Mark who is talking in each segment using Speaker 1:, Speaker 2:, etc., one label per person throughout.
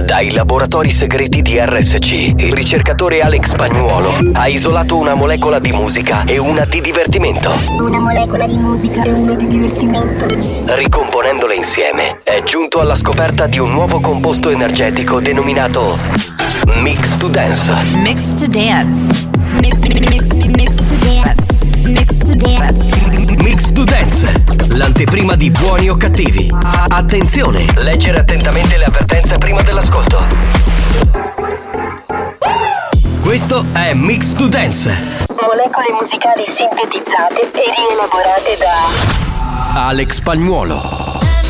Speaker 1: Dai laboratori segreti di RSC, il ricercatore Alex Spagnuolo ha isolato una molecola di musica e una di divertimento.
Speaker 2: Una molecola di musica e una di divertimento.
Speaker 1: Ricomponendole insieme, è giunto alla scoperta di un nuovo composto energetico denominato Mix to Dance.
Speaker 3: Mix to Dance. Mix to Dance. Mix to Dance.
Speaker 1: Mix to Dance, l'anteprima di Buoni o Cattivi. Attenzione, leggere attentamente le avvertenze prima dell'ascolto. Questo è Mix to Dance.
Speaker 2: Molecole musicali sintetizzate e rielaborate da
Speaker 1: Alex Spagnuolo.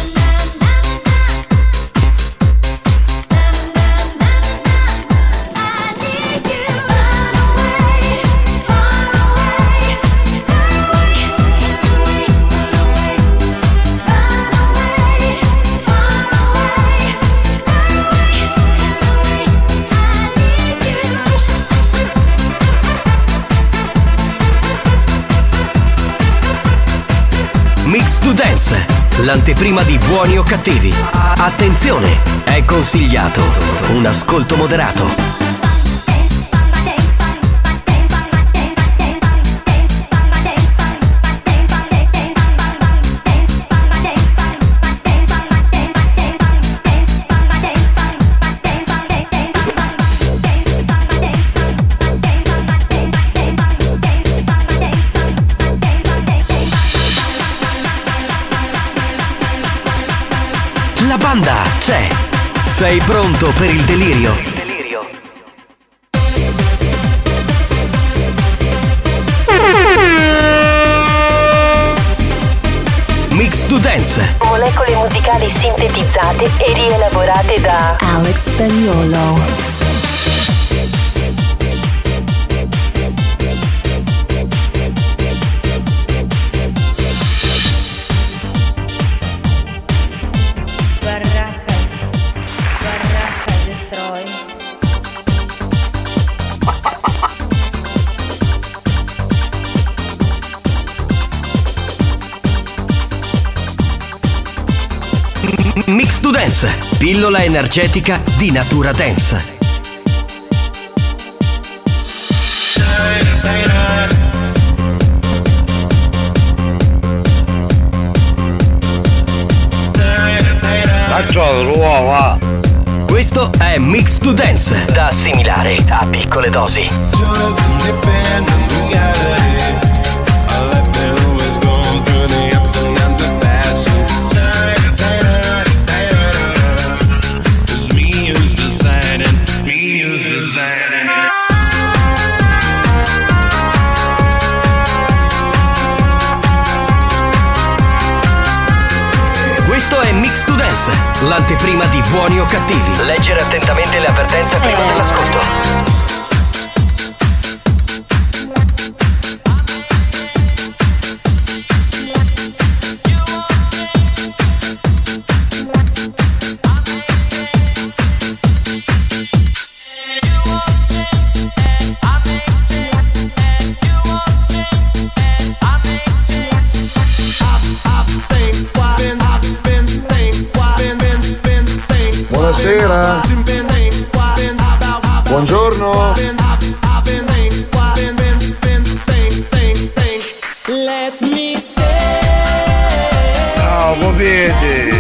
Speaker 1: Mix to Dance, l'anteprima di Buoni o Cattivi. Attenzione, è consigliato un ascolto moderato. La banda c'è. Sei pronto per il delirio? Mix to Dance.
Speaker 2: molecole musicali sintetizzate e rielaborate da
Speaker 3: Alex Spagnuolo.
Speaker 1: Mix to Dance, pillola energetica di natura dance. Questo è Mix to Dance, da assimilare a piccole dosi. Questo è Mix to Dance, l'anteprima di Buoni o Cattivi. Leggere attentamente le avvertenze prima dell'ascolto.
Speaker 4: Buonasera. Buongiorno. Ciao, popete.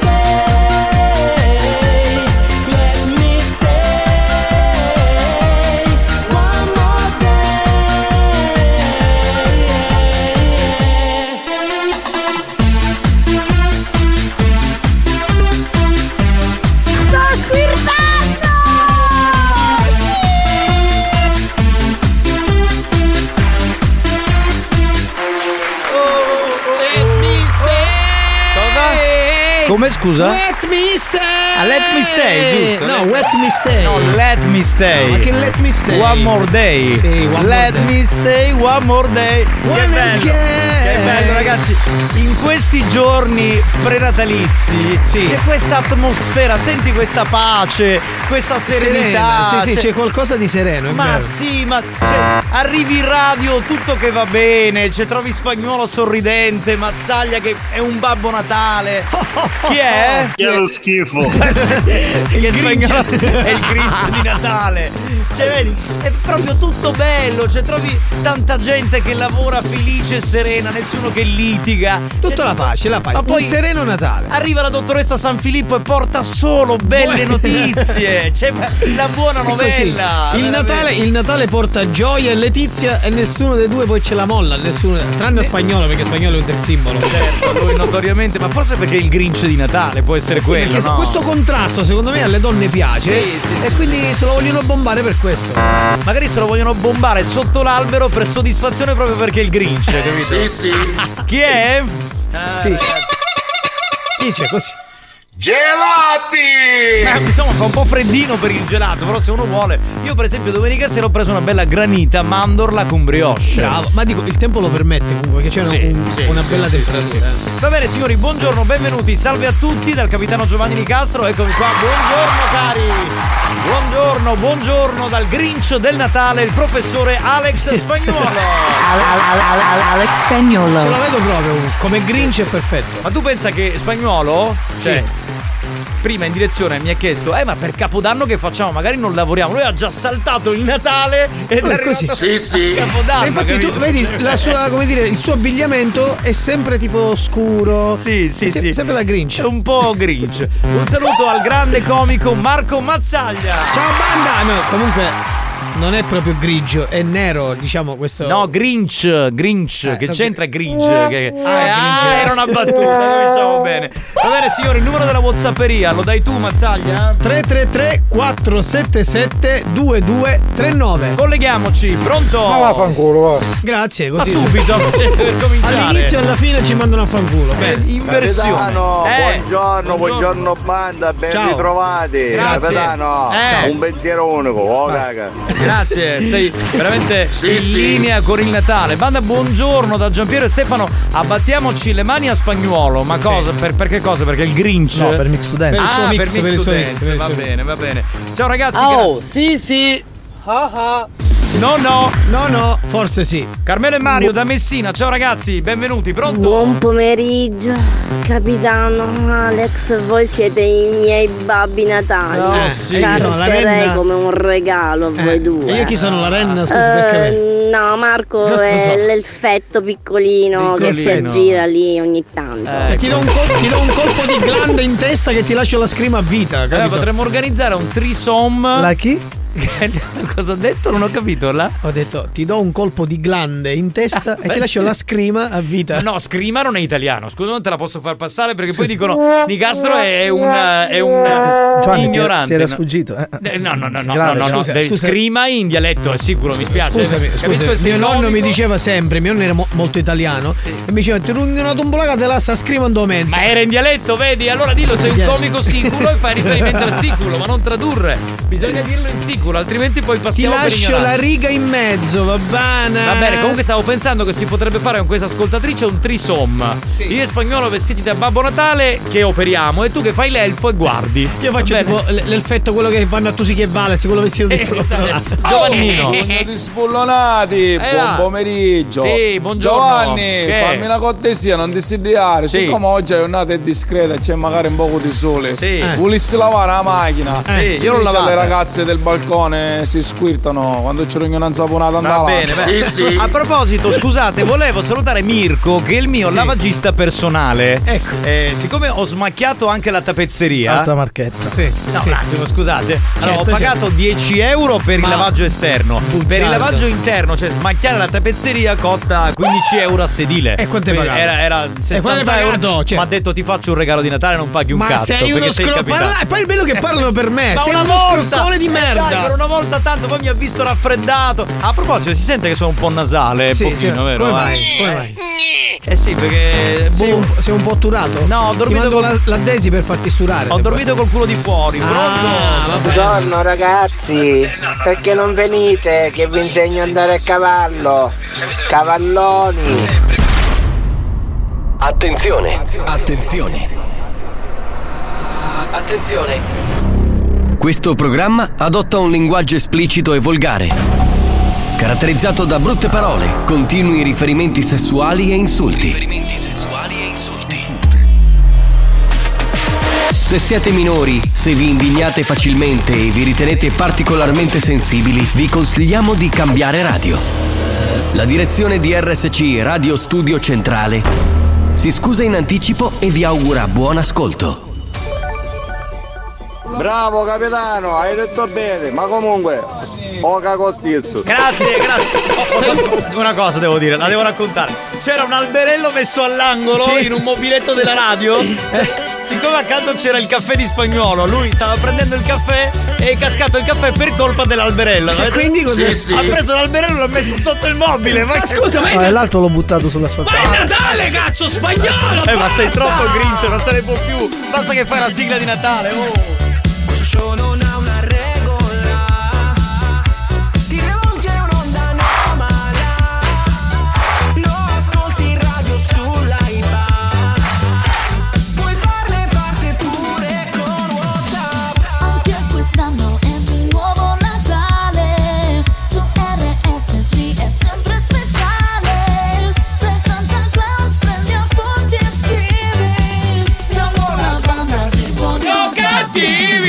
Speaker 5: Come scusa?
Speaker 6: Let me stay!
Speaker 5: Let me stay, giusto?
Speaker 6: No, let me stay.
Speaker 5: No, let me stay.
Speaker 6: Ma che let me stay?
Speaker 5: One more day.
Speaker 6: Sì, one
Speaker 5: let
Speaker 6: more day.
Speaker 5: me stay, one more day. Che bello. Che bello, ragazzi. In questi giorni prenatalizi c'è questa atmosfera, senti questa pace, questa serenità.
Speaker 6: Serena. Sì, c'è qualcosa di sereno, è
Speaker 5: Ma
Speaker 6: vero.
Speaker 5: sì, ma arrivi in radio, tutto che va bene, trovi Spagnuolo sorridente, Mazzaglia che è un Babbo Natale. Chi è?
Speaker 7: Chi è lo schifo.
Speaker 5: Che spagnolo è il Grinch di Natale. Cioè, vedi, è proprio tutto bello. Cioè, trovi tanta gente che lavora felice e serena, nessuno che litiga.
Speaker 6: Tutta la pace.
Speaker 5: Ma poi
Speaker 6: un sereno Natale.
Speaker 5: arriva la dottoressa San Filippo e porta solo belle notizie. C'è la buona novella.
Speaker 6: Il Natale porta gioia e letizia e nessuno dei due poi ce la molla. Nessuno, tranne Spagnolo, perché Spagnolo è un sex symbol.
Speaker 5: Certo, lui notoriamente, ma forse perché è il Grinch di Natale, può essere quello.
Speaker 6: Perché
Speaker 5: no?
Speaker 6: questo contrasto secondo me alle donne piace.
Speaker 5: Sì,
Speaker 6: quindi se lo vogliono bombare per questo.
Speaker 5: Magari se lo vogliono bombare sotto l'albero per soddisfazione proprio perché è il Grinch, capito?
Speaker 4: Sì.
Speaker 5: Chi è?
Speaker 6: Sì. Dice così.
Speaker 4: Gelati!
Speaker 5: Insomma fa un po' freddino per il gelato, però se uno vuole. Io per esempio domenica sera ho preso una bella granita mandorla con brioche.
Speaker 6: Bravo, ma dico il tempo lo permette comunque, che c'è una bella temperatura.
Speaker 5: Va bene signori, buongiorno, benvenuti, salve a tutti dal capitano Giovanni Nicastro, eccomi qua, buongiorno cari. Buongiorno dal Grinch del Natale, il professore Alex Spagnuolo.
Speaker 8: Alex Spagnuolo.
Speaker 6: Ce la vedo proprio, come Grinch è perfetto.
Speaker 5: Ma tu pensa che Spagnuolo? Cioè, prima in direzione mi ha chiesto ma per Capodanno che facciamo? Magari non lavoriamo. Lui ha già saltato il Natale ed è
Speaker 6: così.
Speaker 4: Sì.
Speaker 5: Capodanno.
Speaker 6: E infatti tu vedi la sua, come dire, il suo abbigliamento è sempre tipo scuro.
Speaker 5: Sì.
Speaker 6: Sempre da Grinch.
Speaker 5: È un po' Grinch. Un saluto al grande comico Marco Mazzaglia.
Speaker 6: Ciao banda! No, comunque non è proprio grigio, è nero, diciamo questo.
Speaker 5: No, Grinch, che c'entra Grinch?
Speaker 6: Grinch.
Speaker 5: Era una battuta, cominciamo bene. Va bene signori, il numero della WhatsApperia, lo dai tu Mazzaglia?
Speaker 6: 333 477 2239.
Speaker 5: Colleghiamoci, pronto?
Speaker 4: Ma vaffanculo, va.
Speaker 6: Grazie,
Speaker 5: Ma
Speaker 6: così.
Speaker 5: subito, per cominciare.
Speaker 6: All'inizio e alla fine ci mandano a fanculo. Bene.
Speaker 5: Inversione.
Speaker 9: Buongiorno banda, ben
Speaker 6: Ciao.
Speaker 9: ritrovati.
Speaker 5: Grazie.
Speaker 9: Capitano,
Speaker 5: Un
Speaker 9: pensiero unico, caga.
Speaker 5: Grazie, sei veramente in linea con il Natale. Banda, buongiorno da Giampiero e Stefano. Abbattiamoci le mani a Spagnuolo. Ma cosa? Per che cosa? Perché il Grinch?
Speaker 6: No, per Mix to Dance.
Speaker 5: Per
Speaker 6: Per il suo
Speaker 5: Mix to
Speaker 6: mix,
Speaker 5: Dance.
Speaker 6: per il
Speaker 5: Va
Speaker 6: suo
Speaker 5: bene, va bene. Ciao ragazzi.
Speaker 10: Oh,
Speaker 5: grazie.
Speaker 10: sì.
Speaker 6: No, forse sì.
Speaker 5: Carmelo e Mario da Messina. Ciao ragazzi, benvenuti. Pronto?
Speaker 11: Buon pomeriggio, capitano Alex. Voi siete i miei babbi natali.
Speaker 5: sì.
Speaker 11: Carterei come un regalo a voi due.
Speaker 6: E io chi sono, la renna? Scusi, perché
Speaker 11: no, Marco
Speaker 6: Cosa
Speaker 11: è
Speaker 6: so?
Speaker 11: l'elfetto piccolino che si
Speaker 5: Piccolino.
Speaker 11: aggira lì ogni tanto.
Speaker 6: ti do un colpo di glande in testa che ti lascio la scrima a vita, capito?
Speaker 5: Potremmo organizzare un threesome.
Speaker 6: La chi?
Speaker 5: Cosa ha detto? Non ho capito.
Speaker 6: Ho detto ti do un colpo di glande in testa e ti lascio la scrima a vita.
Speaker 5: No, scrima non è italiano. Scusa, non te la posso far passare perché poi dicono Nicastro è un
Speaker 12: Giovanni,
Speaker 5: ignorante.
Speaker 12: ti era sfuggito.
Speaker 5: No. Scrima in dialetto è sicuro, mi spiace.
Speaker 6: Scusami,
Speaker 5: Capisco il
Speaker 6: mio nonno
Speaker 5: sinonico.
Speaker 6: mi diceva sempre, mio nonno era molto italiano, e mi diceva ti runghi una tombolata e te la sta scrivando mezzo.
Speaker 5: Ma era in dialetto, vedi? Allora dillo, sei un comico siculo e fai riferimento al siculo, ma non tradurre. Bisogna dirlo in siculo, altrimenti poi
Speaker 6: Ti
Speaker 5: passiamo per
Speaker 6: lascio
Speaker 5: ignoranti.
Speaker 6: la riga in mezzo, va bene?
Speaker 5: Va bene, comunque stavo pensando che si potrebbe fare con questa ascoltatrice un threesome. Io e Spagnolo vestiti da Babbo Natale che operiamo e tu che fai l'elfo e guardi.
Speaker 6: Io faccio tipo l'effetto quello che vanno a Tusi che vale, quello vestito di
Speaker 5: Giovannino.
Speaker 9: Buongiorno spullonati, buon pomeriggio.
Speaker 5: Sì, buongiorno.
Speaker 9: Giovanni,
Speaker 5: Che?
Speaker 9: fammi una cortesia, non desiderare.
Speaker 5: Sì.
Speaker 9: Siccome oggi la giornata è discreta e c'è magari un poco di sole,
Speaker 5: Sì.
Speaker 9: volessi lavare la macchina.
Speaker 5: Sì, io l'ho
Speaker 9: Dice
Speaker 5: lavata.
Speaker 9: le ragazze del balcone si squirtano quando c'è una saponata
Speaker 5: Va bene, beh. A proposito, scusate, volevo salutare Mirko, che è il mio lavagista personale.
Speaker 6: Ecco.
Speaker 5: Siccome ho smacchiato anche la tappezzeria.
Speaker 12: Altra marchetta.
Speaker 6: Sì.
Speaker 5: No, un attimo, scusate. Allora, ho
Speaker 6: Certo,
Speaker 5: pagato 10 euro per il lavaggio esterno. Per il lavaggio interno, cioè smacchiare la tappezzeria, costa 15 euro a sedile.
Speaker 6: E quanto hai
Speaker 5: Quindi
Speaker 6: pagato?
Speaker 5: Era 60
Speaker 6: quanto hai
Speaker 5: euro.
Speaker 6: pagato? Cioè-
Speaker 5: Ma ha detto ti faccio un regalo di Natale, non paghi un
Speaker 6: Ma
Speaker 5: cazzo.
Speaker 6: sei uno
Speaker 5: perché sei capitato.
Speaker 6: E poi il bello che parlano per me.
Speaker 5: Ma
Speaker 6: sei
Speaker 5: una
Speaker 6: uno
Speaker 5: volta
Speaker 6: scroccone di merda.
Speaker 5: Dai, per una volta tanto, poi mi ha visto raffreddato. A proposito, si sente che sono un po' nasale,
Speaker 6: Sì,
Speaker 5: pochino,
Speaker 6: sì.
Speaker 5: vero?
Speaker 6: Come mai?
Speaker 5: Sì, perché
Speaker 6: Sei un po' atturato?
Speaker 5: No, ho dormito
Speaker 6: Ti mando la Desi per farti sturare.
Speaker 5: ho dormito col culo di fuori. Pronto?
Speaker 10: Buongiorno ragazzi, perché non venite che vi insegno a andare a cavallo? Cavalloni.
Speaker 1: Attenzione. Questo programma adotta un linguaggio esplicito e volgare, caratterizzato da brutte parole, continui riferimenti sessuali e insulti. Se siete minori, se vi indignate facilmente e vi ritenete particolarmente sensibili, vi consigliamo di cambiare radio. La direzione di RSC Radio Studio Centrale si scusa in anticipo e vi augura buon ascolto.
Speaker 4: Bravo capitano, hai detto bene, ma comunque ho cago stesso.
Speaker 5: Grazie. Una cosa devo dire, la devo raccontare. C'era un alberello messo all'angolo in un mobiletto della radio. Siccome accanto c'era il caffè di Spagnuolo, lui stava prendendo il caffè e è cascato il caffè per colpa dell'alberello.
Speaker 6: E quindi cos'è?
Speaker 5: Sì. Ha preso l'alberello e l'ha messo sotto il mobile. Ma scusa, ma
Speaker 12: e l'altro l'ho buttato sulla spazzatura.
Speaker 6: Ma è Natale, cazzo, Spagnolo!
Speaker 5: Ma sei troppo Grinch, non se ne può più. Basta che fai la sigla di Natale.
Speaker 7: Non ha una regola, ti rivolge un'onda anomala, lo ascolti in radio sull'iPad, puoi farne parte pure con WhatsApp.
Speaker 3: Anche quest'anno è di nuovo Natale, su RSC è sempre speciale, per Santa Claus prendi appunti e scrivi, siamo una banda di buoni o cattivi.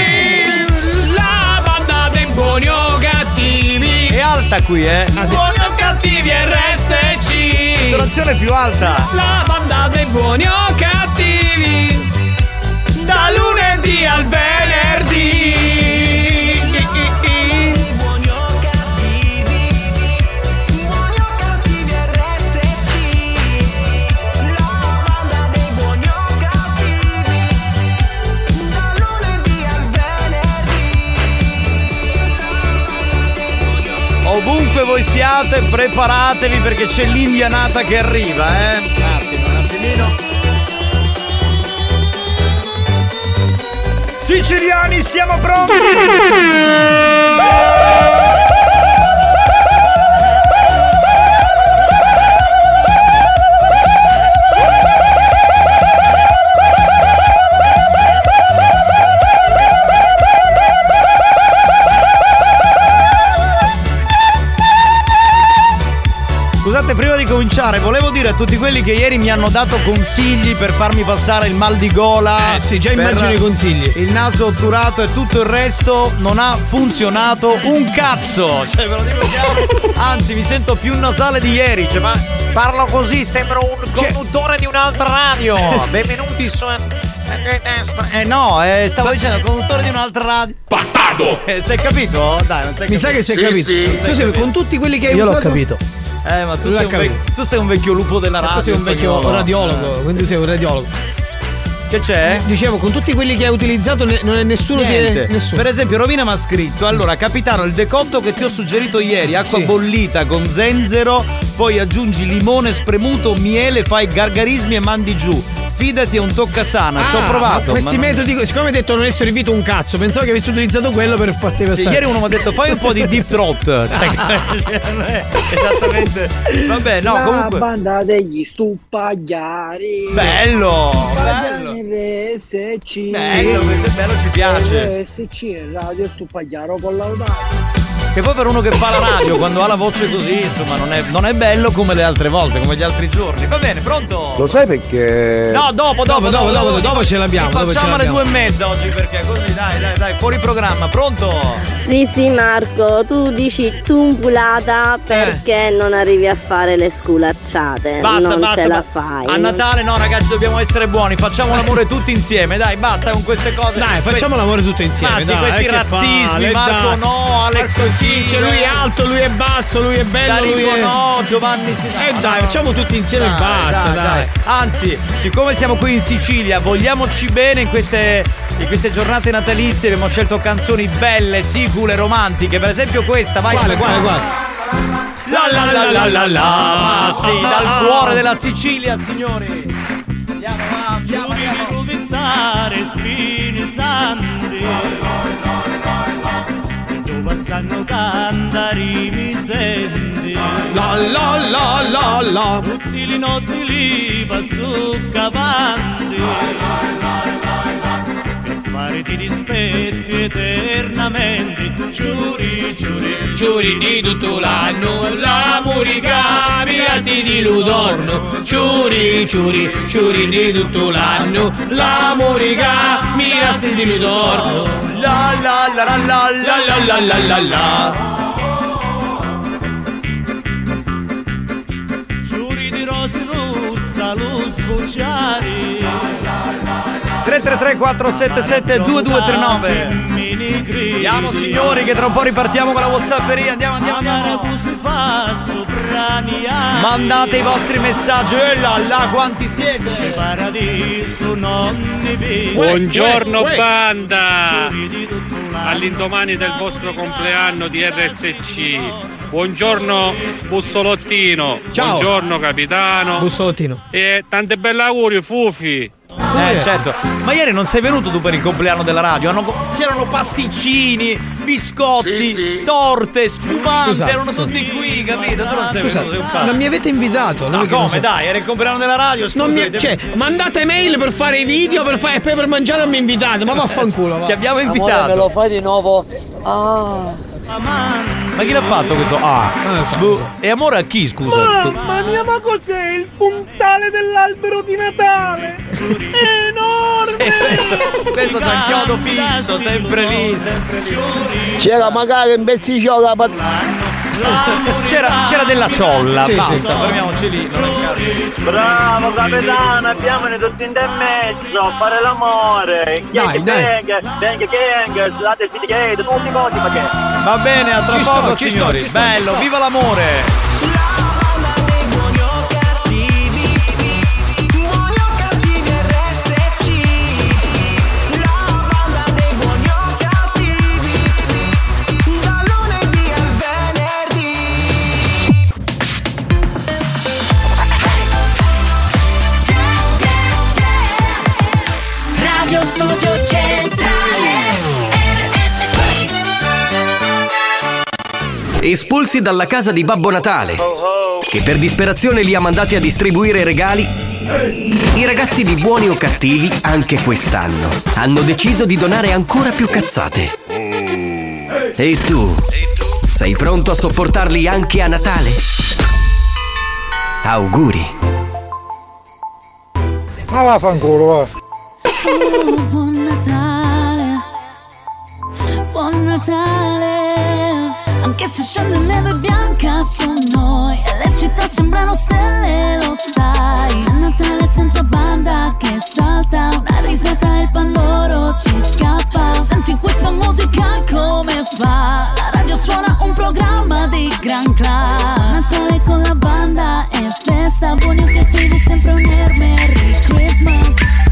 Speaker 5: Qui,
Speaker 6: buoni o cattivi RSC.
Speaker 5: Donazione più alta.
Speaker 6: La banda dei buoni o cattivi, da lunedì al venerdì.
Speaker 7: Buoni o cattivi, buoni o cattivi RSC. La banda dei buoni o cattivi, da lunedì al venerdì.
Speaker 5: Ovunque voi siate, preparatevi perché c'è l'indianata che arriva, Un attimino. Siciliani, siamo pronti! Scusate, prima di cominciare volevo dire a tutti quelli che ieri mi hanno dato consigli per farmi passare il mal di gola.
Speaker 6: Sì, già immagino i consigli.
Speaker 5: Il naso otturato e tutto il resto non ha funzionato un cazzo. Cioè, ve lo dico chiaro. Anzi, mi sento più nasale di ieri. Cioè, ma parlo così, sembro un conduttore di un'altra radio. Benvenuti su. Stavo dicendo conduttore di un'altra radio. Bastardo! Sei capito? Dai, non sei capito.
Speaker 6: Mi sa che sei capito.
Speaker 5: Sì.
Speaker 6: Con tutti quelli che hai
Speaker 12: Io
Speaker 6: usato.
Speaker 12: l'ho capito.
Speaker 5: Ma tu sei un vecchio lupo della radio.
Speaker 6: Tu sei un vecchio radiologo, quindi tu sei un radiologo.
Speaker 5: Che c'è?
Speaker 6: Dicevo, con tutti quelli che hai utilizzato non è nessuno
Speaker 5: Niente.
Speaker 6: che. Nessuno.
Speaker 5: Per esempio, Rovina mi ha scritto: allora, capitano, il decotto che ti ho suggerito ieri, acqua bollita con zenzero, poi aggiungi limone spremuto, miele, fai gargarismi e mandi giù. Fidati, è un toccasana, ci ho provato.
Speaker 6: Questi metodi, siccome hai detto non è servito un cazzo, pensavo che avessi utilizzato quello per farti passare.
Speaker 5: Sì, ieri uno mi ha detto fai un po' di deep throat. Cioè, non è esattamente. Vabbè, no, comunque.
Speaker 10: La banda degli stupagliari.
Speaker 5: Bello!
Speaker 10: RSC.
Speaker 5: Bello, questo è bello, ci piace.
Speaker 10: RSC, radio stupagliaro collaudato.
Speaker 5: Che poi per uno che fa la radio quando ha la voce così, insomma, non è bello come le altre volte, come gli altri giorni. Va bene, pronto?
Speaker 4: Lo sai perché?
Speaker 5: No, dopo
Speaker 6: ce l'abbiamo.
Speaker 5: Facciamo alle 2:30 oggi perché così dai, fuori programma, pronto?
Speaker 11: Sì, Marco, tu dici tumpulata perché non arrivi a fare le sculacciate. Non ce la fai.
Speaker 5: A Natale no, ragazzi, dobbiamo essere buoni, facciamo l'amore tutti insieme, dai, basta con queste cose.
Speaker 6: Dai, facciamo l'amore tutti insieme.
Speaker 5: Ma sì, questi razzismi, Marco no, Alex sì,
Speaker 6: cioè lui è alto, lui è basso, lui è bello,
Speaker 5: Darico
Speaker 6: lui è...
Speaker 5: no, Giovanni sì.
Speaker 6: Dai, facciamo tutti insieme e basta, dai.
Speaker 5: Anzi, siccome siamo qui in Sicilia, vogliamoci bene in queste giornate natalizie. Abbiamo scelto canzoni belle, sicule, romantiche. Per esempio questa, vai.
Speaker 6: Quale?
Speaker 5: La sì, dal cuore della Sicilia, signori. Andiamo.
Speaker 7: Spine santi, se tu passano cantari mi senti.
Speaker 6: La.
Speaker 7: Tutti li notti li passo cavanti. fare ti rispetti eternamente. Giuri, giuri,
Speaker 6: Giuri di tutto l'anno, l'amore capirasti di Ludorno. Giuri, giuri, giuri di tutto l'anno, l'amore capirasti di Ludorno.
Speaker 5: La la la la la la la la la la.
Speaker 7: Giuri di rose rossa, lo sbocciare.
Speaker 5: 333-477-2239. Andiamo signori che tra un po' ripartiamo con la WhatsApperia. Andiamo. Mandate i vostri messaggi. Là quanti siete?
Speaker 13: Buongiorno banda. All'indomani del vostro compleanno di RSC. Buongiorno Bussolottino.
Speaker 5: Ciao.
Speaker 13: Buongiorno capitano.
Speaker 6: Bussolottino.
Speaker 13: E tante belle auguri Fufi.
Speaker 5: Certo. Ma ieri non sei venuto tu per il compleanno della radio? C'erano pasticcini, biscotti, torte, spumante.
Speaker 6: Scusate.
Speaker 5: Erano tutti qui, capito? Tu non sei venuto, sei un padre.
Speaker 6: Non mi avete invitato.
Speaker 5: No, come? Dai, era il compleanno della radio.
Speaker 6: Mandate mail per fare i video, e poi per mangiare non mi invitate. Ma vaffanculo.
Speaker 5: Ti abbiamo invitato.
Speaker 10: Amore, me lo fai di nuovo?
Speaker 5: Ma chi l'ha fatto questo? Non so. E amore a chi, scusa?
Speaker 7: Mamma mia, ma cos'è il puntale dell'albero di Natale? È enorme!
Speaker 5: Questo c'è il chiodo fisso, sempre lì.
Speaker 10: C'era magari un besticcio la
Speaker 5: C'era della ciolla.
Speaker 10: Sì,
Speaker 5: basta,
Speaker 10: sì.
Speaker 5: fermiamoci lì.
Speaker 14: Bravo capitano, abbiamo tutti in mezzo a fare l'amore.
Speaker 6: Dai.
Speaker 14: Scusate, tutti cose, ma che?
Speaker 5: Va bene, a tra poco signori. Bello, viva l'amore!
Speaker 3: Studio centrale RSC.
Speaker 1: Espulsi dalla casa di Babbo Natale, che per disperazione li ha mandati a distribuire regali, i ragazzi di Buoni o Cattivi anche quest'anno hanno deciso di donare ancora più cazzate. E tu? Sei pronto a sopportarli anche a Natale? Auguri!
Speaker 12: Ma vaffanculo, va.
Speaker 3: Buon Natale, buon Natale. Anche se scende neve bianca su noi e le città sembrano stelle, lo sai. È Natale senza banda che salta, una risata e il pandoro ci scappa. Senti questa musica come fa? La radio suona un programma di gran class. Natale con la banda e festa, buoni o cattivi sempre un air, Merry Christmas.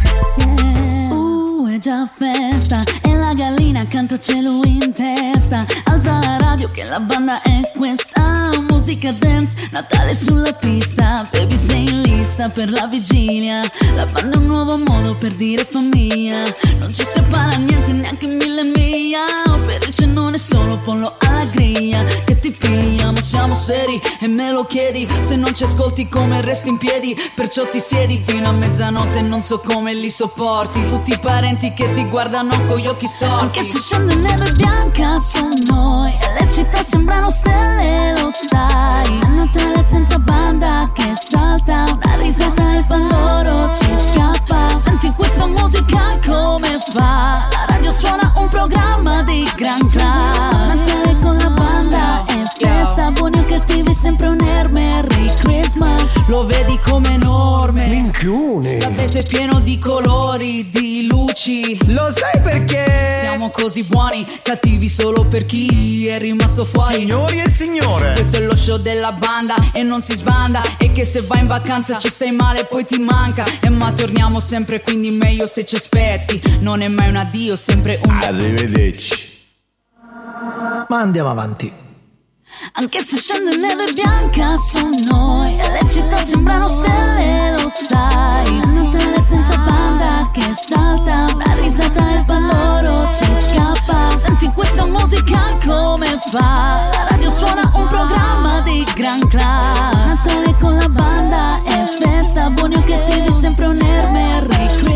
Speaker 3: È già festa e la gallina canta cielo in testa. Alza la radio che la banda è questa. Musica dance, Natale sulla pista. Baby sei in lista per la vigilia. La banda è un nuovo modo per dire famiglia. Non ci separa niente, neanche 1000 miglia. Per il cenone solo pollo alla griglia. Che ti piglia, ma siamo seri e me lo chiedi. Se non ci ascolti come resti in piedi. Perciò ti siedi fino a mezzanotte e non so come li sopporti. Tutti i parenti che ti guardano con gli occhi storti. Anche se scende neve bianca su noi e le città sembrano stelle, lo sai. È Natale senza banda che salta, una risata e il pandoro ci scappa. Senti questa musica come fa? La radio suona un programma di gran class. Natale con la banda e festa, buoni o cattivi sempre un air, Merry Christmas. Lo vedi come enorme,
Speaker 12: minchione.
Speaker 3: L'abete pieno di colori, di luci.
Speaker 12: Lo sai perché?
Speaker 3: Siamo così buoni, cattivi solo per chi è rimasto fuori.
Speaker 5: Signori e signore,
Speaker 3: questo è lo show della banda e non si sbanda. E che se vai in vacanza ci stai male e poi ti manca. Ma torniamo sempre, quindi meglio se ci aspetti. Non è mai un addio, sempre un
Speaker 12: arrivederci. Ma andiamo avanti.
Speaker 3: Anche se scende neve bianca su noi e le città sembrano stelle, lo sai. È Natale senza banda che salta, una risata e il pandoro ci scappa. Senti questa musica come fa? La radio suona un programma di gran class. Natale con la banda e festa, buoni o cattivi sempre un air, Merry Christmas.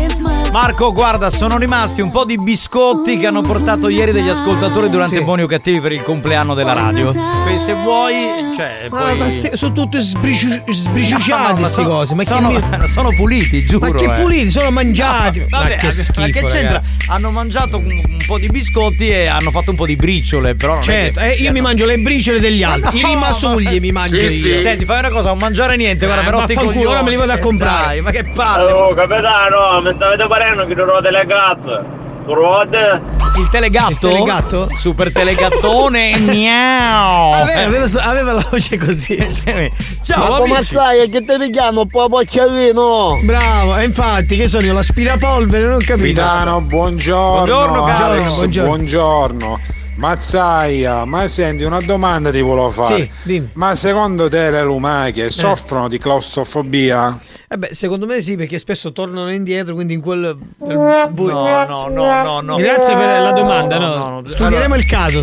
Speaker 5: Marco, guarda, sono rimasti un po' di biscotti che hanno portato ieri degli ascoltatori durante Buoni o Cattivi per il compleanno della radio. Quindi se vuoi, cioè,
Speaker 6: ma sono tutte sbriciucciate queste cose. Ma
Speaker 5: sono puliti, giuro.
Speaker 6: Ma che puliti, sono mangiati.
Speaker 5: Vabbè,
Speaker 6: ma che schifo,
Speaker 5: ma che c'entra?
Speaker 6: ragazzi.
Speaker 5: Hanno mangiato un po' di biscotti e hanno fatto un po' di briciole, però non
Speaker 6: certo,
Speaker 5: è che
Speaker 6: io mi mangio le briciole degli altri, i rimasugli mi mangio io.
Speaker 5: Senti, fai una cosa, non mangiare niente, guarda, però ti
Speaker 6: fanculo, ora me li vado a comprare.
Speaker 5: Dai, ma che palle.
Speaker 14: Oh, capitano, mi stavate parendo che non ho telegatto.
Speaker 5: Il telegatto?
Speaker 6: Il telegatto?
Speaker 5: Super telegattone. Miau.
Speaker 6: Aveva la voce così.
Speaker 5: Ciao,
Speaker 4: ma come sai che te ne chiamo un po' Pocciavino?
Speaker 6: Bravo, e infatti che sono io l'aspirapolvere, non capito.
Speaker 9: Capitano, buongiorno.
Speaker 5: Buongiorno,
Speaker 9: Alex, buongiorno. Mazzaia, ma senti, una domanda ti volevo fare.
Speaker 6: Sì, dimmi.
Speaker 9: Ma secondo te le lumache soffrono di claustrofobia?
Speaker 6: Secondo me sì, perché spesso tornano indietro, quindi in quel
Speaker 5: No.
Speaker 6: Grazie per la domanda, no. Studieremo il caso,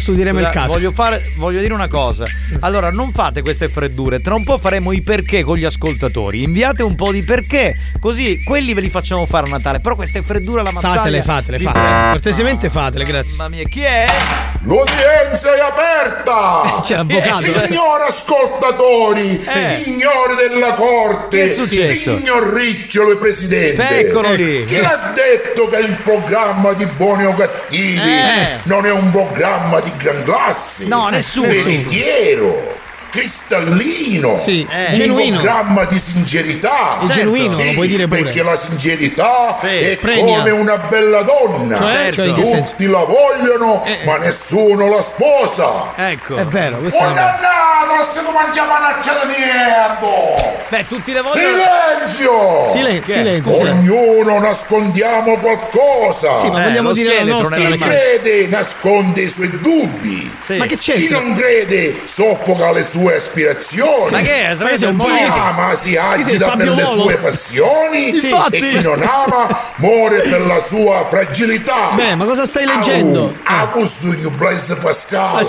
Speaker 5: Voglio dire una cosa. Allora, non fate queste freddure. Tra un po' faremo i perché con gli ascoltatori. Inviate un po' di perché, così quelli ve li facciamo fare a Natale. Però queste freddure alla mazzaglia
Speaker 6: Fatele. Cortesemente fatele, grazie.
Speaker 5: Mamma mia, chi è?
Speaker 15: L'udienza è aperta!
Speaker 6: C'è l'avvocato.
Speaker 15: Signori ascoltatori, signori della corte,
Speaker 5: che è successo?
Speaker 15: signor Ricciolo e presidente.
Speaker 5: Eccolo lì.
Speaker 15: Chi l'ha detto che il programma di Buoni o Cattivi non è un programma di gran classe?
Speaker 5: No, nessuno.
Speaker 15: Veritiero, cristallino, un
Speaker 6: genuino,
Speaker 15: programma di sincerità.
Speaker 6: Il genuino, lo puoi dire pure.
Speaker 15: Perché la sincerità è
Speaker 6: premia.
Speaker 15: come una bella donna. Tutti la vogliono, ma nessuno la sposa.
Speaker 5: Ecco.
Speaker 6: È vero, questo è vero.
Speaker 15: Dannato, se tu mangia manaccia di merda!
Speaker 5: Beh, tutti le vogliono.
Speaker 15: Silenzio! Ognuno nascondiamo qualcosa.
Speaker 6: Sì, ma vogliamo dire la nostra.
Speaker 15: Chi crede nasconde i suoi dubbi.
Speaker 6: Ma che c'è?
Speaker 15: Chi non crede soffoca le sue aspirazioni.
Speaker 5: Ma che è?
Speaker 15: Chi ama si agita per le sue passioni e chi non ama muore per la sua fragilità.
Speaker 6: Beh, ma cosa stai leggendo?
Speaker 15: Sogno Blaise Pascal.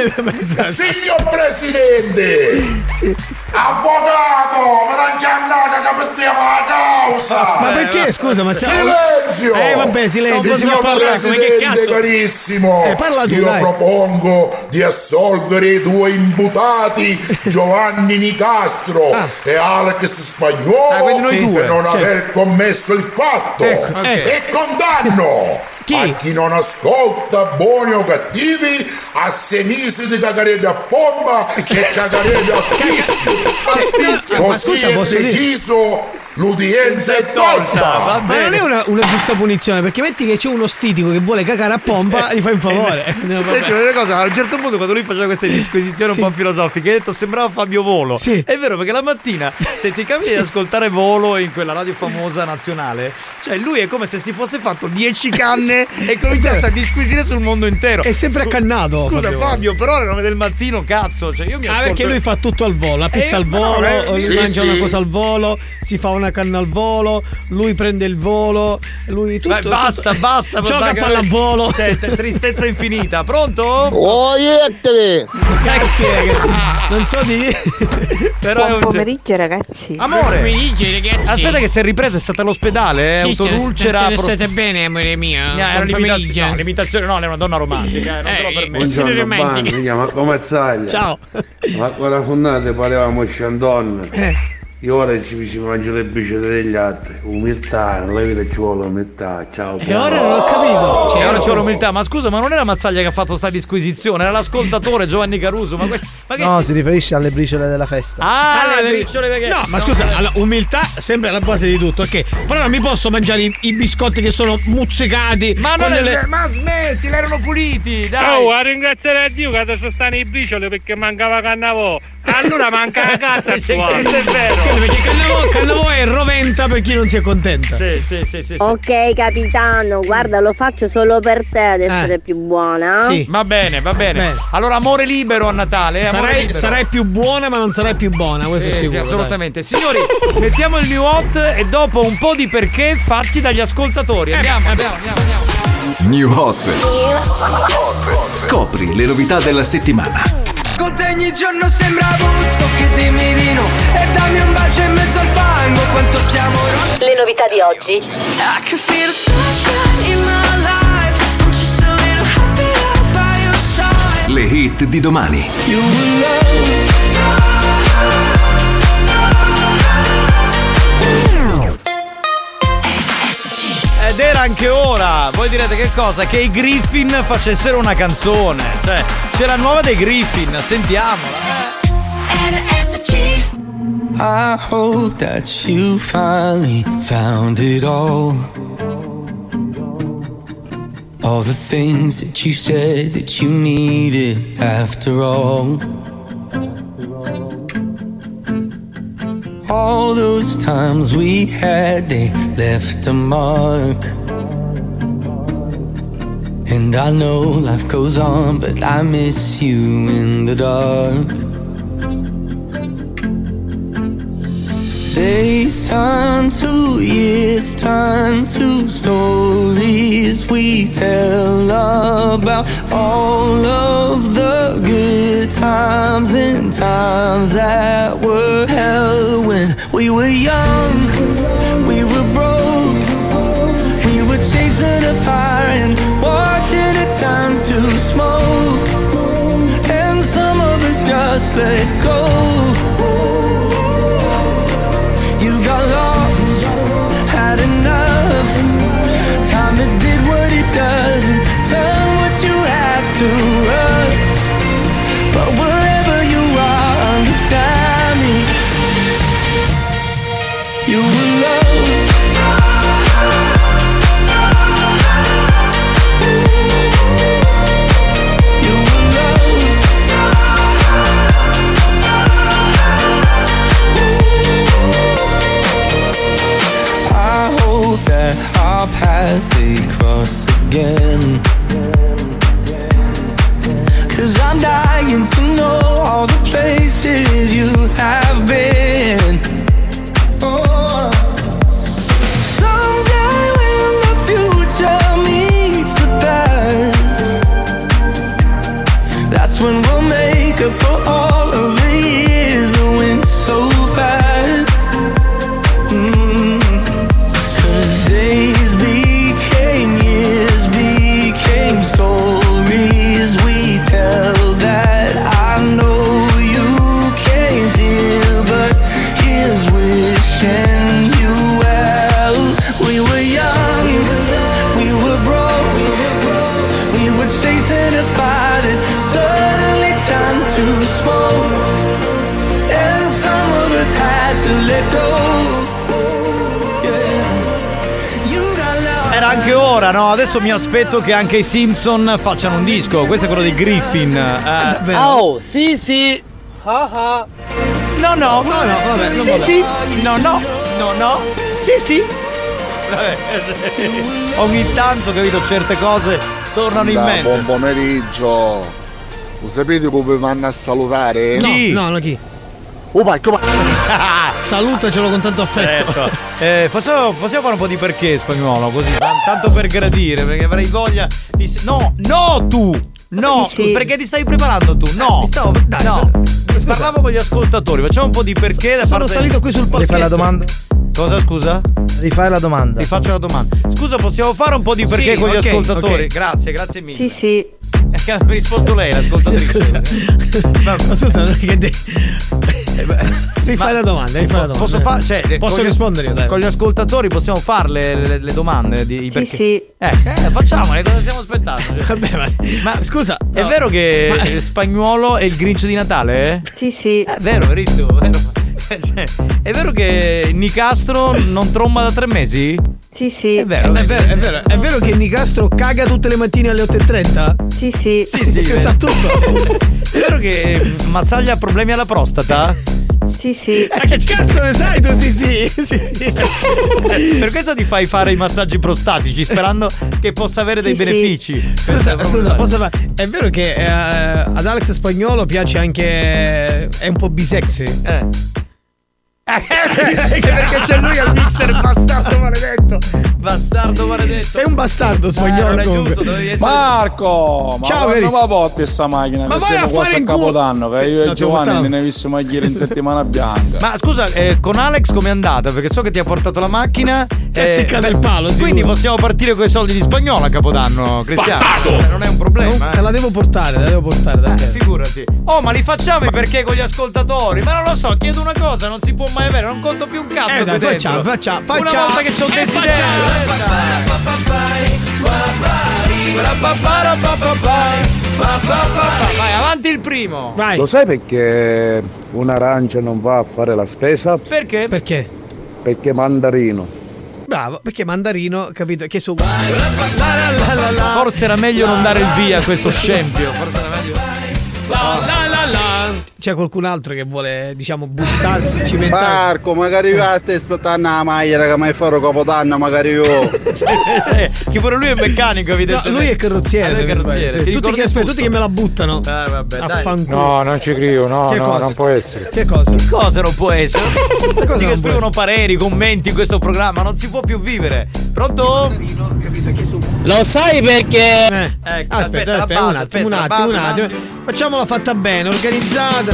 Speaker 15: Signor Presidente, avvocato, ma non c'è andata che mettiamo la causa.
Speaker 6: Ma perché? Scusa, ma
Speaker 15: silenzio!
Speaker 6: Vabbè, silenzio.
Speaker 15: Signor Presidente carissimo, io propongo di assolvere i due imputati Giovanni Nicastro e Alex Spagnuolo per non aver commesso il fatto e condanno a chi non ascolta Buoni o Cattivi a 6 mesi di cagarete a pompa e cagarete a fischio. Così è deciso. L'udienza è tolta.
Speaker 6: Ma non è una giusta punizione, perché metti che c'è uno stitico che vuole cagare a pompa, gli fai un favore.
Speaker 5: Senti, una cosa, a un certo punto quando lui faceva queste disquisizioni un po' filosofiche, hai detto sembrava Fabio Volo. È vero, perché la mattina se ti capita di ascoltare Volo in quella radio famosa nazionale, cioè lui è come se si fosse fatto 10 canne e cominciasse a disquisire sul mondo intero.
Speaker 6: È sempre accannato.
Speaker 5: Scusa Fabio, però alle 9 del mattino, cazzo, cioè io mi ascolto.
Speaker 6: Perché lui fa tutto al volo, la pizza al volo, mangia una cosa al volo, si fa una canna al volo, lui prende il volo, lui tutto.
Speaker 5: Basta.
Speaker 6: Gioca a pallavolo.
Speaker 5: Cioè, tristezza infinita. Pronto?
Speaker 4: Oh,
Speaker 6: Grazie. Non so di.
Speaker 5: Però
Speaker 8: Buon pomeriggio ragazzi.
Speaker 5: Amore. Aspetta che si è ripresa, è stata all'ospedale, autolulcera.
Speaker 6: State bene, amore mio.
Speaker 5: Era l'imitazione, no, lei è una donna romantica, non te lo permetto.
Speaker 16: Buongiorno Bandi, mi chiamo come stai?
Speaker 6: Ciao.
Speaker 16: Ma quella fondata parlavamo Sciandon. Io ora ci mangio le briciole degli altri. Umiltà, la vita ci vuole umiltà. Ciao.
Speaker 6: E ora non ho capito.
Speaker 5: E ora ci vuole umiltà. Ma scusa, ma non era Mazzaglia che ha fatto sta disquisizione, era l'ascoltatore Giovanni Caruso. Ma
Speaker 12: no, si riferisce alle briciole della festa.
Speaker 5: Le briciole perché.
Speaker 6: No, ma scusa, umiltà sempre alla base di tutto, ok? Però non mi posso mangiare i biscotti che sono muzzicati.
Speaker 5: Ma non ma smetti, erano puliti, dai.
Speaker 13: Oh, a ringraziare a Dio che adesso stanno i briciole perché mancava Cannavò. Allora manca la casa tua.
Speaker 5: Questo è vero.
Speaker 6: Perché Cannavò è roventa per chi non si accontenta.
Speaker 5: Sì.
Speaker 11: Ok capitano, guarda, lo faccio solo per te ad essere più buona.
Speaker 5: Sì, va bene. Allora amore libero a Natale.
Speaker 6: Sarai più buona ma non sarai più buona, questo è sicuro.
Speaker 5: Sì, assolutamente. Dai. Signori, mettiamo il new hot e dopo un po' di perché fatti dagli ascoltatori. Andiamo.
Speaker 1: New hot. Scopri le novità della settimana.
Speaker 17: con te ogni giorno sembra Woodstock. Che dimmi di no e dammi un bacio in mezzo al fango. Quanto siamo rotti.
Speaker 2: Le novità di oggi.
Speaker 17: I can feel the sunshine in my life. I'm just a little happier by your side.
Speaker 18: Le hit di domani.
Speaker 17: You will love.
Speaker 5: Ed era anche ora. Voi direte che cosa? Che i Griffin facessero una canzone. Cioè, c'è la nuova dei Griffin, sentiamola.
Speaker 17: I hope that you finally found it all the things that you said that you needed after all. All those times we had, they left a mark. And I know life goes on, but I miss you in the dark. Days turn to years, turn to stories we tell about all of the good times and times that were hell when we were young, we were broke, we were chasing a fire and watching it turn to smoke, and some of us just let go. You got lost, had enough. Time it did what it does and done what you had to rust. But wherever you are, understand me. You will love. That our paths they cross again. 'Cause I'm dying to know all the places you have been. Oh. Someday when the future meets the past, that's when we'll make up for all of the years that went so fast. Days became years, became stories we tell that I know you can't hear, but here's wishing you well. We were young, we were broke, we were chasing a fire that suddenly turned to smoke, and some of us had to let go.
Speaker 5: Era anche ora, no? Adesso mi aspetto che anche i Simpson facciano un disco. Questo è quello dei Griffin.
Speaker 19: Oh, sì, sì.
Speaker 5: No, vabbè. Sì. No. Sì. Vabbè. Ogni tanto, capito, certe cose tornano in mente.
Speaker 4: Buon pomeriggio. Lo sapete come vanno a salutare?
Speaker 19: Chi? No, chi? Salutacelo con tanto affetto.
Speaker 5: Possiamo fare un po' di perché spagnolo, così, tanto per gradire, perché avrei voglia di... No, tu! No, sì. Perché ti stai preparando tu? No, parlavo con gli ascoltatori, facciamo un po' di perché.
Speaker 19: Sono salito qui sul palchetto.
Speaker 12: Rifai la domanda?
Speaker 5: Cosa, scusa?
Speaker 12: Rifai la domanda.
Speaker 5: Rifaccio la domanda. Scusa, possiamo fare un po' di perché con gli ascoltatori? Okay. Grazie mille.
Speaker 11: Sì.
Speaker 5: Ha risposto lei, l'ascoltatrice.
Speaker 19: Scusa. Rifai la domanda.
Speaker 5: Posso
Speaker 19: rispondere io, dai.
Speaker 5: Con gli ascoltatori possiamo fare le domande di perché?
Speaker 11: Sì.
Speaker 5: Facciamole, cosa stiamo aspettando?
Speaker 19: Vabbè, ma scusa,
Speaker 5: è vero che Spagnuolo è il Grinch di Natale?
Speaker 11: Sì.
Speaker 5: È vero, verissimo, vero. Cioè, è vero che Nicastro non tromba da 3 mesi?
Speaker 11: Sì.
Speaker 19: È vero che Nicastro caga tutte le mattine alle 8:30?
Speaker 11: Sì.
Speaker 19: Sa tutto.
Speaker 5: È vero che Mazzaglia ha problemi alla prostata?
Speaker 11: Sì.
Speaker 19: Che cazzo ne sai tu? Sì.
Speaker 5: Per questo ti fai fare i massaggi prostatici sperando che possa avere dei benefici.
Speaker 19: Scusa, posso fare? È vero che ad Alex Spagnuolo piace anche... è un po' bisexy?
Speaker 5: Perché c'è lui al mixer, bastardo maledetto. Bastardo maledetto.
Speaker 19: Sei un bastardo spagnolo.
Speaker 5: Non è giusto, dovevi essere...
Speaker 9: Marco, ma
Speaker 19: ciao,
Speaker 9: quando va porti sta macchina?
Speaker 19: Ma
Speaker 9: che
Speaker 19: vai
Speaker 9: siamo
Speaker 19: a
Speaker 9: quasi
Speaker 19: fare
Speaker 9: a
Speaker 19: in culo.
Speaker 9: Capodanno, che io
Speaker 19: No,
Speaker 9: e Giovanni
Speaker 19: portavo.
Speaker 9: ne avessimo a dire in settimana bianca.
Speaker 5: Ma scusa, con Alex com'è andata? Perché so che ti ha portato la macchina.
Speaker 19: Ti ha azzeccato il palo,
Speaker 5: quindi
Speaker 19: sicuro.
Speaker 5: possiamo partire con i soldi di spagnolo a Capodanno, Cristiano. Non è un problema.
Speaker 19: Te la devo portare, davvero.
Speaker 5: Figurati. Oh, ma li facciamo i perché con gli ascoltatori? Ma non lo so, chiedo una cosa, non si può mai avere, non conto più un cazzo.
Speaker 19: Dai,
Speaker 5: qui dentro.
Speaker 19: facciamo.
Speaker 5: Una volta che c'ho un desiderio. Vai, avanti il primo.
Speaker 19: Vai.
Speaker 12: Lo sai perché un'arancia non va a fare la spesa?
Speaker 5: Perché?
Speaker 19: Perché?
Speaker 12: Perché mandarino.
Speaker 19: Bravo, perché mandarino, capito? Che su.
Speaker 5: Forse era meglio non dare il via a questo scempio. Forse era meglio.
Speaker 19: C'è qualcun altro che vuole, diciamo, buttarsi, cimentarsi?
Speaker 4: Marco, magari io stai aspettando la maglia che mai farò Capodanno, magari io.
Speaker 5: Che pure lui è meccanico, evidentemente.
Speaker 19: No, lui è carrozziere.
Speaker 5: Lui è carrozziere.
Speaker 19: Sì.
Speaker 5: Ti
Speaker 19: Tutti che me la buttano.
Speaker 5: Vabbè, dai.
Speaker 9: No, non ci credo, no, non può essere.
Speaker 19: Che cosa?
Speaker 5: Cosa non può essere?
Speaker 19: Cosa
Speaker 5: Tutti che
Speaker 19: non
Speaker 5: scrivono pareri, commenti in questo programma, non si può più vivere. Pronto?
Speaker 6: Lo sai perché?
Speaker 19: Aspetta, un attimo. Facciamola fatta bene, organizzata.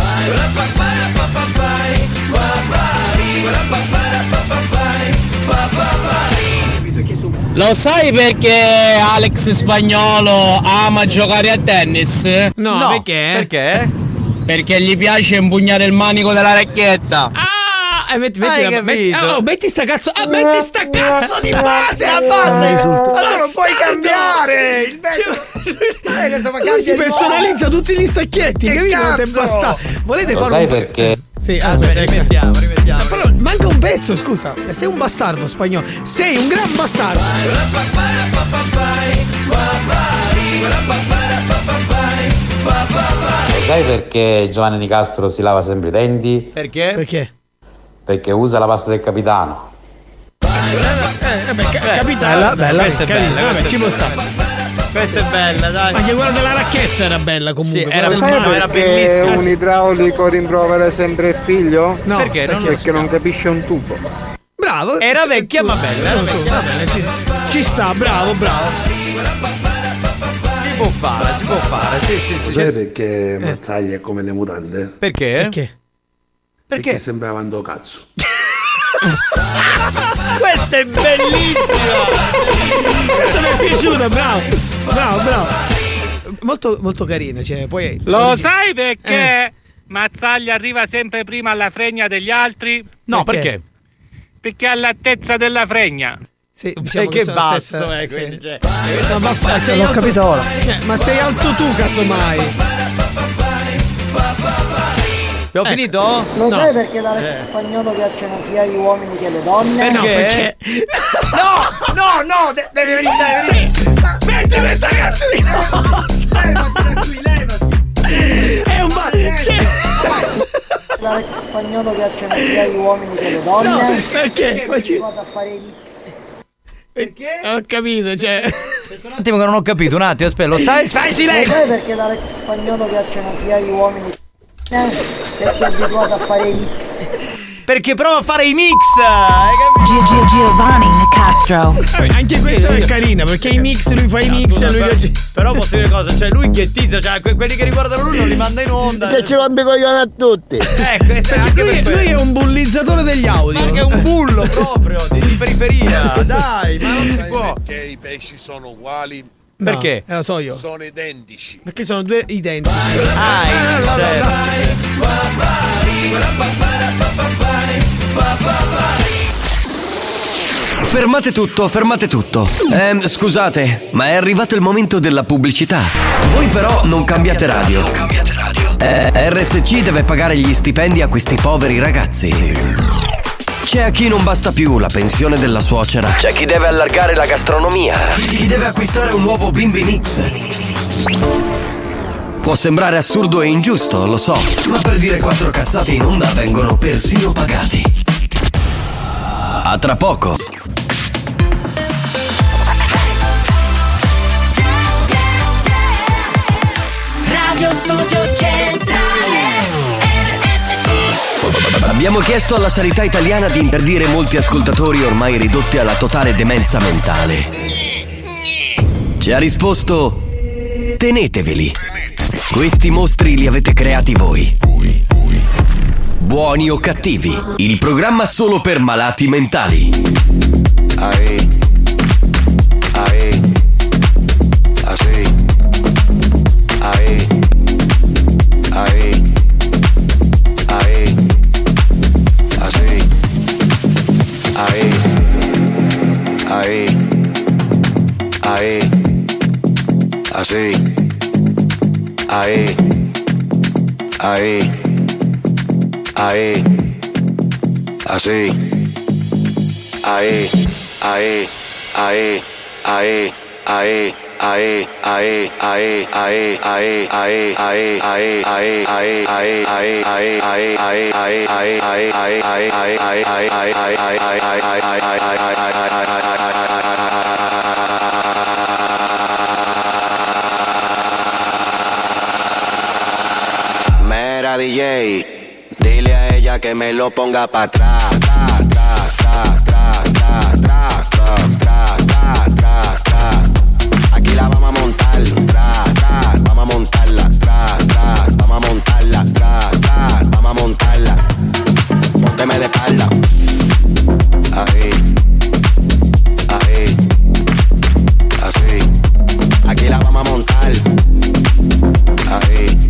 Speaker 6: Lo sai perché Alex Spagnolo ama giocare a tennis?
Speaker 19: No, perché?
Speaker 5: Perché?
Speaker 6: Perché gli piace impugnare il manico della racchetta.
Speaker 19: Metti sta cazzo. Metti sta cazzo di base!
Speaker 5: La base! Ma tu non puoi cambiare! Il
Speaker 19: Lui si personalizza tutti gli stacchetti, capito? Basta. Volete
Speaker 16: Lo
Speaker 19: fare
Speaker 16: sai
Speaker 19: un
Speaker 16: perché?
Speaker 19: Sì,
Speaker 5: aspetta, rimettiamo.
Speaker 19: Però manca un pezzo, scusa. Sei un bastardo spagnolo. Sei un gran bastardo.
Speaker 16: Lo sai perché Giovanni Nicastro si lava sempre i denti?
Speaker 5: Perché?
Speaker 16: Perché usa la pasta del capitano.
Speaker 19: Capitano.
Speaker 5: Bella, questa è bella.
Speaker 19: Vabbè, ci può stare.
Speaker 5: Questa è bella, dai.
Speaker 19: Anche quella della racchetta era bella comunque.
Speaker 5: Sì, era
Speaker 4: Sai perché un idraulico rimprovera sempre il figlio?
Speaker 19: No,
Speaker 5: perché?
Speaker 4: Perché non capisce un tubo.
Speaker 19: Bravo.
Speaker 5: Era vecchia ma bella.
Speaker 19: Va bene, ci sta, bravo.
Speaker 5: Si può fare. Sì.
Speaker 16: Sai perché Mazzaglia è come le mutande?
Speaker 5: Perché?
Speaker 16: Perché sembra avando cazzo.
Speaker 5: Questa è bellissima!
Speaker 19: Questa mi è piaciuta, bravo. Molto, molto carina, cioè, poi.
Speaker 13: Lo sai perché Mazzaglia arriva sempre prima alla fregna degli altri?
Speaker 5: No, perché?
Speaker 13: Perché è all'altezza della fregna.
Speaker 19: Sì,
Speaker 5: che basso quindi,
Speaker 19: sì. L'ho capito ora. Ma sei alto tu, casomai.
Speaker 5: Abbiamo finito?
Speaker 10: Lo sai perché l'Alex Spagnolo piacciono sia gli uomini che le donne?
Speaker 5: Perché? No, devi venire.
Speaker 19: Metti questa cazzo di è un
Speaker 10: L'Alex Spagnolo piacciono sia gli uomini che le donne?
Speaker 19: No, perché? Ma ci
Speaker 10: vado a fare i mix.
Speaker 5: Perché?
Speaker 19: Ho capito, cioè.
Speaker 5: Un attimo che non ho capito, un attimo, aspetta, lo sai? Fai silenzio!
Speaker 10: Lo sai perché l'Alex Spagnolo piacciono sia gli uomini che perché è abituato a fare i mix.
Speaker 5: Perché prova a fare i mix!
Speaker 8: Giovanni Nicastro.
Speaker 19: Anche questa è carina, perché i mix, lui fa i mix e lui piace.
Speaker 5: Però posso dire una cosa, cioè lui ghettizza, cioè quelli che riguardano lui non li manda in onda.
Speaker 10: Che ci rompe i coglioni a tutti.
Speaker 19: Lui è un bullizzatore degli audio.
Speaker 5: Ma che è un bullo proprio di periferia. Dai, ma non si può.
Speaker 15: Perché i pesci sono uguali?
Speaker 5: Perché?
Speaker 19: Lo so io.
Speaker 15: Sono identici.
Speaker 19: Perché sono due identici.
Speaker 1: Fermate tutto. Scusate, ma è arrivato il momento della pubblicità. Voi però non cambiate radio. RSC deve pagare gli stipendi a questi poveri ragazzi. C'è a chi non basta più la pensione della suocera. C'è chi deve allargare la gastronomia. Chi deve acquistare un nuovo Bimbi Mix. Può sembrare assurdo e ingiusto, lo so, ma per dire 4 cazzate in onda vengono persino pagati. A tra poco.
Speaker 3: Radio Studio Centrale RSC.
Speaker 1: Abbiamo chiesto alla sanità italiana di interdire molti ascoltatori ormai ridotti alla totale demenza mentale. Ci ha risposto: teneteveli. Questi mostri li avete creati voi. Buoni o cattivi, il programma solo per malati mentali.
Speaker 18: Ahí, así, ahí, así, Mira DJ, dile a ella que me lo ponga para atrás. Aquí la vamos a montar, vamos a montarla, vamos a montarla, vamos a montarla. Pónteme de espalda. Ahí, así. Aquí la vamos a montar. Ahí,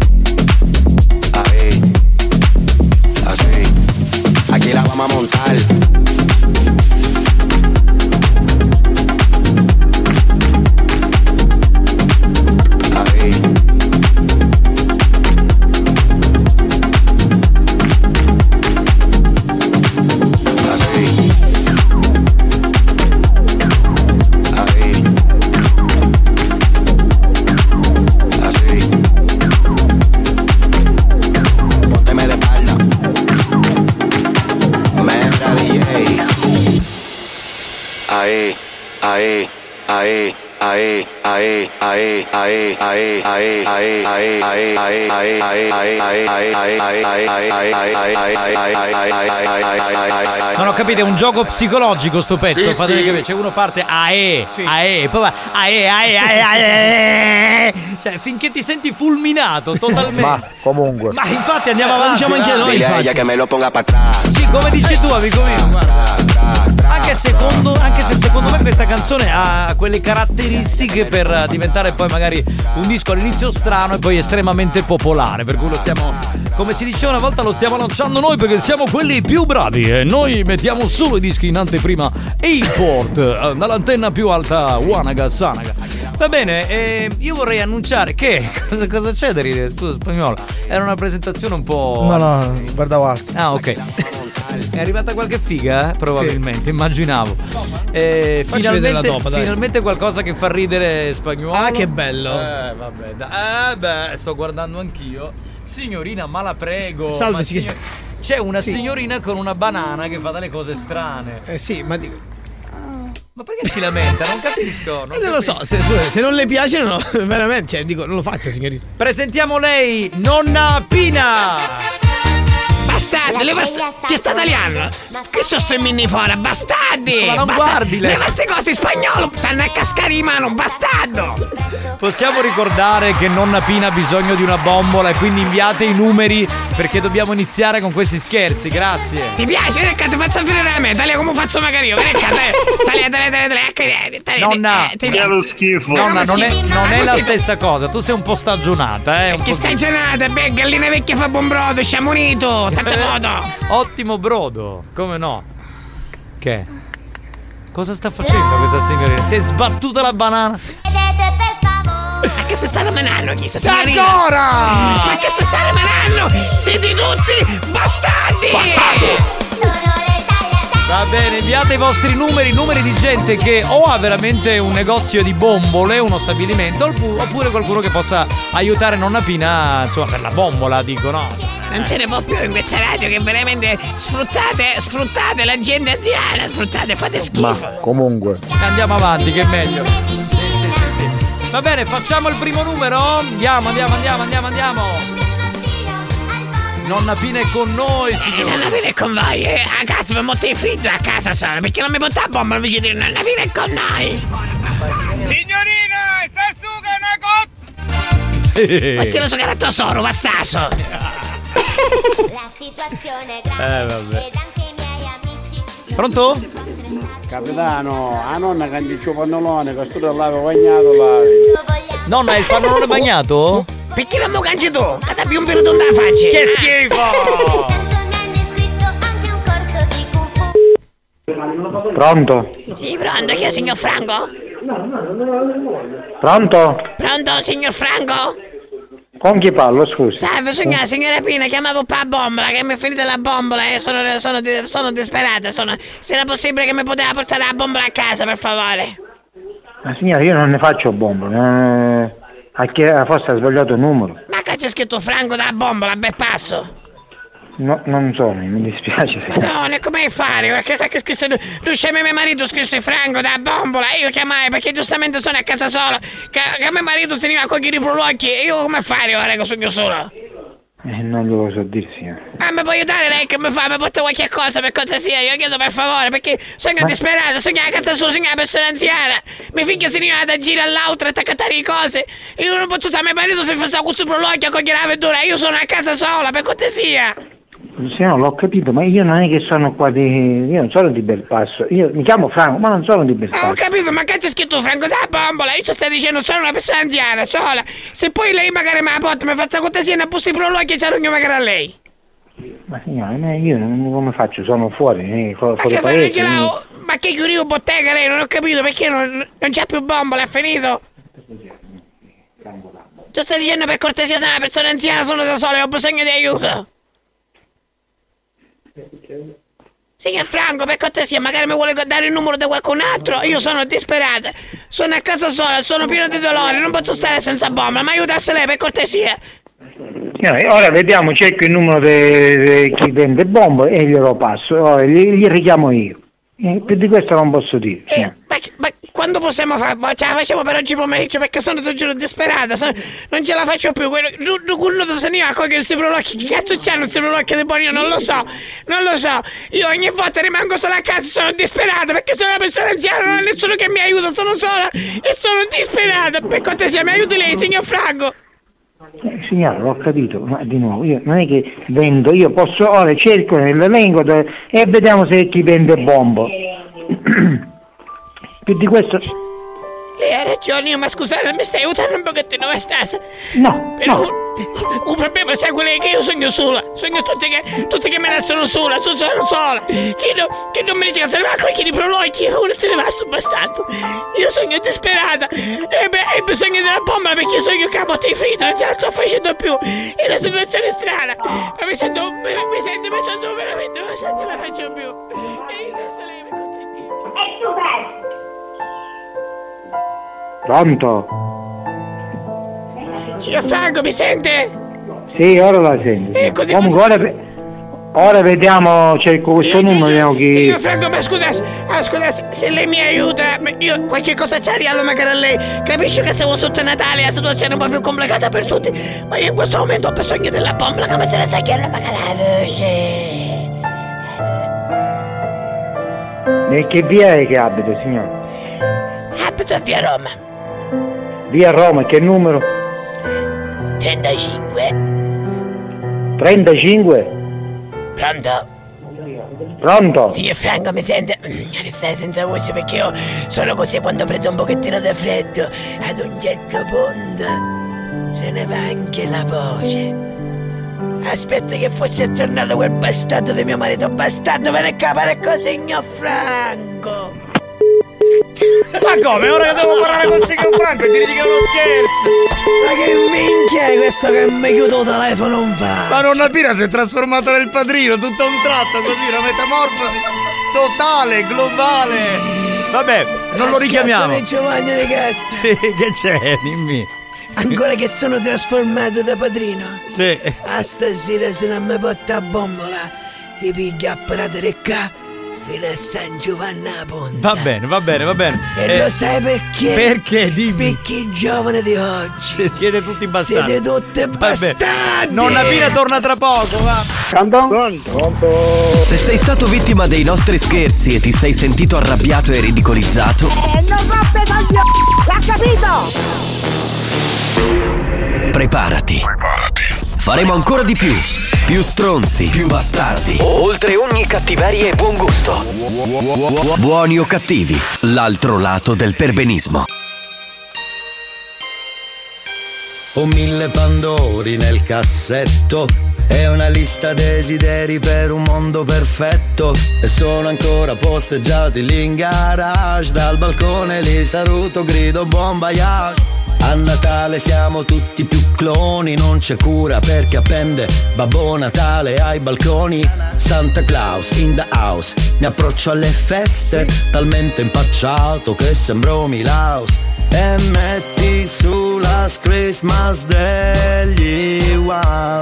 Speaker 18: así. Aquí la vamos a montar.
Speaker 5: Non ho capito, è un gioco psicologico sto pezzo,
Speaker 18: Sì,
Speaker 5: fatemi
Speaker 18: sì.
Speaker 5: capire, cioè uno parte e poi va cioè finché ti senti fulminato totalmente.
Speaker 12: Ma comunque.
Speaker 5: Ma infatti andiamo avanti.
Speaker 19: Diciamo anche noi,
Speaker 18: Dile a
Speaker 19: infatti.
Speaker 18: ella que me lo ponga para atrás.
Speaker 5: Sì, come dici tu, amico mio, guarda. Anche se secondo me questa canzone ha quelle caratteristiche per diventare poi magari un disco all'inizio strano e poi estremamente popolare, per cui lo stiamo, come si diceva una volta, lo stiamo lanciando noi perché siamo quelli più bravi e noi mettiamo solo i dischi in anteprima import dall'antenna più alta Wanaga Sanaga. Va bene, io vorrei annunciare che cosa c'è da ridere? Scusa, Spagnolo, era una presentazione un po'.
Speaker 19: No, guardavo altro.
Speaker 5: Ah, ok. È arrivata qualche figa? Probabilmente, immaginavo.
Speaker 19: vederla dopo, dai.
Speaker 5: Finalmente qualcosa che fa ridere Spagnolo.
Speaker 19: Ah, che bello.
Speaker 5: Vabbè, sto guardando anch'io. Signorina, ma la prego.
Speaker 19: Salve,
Speaker 5: ma
Speaker 19: signor-
Speaker 5: C'è una
Speaker 19: Sì.
Speaker 5: signorina con una banana che fa delle cose strane.
Speaker 19: Sì, ma dico.
Speaker 5: Ma perché si lamenta? Non capisco.
Speaker 19: Non lo so, se non le piace, no, veramente, cioè, dico, non lo faccia, signorina.
Speaker 5: Presentiamo lei, nonna Pina.
Speaker 6: Bastardi, che sta tagliando? Che sono sti minni fuori, bastardi!
Speaker 5: Ma non guardi lei.
Speaker 6: Leva queste cose in spagnolo, stanno a cascare in mano, bastardo!
Speaker 5: Possiamo ricordare che nonna Pina ha bisogno di una bombola e quindi inviate i numeri perché dobbiamo iniziare con questi scherzi, grazie.
Speaker 6: Ti piace? Recca, ti faccio vedere a me, taglia come faccio magari io, recca, taglia.
Speaker 5: Nonna,
Speaker 13: lo schifo.
Speaker 5: nonna, non è la
Speaker 6: Così-
Speaker 5: stessa cosa, tu sei un po' stagionata, un
Speaker 6: Che
Speaker 5: po'
Speaker 6: stagionata, beh, gallina vecchia fa buon brodo, sciamonito, tanto modo!
Speaker 5: Ottimo brodo, come no? Che? Cosa sta facendo questa signorina? Si è sbattuta la banana.
Speaker 6: Ma che si sta rimanendo chi? Sta signorina?
Speaker 5: Ancora!
Speaker 6: Ma che si sta rimanendo? Siete tutti bastardi!
Speaker 5: Va bene, inviate i vostri numeri di gente che o ha veramente un negozio di bombole, uno stabilimento, oppure qualcuno che possa aiutare nonna Pina, insomma, per la bombola, dico, no?
Speaker 6: Non se ne può più in questa radio che veramente sfruttate la gente anziana, fate schifo.
Speaker 12: Ma comunque.
Speaker 5: Andiamo avanti, che è meglio. Sì. Va bene, facciamo il primo numero? Andiamo. Nonna Pina è con noi, signore.
Speaker 6: Nonna Pina è con voi. A casa mi motti fritto a casa solo, perché non mi porta la bomba invece di Nonna Pina è con noi.
Speaker 13: Signorina, sta su che è una cozza!
Speaker 5: Sì.
Speaker 6: Ma te lo so che era tesoro, bastaso.
Speaker 3: La situazione è grave
Speaker 5: vabbè.
Speaker 3: ed anche i miei amici.
Speaker 5: Pronto?
Speaker 20: Capitano, a nonna candice il pannolone, che sto l'avevo bagnato lavi.
Speaker 5: Nonna, hai il pannolone bagnato?
Speaker 6: Perché non mi cangi tu? Cada più un periodo da faccia.
Speaker 5: Che schifo!
Speaker 20: Pronto?
Speaker 6: Sì, pronto, chi è signor Franco?
Speaker 20: Pronto?
Speaker 6: Pronto, signor Franco?
Speaker 20: Con chi parlo, scusa?
Speaker 6: Salve, signora Pina, chiamavo per la bombola, che mi è finita la bombola e sono disperata. Se era possibile che mi poteva portare la bombola a casa, per favore.
Speaker 20: Ma signora, io non ne faccio bombole. Forse ha sbagliato il numero.
Speaker 6: Ma che c'è scritto Franco da bombola, bel passo?
Speaker 20: No, non so, mi dispiace.
Speaker 6: Madonna, come fare? Perché sa che scrisse mio marito scrisse Franco da bombola. Io chiamai perché giustamente sono a casa sola. Che mio marito si veniva a cogliere i prolocchi. E io come fare ora che sono solo?
Speaker 20: Non glielo so dire, signora.
Speaker 6: Ma mi può aiutare lei che mi porta qualche cosa per cortesia? Io chiedo per favore, perché sono disperato, sono a casa sua, sono una persona anziana. Mia figlia si veniva da girare all'altra e attaccare le cose. Io non posso stare, mio marito si fa questo prolocchio a cogliere la verdura. Io sono a casa sola, per cortesia.
Speaker 20: Signora, l'ho capito, ma io non è che sono qua io non sono di Belpasso. Io mi chiamo Franco, ma non sono di Belpasso.
Speaker 6: Ho capito, ma che c'è scritto Franco da bombola? Io ci sto dicendo sono una persona anziana, sola. Se poi lei magari mi porta, mi fa questa cortesia e ne bussi i prologhi e ci arrugno magari a lei.
Speaker 20: Ma signora, io non come faccio? Sono fuori, fuori
Speaker 6: ma che
Speaker 20: paese.
Speaker 6: Ma che chiudivo bottega lei? Non ho capito perché non c'è più bombola, è finito? Ci stai dicendo per cortesia sono una persona anziana, sono da sola e ho bisogno di aiuto. Signor Franco, per cortesia, magari mi vuole dare il numero di qualcun altro? Io sono disperata, sono a casa sola, sono pieno di dolore, non posso stare senza bomba, ma aiutasse lei per cortesia.
Speaker 20: Ora vediamo, cerco il numero di chi vende bombe e glielo passo, ora gli richiamo io. Più di questo non posso dire.
Speaker 6: Ma quando possiamo fare? Ce la facciamo per oggi pomeriggio perché sono tutto giorno disperata, non ce la faccio più. Quello se ne va a cogliere questi prolocchi. Che cazzo c'hanno questi prolocchi di buoni? Io non lo so. Io ogni volta rimango sola a casa, sono disperata perché sono una persona anziana, non ho nessuno che mi aiuta, sono sola e sono disperata. Per cortesia, mi aiuti lei, signor Franco?
Speaker 20: Signora, l'ho capito, ma di nuovo, io non è che vendo, io posso, ora cerco nell'elenco e vediamo se chi vende bombo. Più di questo...
Speaker 6: Lei ha ragione, ma scusate, mi stai aiutando un pochettino, Stasa?
Speaker 20: No,
Speaker 6: però un problema sai quello che io sogno sola, sogno tutti che me ne sono sola, sono sola, che non mi dice che se ne va a cogliere i prolocchi, uno se ne va sul bastardo. Io sogno disperata, e ho bisogno della bomba perché sogno che a botte di fritto, non ce la sto facendo più, è una situazione strana, ma mi sento veramente, non ce la faccio più. E adesso lei mi cortesia. È super!
Speaker 20: Pronto?
Speaker 6: Signor Franco, mi sente?
Speaker 20: Sì, ora la sento. Comunque ora vediamo, cerco questo numero, vediamo chi...
Speaker 6: Signor Franco, ma scusa, se lei mi aiuta, io qualche cosa ci regalo magari a lei. Capisco che siamo sotto Natale, la situazione è un po' più complicata per tutti, ma io in questo momento ho bisogno della bomba, come se la sta chiamando magari la voce.
Speaker 20: E che via è che abita, signore?
Speaker 6: Abito a via Roma.
Speaker 20: Via Roma, che numero?
Speaker 6: 35.
Speaker 20: 35?
Speaker 6: Pronto?
Speaker 20: Pronto?
Speaker 6: Signor Franco, mi sente? Stai senza voce perché io sono così quando prendo un pochettino di freddo. Ad un certo punto se ne va anche la voce. Aspetta che fosse tornato quel bastardo di mio marito. Bastardo, viene a capare così, signor Franco.
Speaker 5: Ma come? Ora che devo parlare con signor Franco e dirgli che è uno scherzo!
Speaker 19: Ma che minchia è questo che mi chiudo il telefono un fa?
Speaker 5: Ma nonna Pina si è trasformata nel padrino, tutto a un tratto così, una metamorfosi totale, globale! Vabbè, non lo richiamiamo!
Speaker 19: Giovanni De Castro!
Speaker 5: Sì, che c'è? Dimmi!
Speaker 19: Ancora che sono trasformato da padrino?
Speaker 5: Sì!
Speaker 19: A stasera se non mi porta a bombola, ti piglia a pratere qua
Speaker 21: fino a San Giovanni a Ponta.
Speaker 5: Va bene.
Speaker 21: E lo sai perché?
Speaker 5: Perché? Dimmi.
Speaker 21: Perché i giovani di oggi
Speaker 5: Se siete tutti bastardi.
Speaker 21: siete tutti bastardi.
Speaker 5: Nonna Pina torna tra poco, va.
Speaker 1: Se sei stato vittima dei nostri scherzi e ti sei sentito arrabbiato e ridicolizzato,
Speaker 7: non roppe coglioni! L'ha capito?
Speaker 1: preparati. Faremo ancora di più. Più stronzi, più bastardi. Oltre ogni cattiveria e buon gusto. Buoni o cattivi, l'altro lato del perbenismo.
Speaker 17: Ho 1000 pandori nel cassetto e una lista desideri per un mondo perfetto. E sono ancora posteggiati lì in garage. Dal balcone li saluto, grido buon voyage. A Natale siamo tutti più cloni, non c'è cura perché appende Babbo Natale ai balconi. Santa Claus in the house, mi approccio alle feste talmente impacciato che sembro Milaus. E metti su Last Christmas degli Wham.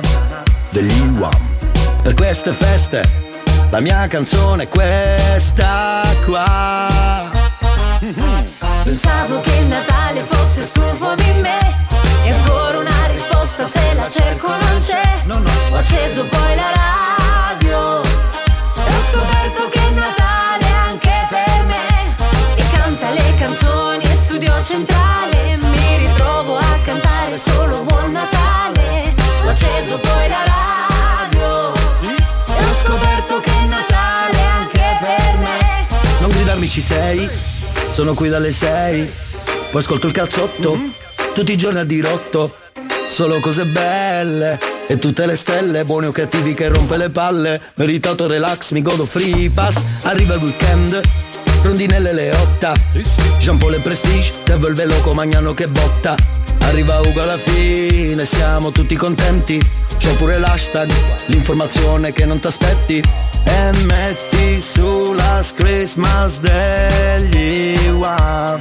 Speaker 17: Per queste feste la mia canzone è questa qua.
Speaker 3: Pensavo che il Natale fosse stufo di me e ancora una risposta se la cerco non c'è. Ho acceso poi la radio e ho scoperto che è Natale anche per me. E canta le canzoni e Studio Centrale, mi ritrovo a cantare solo Buon Natale. Ho acceso poi la radio e ho scoperto che è Natale anche per me.
Speaker 17: Non gridarmi ci sei, sono qui dalle 6, poi ascolto il cazzotto, tutti i giorni a dirotto, solo cose belle e tutte le stelle, buoni o cattivi che rompe le palle, meritato relax, mi godo free pass, arriva il weekend, rondinelle le 8, Jean Paul e Prestige, Devo il veloco Magnano che botta, arriva Ugo alla fine, siamo tutti contenti, c'è pure l'hashtag, l'informazione che non t'aspetti. E metti su Last Christmas degli Wham.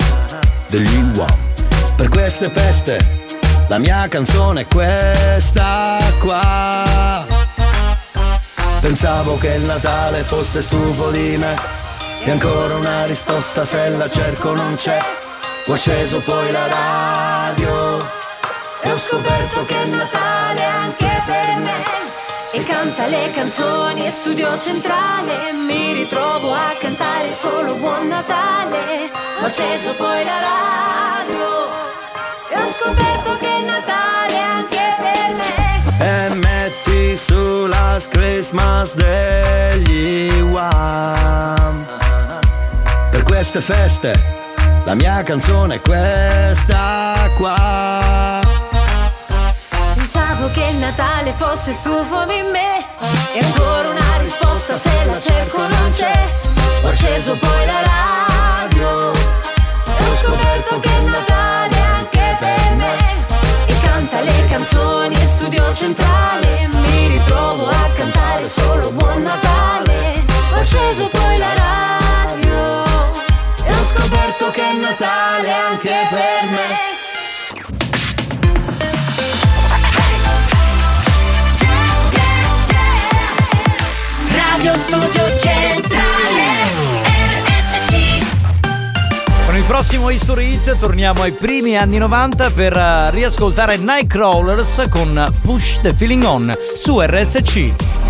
Speaker 17: Per queste feste la mia canzone è questa qua. Pensavo che il Natale fosse stufo di me e ancora una risposta se la cerco non c'è. Ho acceso poi la radio e ho scoperto che è Natale anche per me. E canta le canzoni e Studio Centrale, mi ritrovo a cantare solo Buon Natale. Ho acceso poi la radio e ho scoperto che è Natale anche per me. E metti su Last Christmas degli Wham. Per queste feste la mia canzone è questa qua.
Speaker 3: Pensavo che il Natale fosse stufo di me e ancora una risposta se la cerco non c'è. Ho acceso poi la radio e ho scoperto che è Natale anche per me. E canta le canzoni e Studio Centrale, mi ritrovo a cantare solo Buon Natale. Ho acceso poi la radio e ho scoperto che è Natale anche per me. Radio Studio Centrale RSC.
Speaker 5: Con il prossimo History Hit torniamo ai primi anni 90 per riascoltare Nightcrawlers con Push the Feeling On su RSC.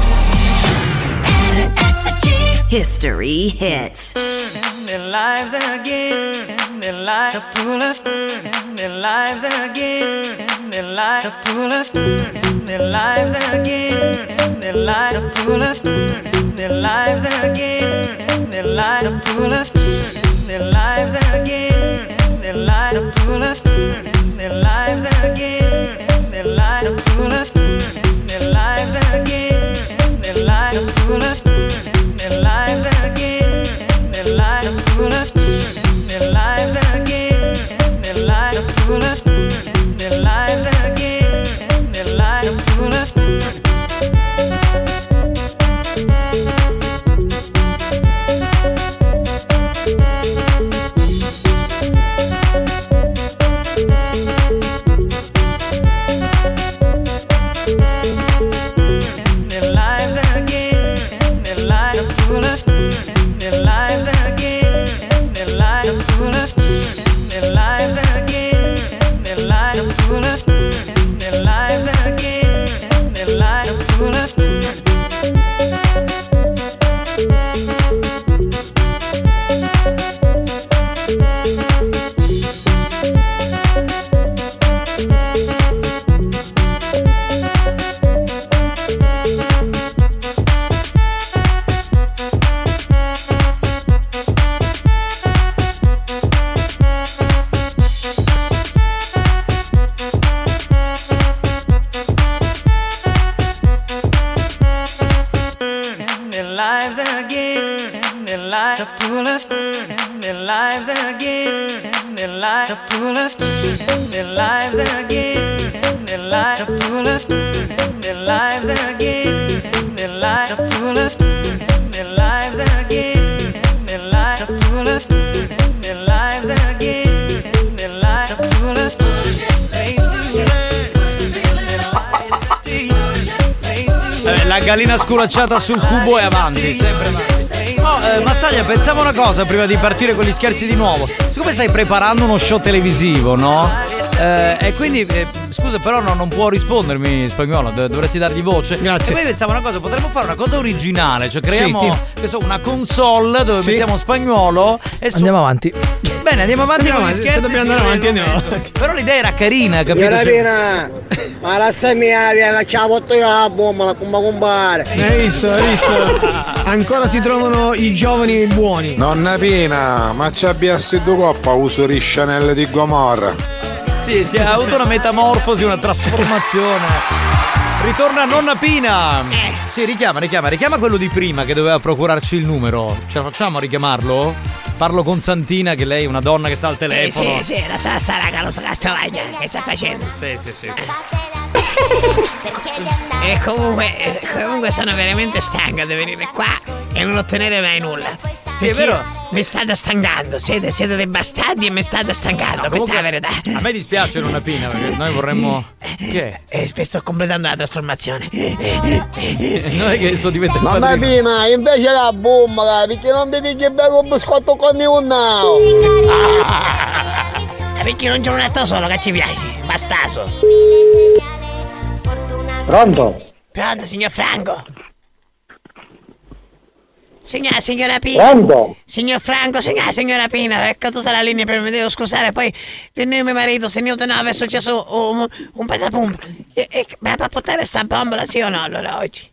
Speaker 8: History Hits.
Speaker 22: Their lives again, their lives to pull us, their lives again, their lives to pull us, their lives again, their lives to pull us, their lives again, their lives to pull us, their lives again, their lives to pull us, their lives again, their lives to pull us, their lives again, their lives to pull us, their lives again, their lives to pull us, their lives again, their lives to pull us, their lives again, their lives to pull us. their lives again, their lives full of pull us in their lives again, their lives to pull us in their lives again, their lives to pull us in their lives again, their lives to pull us in their lives again, their lives to pull us in their lives again, their lives to pull us.
Speaker 5: La gallina sculacciata sul cubo e avanti, sempre avanti. Mazzaglia, pensavo una cosa prima di partire con gli scherzi di nuovo. Siccome stai preparando uno show televisivo, no? E quindi, scusa, però non può rispondermi Spagnolo, dovresti dargli voce.
Speaker 19: Grazie.
Speaker 5: E poi pensavo una cosa, potremmo fare una cosa originale, cioè creiamo una console dove mettiamo Spagnolo e
Speaker 19: andiamo avanti.
Speaker 5: Bene, andiamo avanti con gli scherzi.
Speaker 19: Se dobbiamo andare avanti, andiamo.
Speaker 5: Però l'idea era carina, capito?
Speaker 10: Ma la mia, ciao, botto io la bomba, la comba compare.
Speaker 19: Hai visto? Ancora si trovano i giovani buoni.
Speaker 9: Nonna Pina, ma ci abbia due coppa uso riscianelle di Gomorra.
Speaker 5: Sì, si è avuto una metamorfosi, una trasformazione. Ritorna nonna Pina. Sì, richiama quello di prima che doveva procurarci il numero. Ce la facciamo a richiamarlo? Parlo con Santina, che lei è una donna che sta al telefono.
Speaker 21: Sì, la sa raga, lo sa trovaglia, che sta facendo?
Speaker 5: Sì.
Speaker 21: E comunque sono veramente stanca di venire qua e non ottenere mai nulla.
Speaker 5: Sì, è vero.
Speaker 21: Mi state stancando, siete dei bastardi e mi state stancando, questa è la verità.
Speaker 5: A me dispiace nonna Pina, perché noi vorremmo. Che?
Speaker 21: Sto completando la trasformazione.
Speaker 5: Non è che sto diventando.
Speaker 10: Mamma Pina, invece la bomba, perché non bevi che bevo un biscotto con mio now?
Speaker 21: Perché non c'è un atto solo che ci piace, bastaso.
Speaker 10: Pronto,
Speaker 21: signor Franco? Signora Pina.
Speaker 10: Pronto?
Speaker 21: Signor Franco, signora Pina, è caduta la linea, per me devo scusare, poi mio marito se ne è successo un pasapumba. Ma può portare sta bombola, sì o no, allora oggi?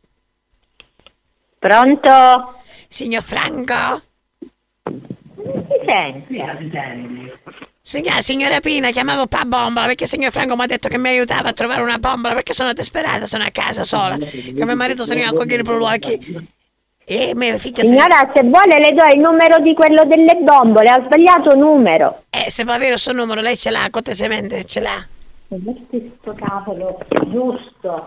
Speaker 11: Pronto?
Speaker 21: Signor Franco? Signora Pina, chiamavo pa bombola perché signor Franco mi ha detto che mi aiutava a trovare una bombola perché sono disperata, sono a casa sola, che mio marito se ne va a cogliere per luoghi. E mia figlia
Speaker 11: signora, se vuole le do il numero di quello delle bombole, ha sbagliato numero.
Speaker 21: Se può avere il suo numero, lei ce l'ha, cortesemente ce l'ha.
Speaker 11: Metti sto cavolo, giusto.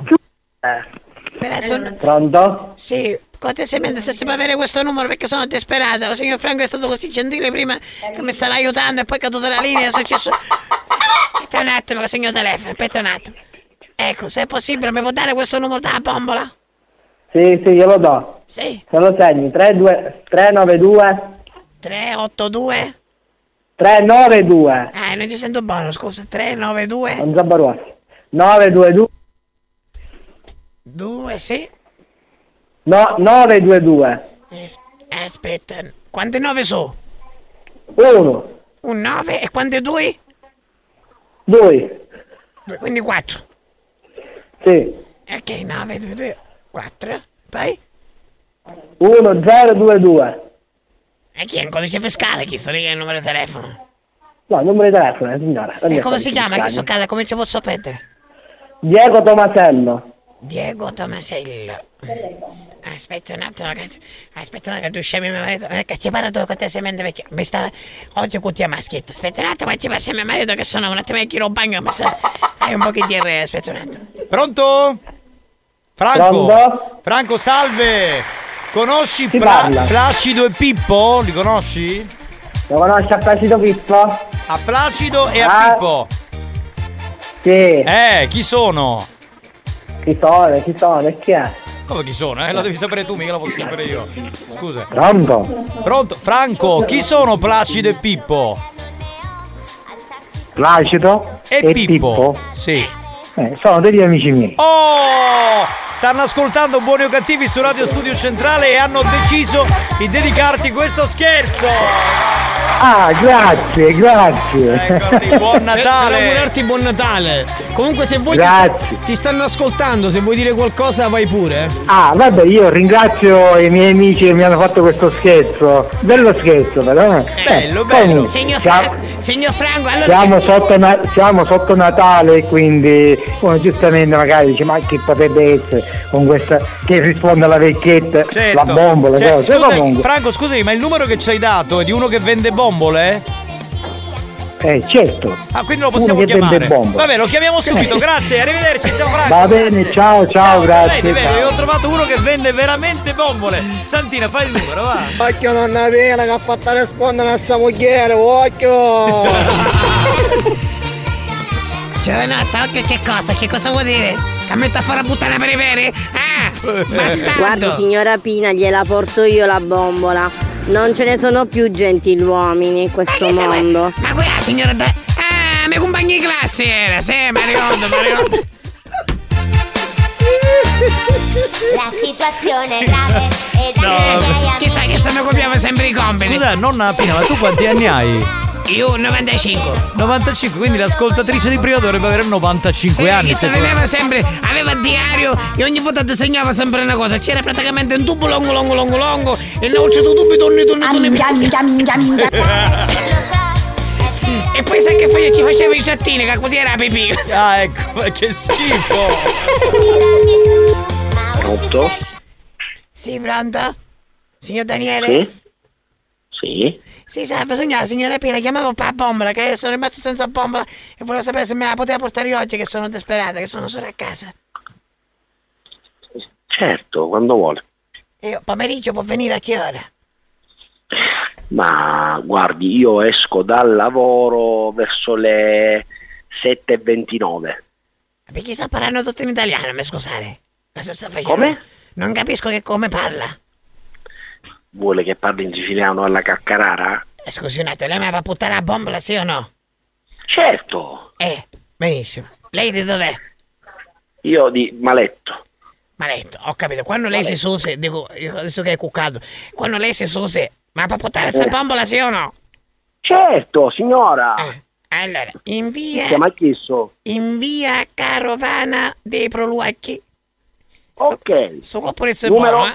Speaker 10: Pronto?
Speaker 21: Sì, cortesemente se si può avere questo numero perché sono disperata. Il signor Franco è stato così gentile prima che mi stava aiutando e poi è caduta la linea, è successo. Aspetta un attimo che segno il telefono, aspetta un attimo. Ecco, se è possibile mi può dare questo numero della bombola?
Speaker 10: Sì, glielo do.
Speaker 21: Sì.
Speaker 10: Se lo segni, 392
Speaker 21: 382
Speaker 10: 392.
Speaker 21: Non ci sento buono, scusa. 392
Speaker 10: Non Zabaruassi. 922
Speaker 21: 2, sì.
Speaker 10: No, 922.
Speaker 21: Aspetta, quante 9 so?
Speaker 10: 1.
Speaker 21: Un 9 e quante 2?
Speaker 10: 2.
Speaker 21: Quindi 4.
Speaker 10: Sì.
Speaker 21: Ok, 9, 2, 2, 4. Poi?
Speaker 10: 1022.
Speaker 21: E chi è un codice fiscale? Chi sto lì è il numero di telefono?
Speaker 10: No, il numero di telefono, signora.
Speaker 21: E come si chiama? Che so casa? Come ci posso prendere?
Speaker 10: Diego Tomasello.
Speaker 21: Diego Tomasello. Aspetta un attimo, ragazzi. Aspetta un attimo, tu scemi mio marito. Perché ci parlo cortesemente perché mi sta. Oggi cutia maschietto. Aspetta un attimo, ci passa mio marito che sono un attimo che bagno. Mi sta. Hai un po' di diarrea, aspetta un attimo.
Speaker 5: Pronto? Franco?
Speaker 10: Pronto?
Speaker 5: Franco, salve! Conosci Placido e Pippo? Li conosci?
Speaker 10: Lo conosci a Placido Pippo?
Speaker 5: A Placido e a Pippo?
Speaker 10: Sì.
Speaker 5: Chi sono?
Speaker 10: Chi sono? E chi è?
Speaker 5: Come chi sono? Lo devi sapere tu, mica lo posso sapere io. Scusa.
Speaker 10: Pronto?
Speaker 5: Franco, chi sono Placido e Pippo?
Speaker 10: Placido?
Speaker 5: e Pippo. Sì.
Speaker 20: Sono degli amici miei.
Speaker 5: Oh! Stanno ascoltando Buoni o Cattivi su Radio Studio Centrale e hanno deciso di dedicarti questo scherzo.
Speaker 20: Ah, grazie.
Speaker 5: Eccoti, buon Natale.
Speaker 19: Per augurarti buon Natale. Comunque se vuoi ti stanno ascoltando, se vuoi dire qualcosa vai pure.
Speaker 20: Ah, vabbè, io ringrazio i miei amici che mi hanno fatto questo scherzo. Bello scherzo però.
Speaker 5: Bello.
Speaker 21: Signor Franco, allora
Speaker 20: Siamo sotto Natale, quindi uno giustamente magari dice ma chi potrebbe essere con questa che risponde alla vecchietta, la bombola, cose.
Speaker 5: Franco, scusami, ma il numero che ci hai dato è di uno che vende bombole?
Speaker 20: Certo.
Speaker 5: Ah, quindi lo possiamo chiamare. Vabbè, lo chiamiamo subito, grazie, arrivederci, ciao Franco.
Speaker 20: Va bene, ciao, grazie.
Speaker 5: Bene, ho trovato uno che vende veramente bombole. Santina, fai il numero, va.
Speaker 4: Occhio nonna Pina che ha fatto rispondere a sua moglie, occhio.
Speaker 21: Giovanotto, occhio che cosa? Che cosa vuol dire? Che metta a fare puttana per i veri? Bastardo.
Speaker 11: Guardi signora Pina, gliela porto io la bombola. Non ce ne sono più gentiluomini in questo mondo.
Speaker 21: Ma qui la signora miei compagni di classe era, sì, mi ricordo.
Speaker 3: La situazione è grave e
Speaker 21: chissà che se ne copiava sempre i compiti.
Speaker 5: Scusa, nonna Pina, ma tu quanti anni hai?
Speaker 21: Io 95.
Speaker 5: 95, quindi l'ascoltatrice di prima dovrebbe avere 95 anni.
Speaker 21: Sì, veneva sempre, aveva il diario e ogni volta disegnava sempre una cosa. C'era praticamente un tubo longo e non c'è tubi torni. E poi sai che ci faceva i ciattini che così era pipì.
Speaker 5: Ah, ecco, ma che schifo.
Speaker 2: Pronto?
Speaker 21: Sì, pronto? Signor Daniele?
Speaker 2: Sì.
Speaker 21: Sì, sa, bisogna la signora Pina, chiamavo per la bombola, che sono rimasto senza bombola e volevo sapere se me la poteva portare oggi, che sono disperata, che sono solo a casa.
Speaker 2: Certo, quando vuole.
Speaker 21: Io pomeriggio può venire a che ora?
Speaker 2: Ma guardi, io esco dal lavoro verso le 7:29.
Speaker 21: Ma perché sta parlando tutto in italiano, mi scusare? Cosa sta facendo?
Speaker 2: Come?
Speaker 21: Non capisco che come parla.
Speaker 2: Vuole che parli in siciliano alla caccarara?
Speaker 21: Scusi un attimo, lei mi va a buttare la bombola, sì o no?
Speaker 2: Certo.
Speaker 21: Benissimo. Lei di dov'è?
Speaker 2: Io di Maletto.
Speaker 21: Maletto, ho capito. Quando lei si suse, dico, adesso che è cuccato, quando lei si suse, ma per portare questa bombola, sì o no?
Speaker 2: Certo, signora.
Speaker 21: Allora, in via Carovana dei Proluacchi.
Speaker 2: Ok.
Speaker 21: Su qua pure se buono,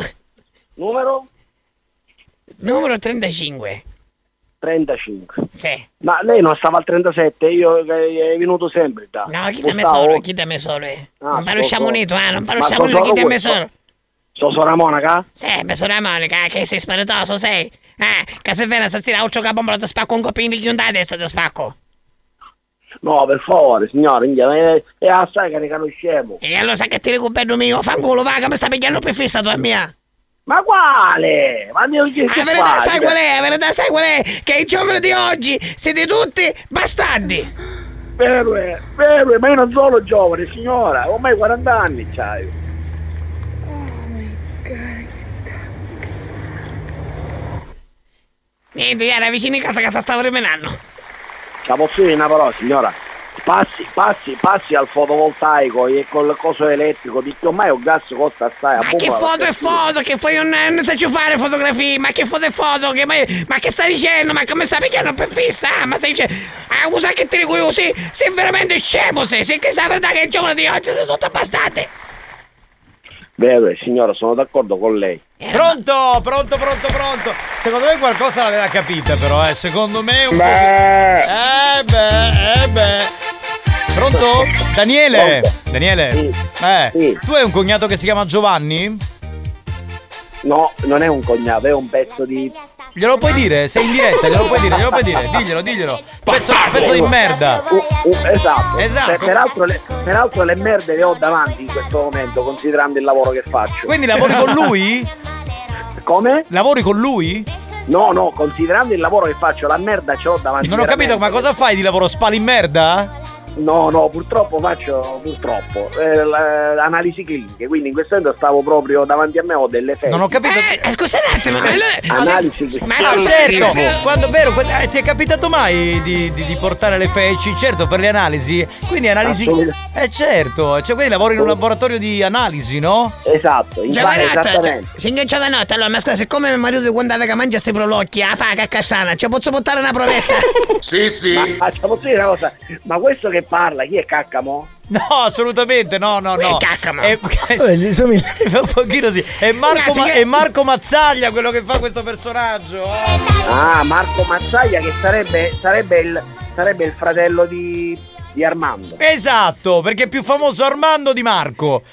Speaker 21: Numero 35.
Speaker 2: 35.
Speaker 21: Sì.
Speaker 2: Ma lei non stava al 37, io è venuto sempre da.
Speaker 21: No, chi da me solo, non parliamo unito, non parliamo unito, chi da me solo.
Speaker 2: Sono Monaca?
Speaker 21: Sì, mi sono Monaca, che sei spiritoso, sei. Che se viene stasera a uccio bombola ti spacco un coppino di chiunta a testa ti spacco.
Speaker 2: No, per favore, signore, è assai che ne conosciamo.
Speaker 21: E allora sai che ti recupero mio, fanculo, va, che mi sta pigliando per fissa tua mia.
Speaker 2: Ma quale? Ma mio che
Speaker 21: la verità sai qual è? Che i giovani di oggi siete tutti bastardi.
Speaker 2: Vero, ma io non sono giovane, signora, ormai 40 anni c'hai.
Speaker 21: Niente, era vicino in casa che stavo rimenando.
Speaker 2: La posso dire una parola, signora? Passi al fotovoltaico e col coso elettrico, dico ormai un gas costa assai.
Speaker 21: Ma che foto è foto? Che poi non sai fare fotografie, ma che foto è foto? Ma che stai dicendo? Ma come stai picchiando per fissa? Ma stai dicendo, usa che ti dico io, sei veramente scemo, sei che sa la verità che il giorno di oggi sono tutte bastate.
Speaker 2: Vero, signora, sono d'accordo con lei.
Speaker 5: Pronto. Secondo me qualcosa l'aveva capita però, secondo me un po'. Pronto? Daniele?
Speaker 2: Pronto?
Speaker 5: Daniele?
Speaker 2: Sì.
Speaker 5: Tu hai un cognato che si chiama Giovanni?
Speaker 2: No, non è un cognato, è un pezzo di...
Speaker 5: Glielo puoi dire? Sei in diretta, glielo puoi dire. Diglielo. Pezzo di merda.
Speaker 2: Esatto. Peraltro le merde le ho davanti in questo momento, considerando il lavoro che faccio.
Speaker 5: Quindi lavori con lui?
Speaker 2: Come?
Speaker 5: Lavori con lui?
Speaker 2: No, considerando il lavoro che faccio, la merda ce l'ho davanti.
Speaker 5: Non ho capito, ma cosa fai di lavoro? Spali in merda?
Speaker 2: No, purtroppo faccio analisi cliniche, quindi in questo momento stavo proprio davanti a me, ho delle feci.
Speaker 5: Non ho capito.
Speaker 21: Scusa un attimo,
Speaker 2: analisi cliniche.
Speaker 21: ma
Speaker 5: certo, quando vero, ti è capitato mai di portare le feci? Certo, per le analisi. Quindi analisi. Certo, cioè quindi lavori in un laboratorio di analisi, no?
Speaker 2: Esatto, esattamente.
Speaker 21: Signor Giovanotti, allora, ma scusa, siccome mio marito quando aveva mangia questi prolocchi, fa caccasana, ci posso portare una provetta?
Speaker 15: Sì.
Speaker 2: Ma posso dire una cosa? Ma questo che parla, chi è Caccamo?
Speaker 5: No, assolutamente, no.
Speaker 21: È Caccamo.
Speaker 5: Un pochino sì. È Marco Mazzaglia quello che fa questo personaggio.
Speaker 2: Ah, Marco Mazzaglia, che sarebbe il fratello di Armando.
Speaker 5: Esatto, perché è più famoso Armando di Marco.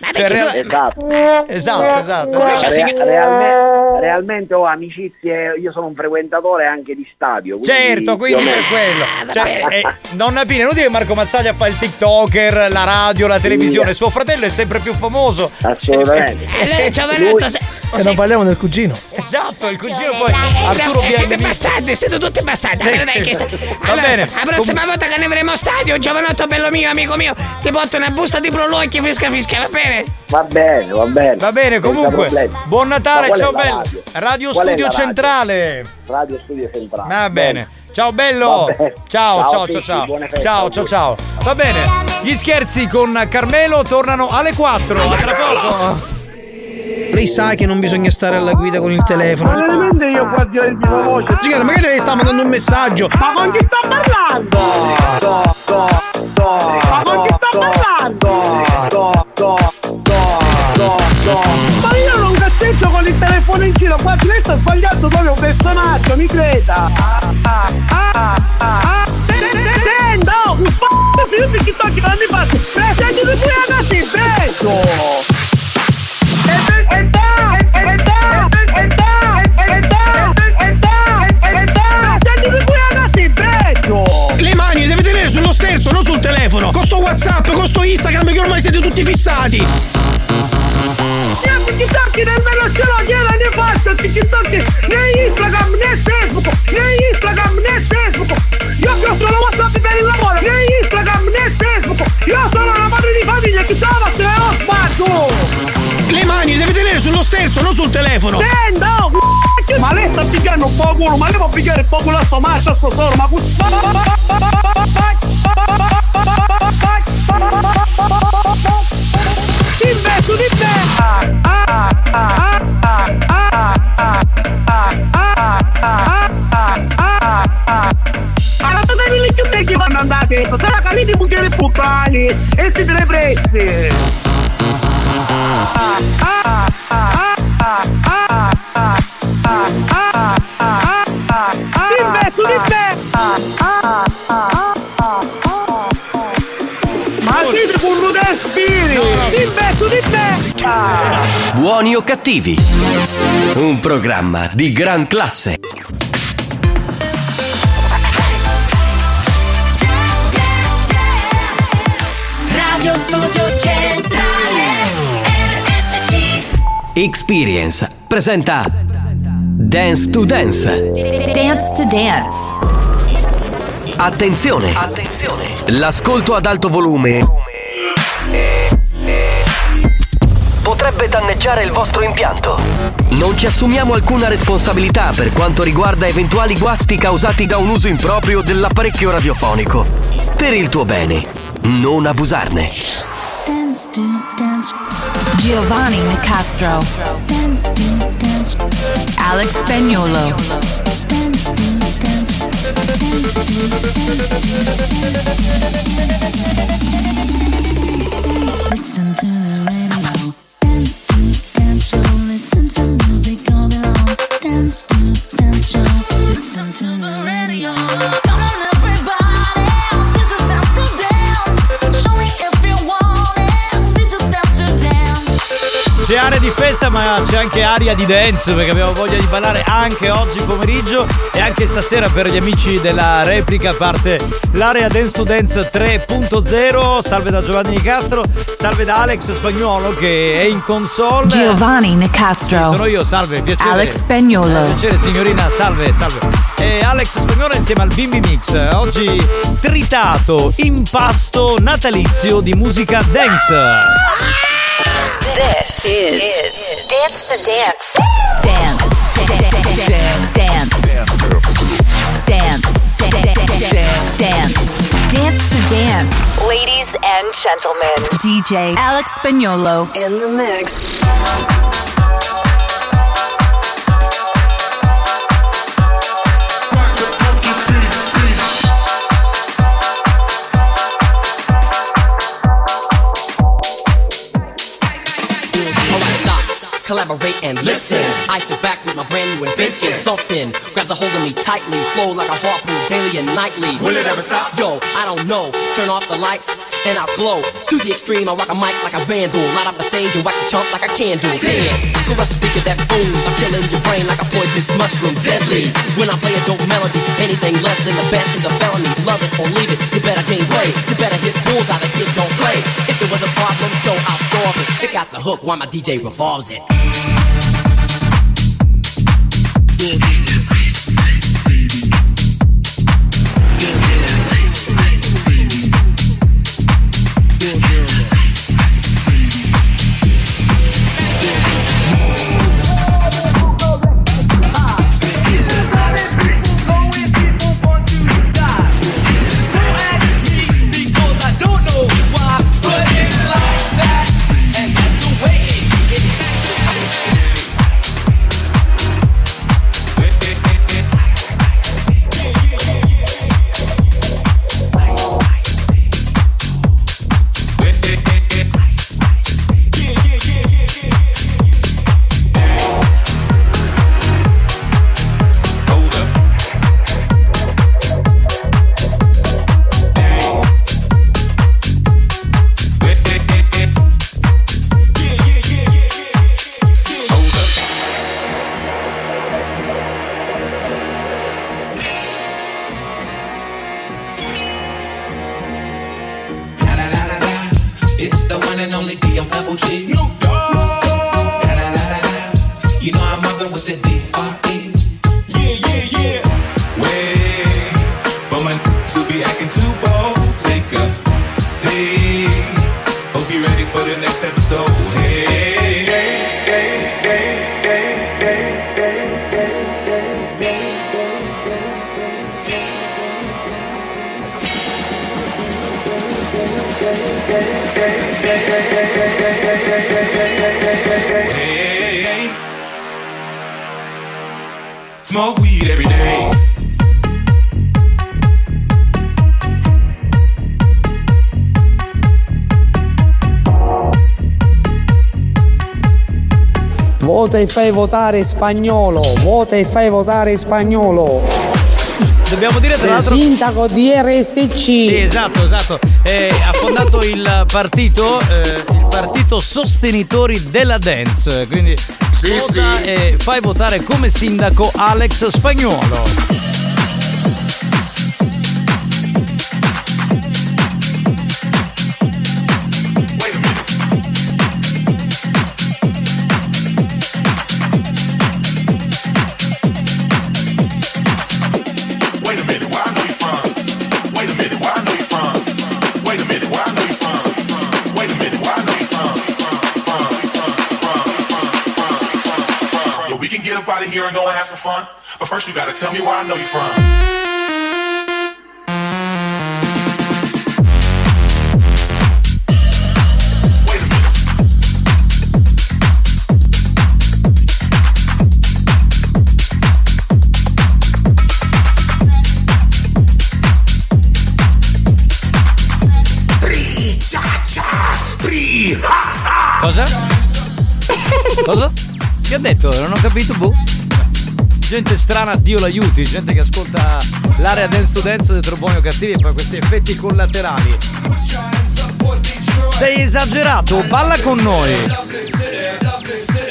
Speaker 5: Esatto.
Speaker 2: Realmente ho amicizie, io sono un frequentatore anche di stadio.
Speaker 5: Certo, quindi è quello. Nonna Pina, non dire che Marco Mazzaglia fa il TikToker, la radio, la televisione. Suo fratello è sempre più famoso.
Speaker 2: Assolutamente.
Speaker 19: Non parliamo del cugino.
Speaker 5: Esatto, il cugino poi Arturo Bianchi.
Speaker 21: Siete tutti bastardi.
Speaker 5: Va bene.
Speaker 21: La prossima volta che ne avremo stadio, Giovanotto bello mio, amico mio, ti porto una busta di prolocchi fresca, va bene?
Speaker 2: Va bene,
Speaker 5: comunque. Buon Natale, ciao bello. Radio Studio Centrale.
Speaker 2: Radio Studio Centrale.
Speaker 5: Va bene. Ciao bello. Ciao. Ciao. Va bene. Gli scherzi con Carmelo tornano alle 4. A tra poco.
Speaker 19: Lei sa che non bisogna stare alla guida con il telefono.
Speaker 7: Ma veramente io qua io il mio voce.
Speaker 19: Signora, magari lei sta mandando un messaggio.
Speaker 7: Ma con chi sto parlando? Ma con chi sto parlando? Ma io non cazzeggio con il telefono in giro, qua lei sta sbagliando proprio un personaggio, mi creda. Senta, un f***o io ti sto che non mi faccio. Presenti di cui ragazzi, beso.
Speaker 19: Le mani le deve tenere sullo sterzo, non sul telefono. Con sto WhatsApp, con sto Instagram che ormai siete tutti fissati.
Speaker 7: Io TikTok nemmeno ce l'ho, gliela ne faccio TikTok né Instagram né Facebook. Io che ho solo WhatsApp per il lavoro, né Instagram né Facebook. Io sono una madre di famiglia, chi stava se ne ho spazio.
Speaker 19: Le mani le deve tenere sullo sterzo, non sul telefono.
Speaker 7: Senta, ma lei sta pigliando un po' culo, ma lei può pigliare un po' culo a sto maestro, a sto solo, ma investo di te. Allora totevi lì più te che vanno andate, se la calite bucchiere puttani e si deve prezzi. Investo di te. Ma siete con un respiri. Investo di te.
Speaker 1: Buoni o cattivi? Un programma di gran classe.
Speaker 8: Radio Studio Centrale RSC.
Speaker 1: Experience presenta Dance to Dance.
Speaker 8: Dance to Dance.
Speaker 1: Attenzione! L'ascolto ad alto volume potrebbe danneggiare il vostro impianto. Non ci assumiamo alcuna responsabilità per quanto riguarda eventuali guasti causati da un uso improprio dell'apparecchio radiofonico. Per il tuo bene, non abusarne.
Speaker 3: Dance to dance.
Speaker 8: Giovanni Nicastro.
Speaker 3: Dance to dance.
Speaker 8: Alex Spagnolo.
Speaker 3: Dance to dance. Listen to the radio. Dance to dance show. Listen to music all day long. Dance to dance show. Listen to the radio. Come on everybody, this is dance to dance. Show me if you want it. This is dance to dance.
Speaker 5: C'è area di di festa, ma c'è anche aria di dance, perché abbiamo voglia di ballare anche oggi pomeriggio e anche stasera per gli amici della replica. Parte l'area Dance to Dance 3.0. Salve da Giovanni Nicastro, salve da Alex Spagnuolo che è in console.
Speaker 8: Giovanni Nicastro.
Speaker 5: Sono io, salve, piacere.
Speaker 8: Alex Spagnuolo.
Speaker 5: Piacere signorina, salve. E Alex Spagnuolo insieme al Bimbi Mix. Oggi tritato impasto natalizio di musica dance.
Speaker 8: This is Dance to Dance. Dance to Dance. Ladies and gentlemen, DJ Alex Spagnuolo in the mix.
Speaker 14: Collaborate and listen. I sit back with my brand new invention. Something grabs a hold of me tightly, flow like a harpoon daily and nightly. Will it ever stop? Yo, I don't know. Turn off the lights and I'll glow. To the extreme, I rock a mic like a vandal. Light up the stage and wax a chump like a candle. Dance. So rush the speaker that booms. I'm killing your brain like a poisonous mushroom. Deadly. When I play a dope melody, anything less than the best is a felony. Love it or leave it. You better gain weight. You better hit bullseye. The kid don't play. If there was a problem, yo, I'll solve it. Check out the hook while my DJ revolves it.
Speaker 16: Smoke weed every day.
Speaker 10: Vota e fai votare Spagnolo. Vota e fai votare Spagnolo.
Speaker 5: Dobbiamo dire tra l'altro
Speaker 10: sindaco di RSC.
Speaker 5: Sì, esatto. Ha fondato il partito sostenitori della dance. Quindi vota e fai votare come sindaco Alex Spagnuolo.
Speaker 16: Here and go and have some fun, but first you gotta tell me where I know you from.
Speaker 5: Cosa? Che ha detto? Non ho capito, boh. Gente strana, Dio l'aiuti, gente che ascolta l'area Dance to Dance dentro buoni o cattivi e fa questi effetti collaterali. Sei esagerato, balla con noi.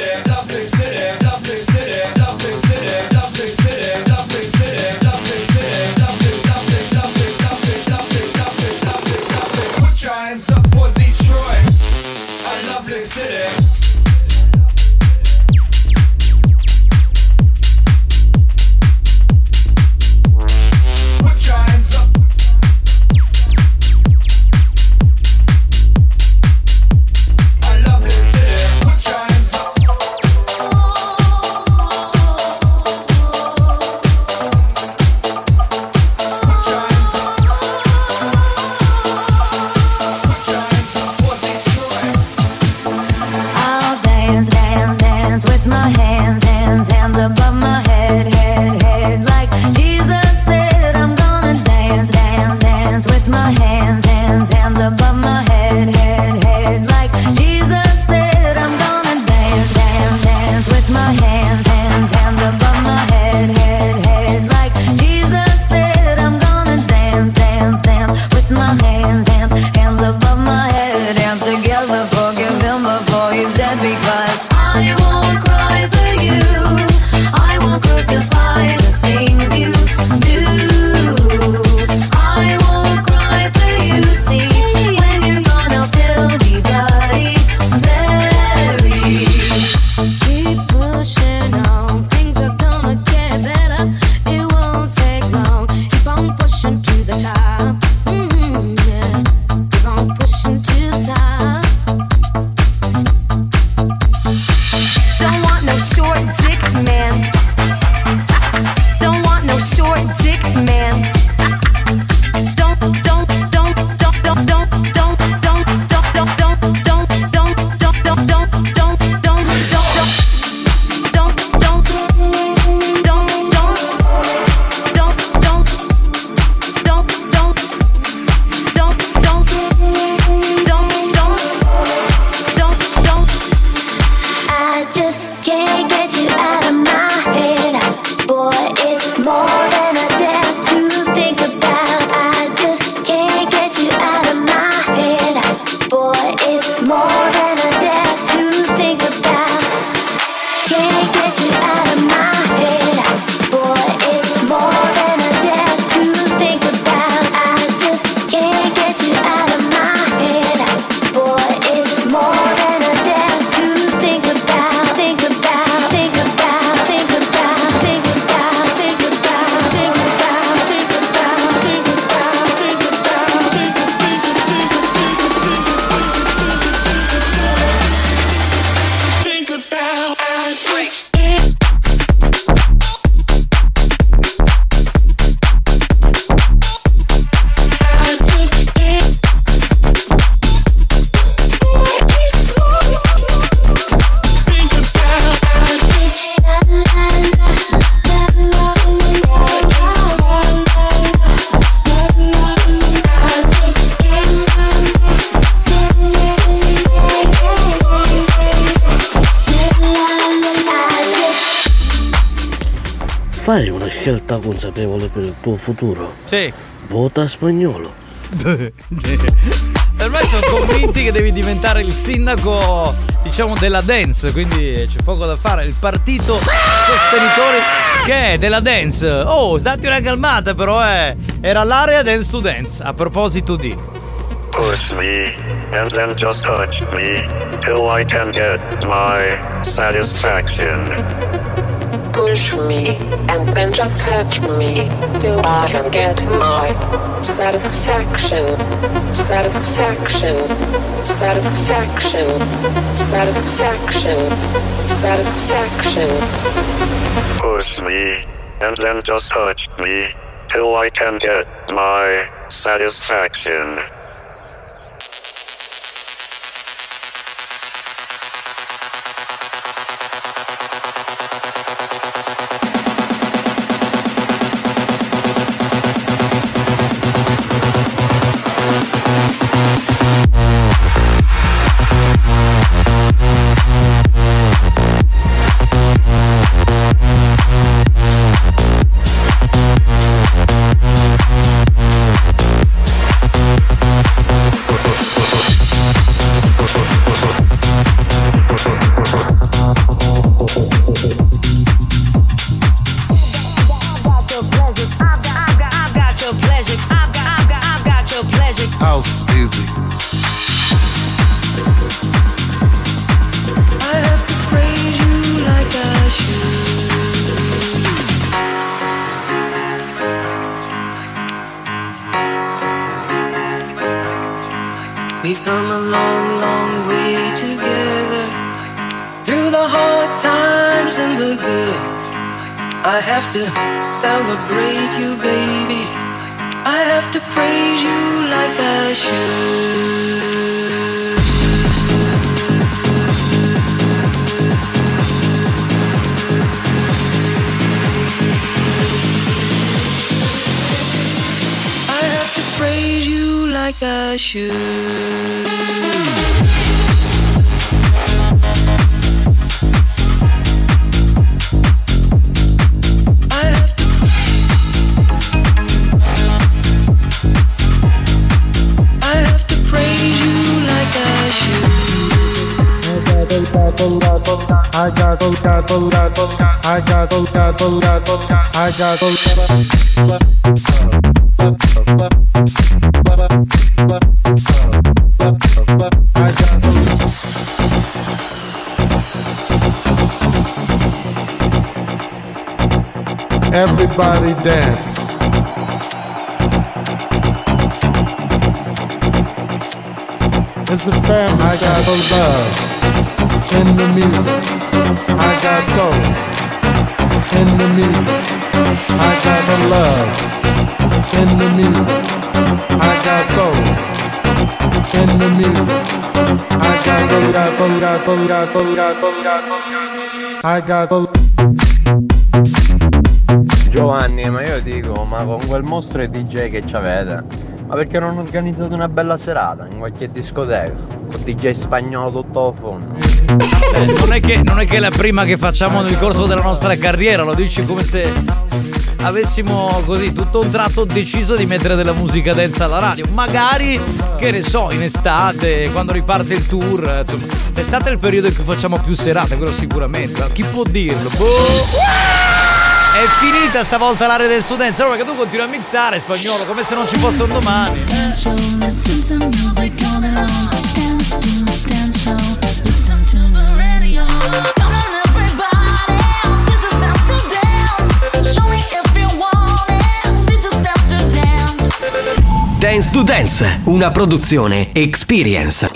Speaker 12: Fai una scelta consapevole per il tuo futuro.
Speaker 5: Sì.
Speaker 12: Vota Spagnolo.
Speaker 5: Ormai sono convinti che devi diventare il sindaco, diciamo, della dance, quindi c'è poco da fare. Il partito sostenitori che è della dance. Oh, datti una calmata però, era l'area Dance to Dance. A proposito di
Speaker 18: push me and then just touch me till I can get my satisfaction.
Speaker 23: Push me and then just touch me till I can get my satisfaction. Satisfaction. Satisfaction. Satisfaction. Satisfaction.
Speaker 18: Push me and then just touch me till I can get my satisfaction.
Speaker 6: I have to celebrate you, baby. I have to praise you like I should. I have to praise you like I should.
Speaker 13: Everybody dance. It's a family. I got love in the music. I got soul in the music. I got the love in the music. I got soul in the music. I got I got
Speaker 17: Giovanni, ma io dico, ma con quel mostro di DJ che c'avete, ma perché non organizzate una bella serata in qualche discoteca con DJ spagnolo tutto a fondo?
Speaker 5: Non è che è la prima che facciamo nel corso della nostra carriera, lo dici come se avessimo così tutto un tratto deciso di mettere della musica dance alla radio. Magari, che ne so, in estate, quando riparte il tour, insomma, l'estate è il periodo in cui facciamo più serate, quello sicuramente, ma chi può dirlo? Boh! È finita stavolta l'area del studente, perché tu continui a mixare spagnolo come se non ci fosse un domani.
Speaker 1: Dance to Dance, una produzione Experience.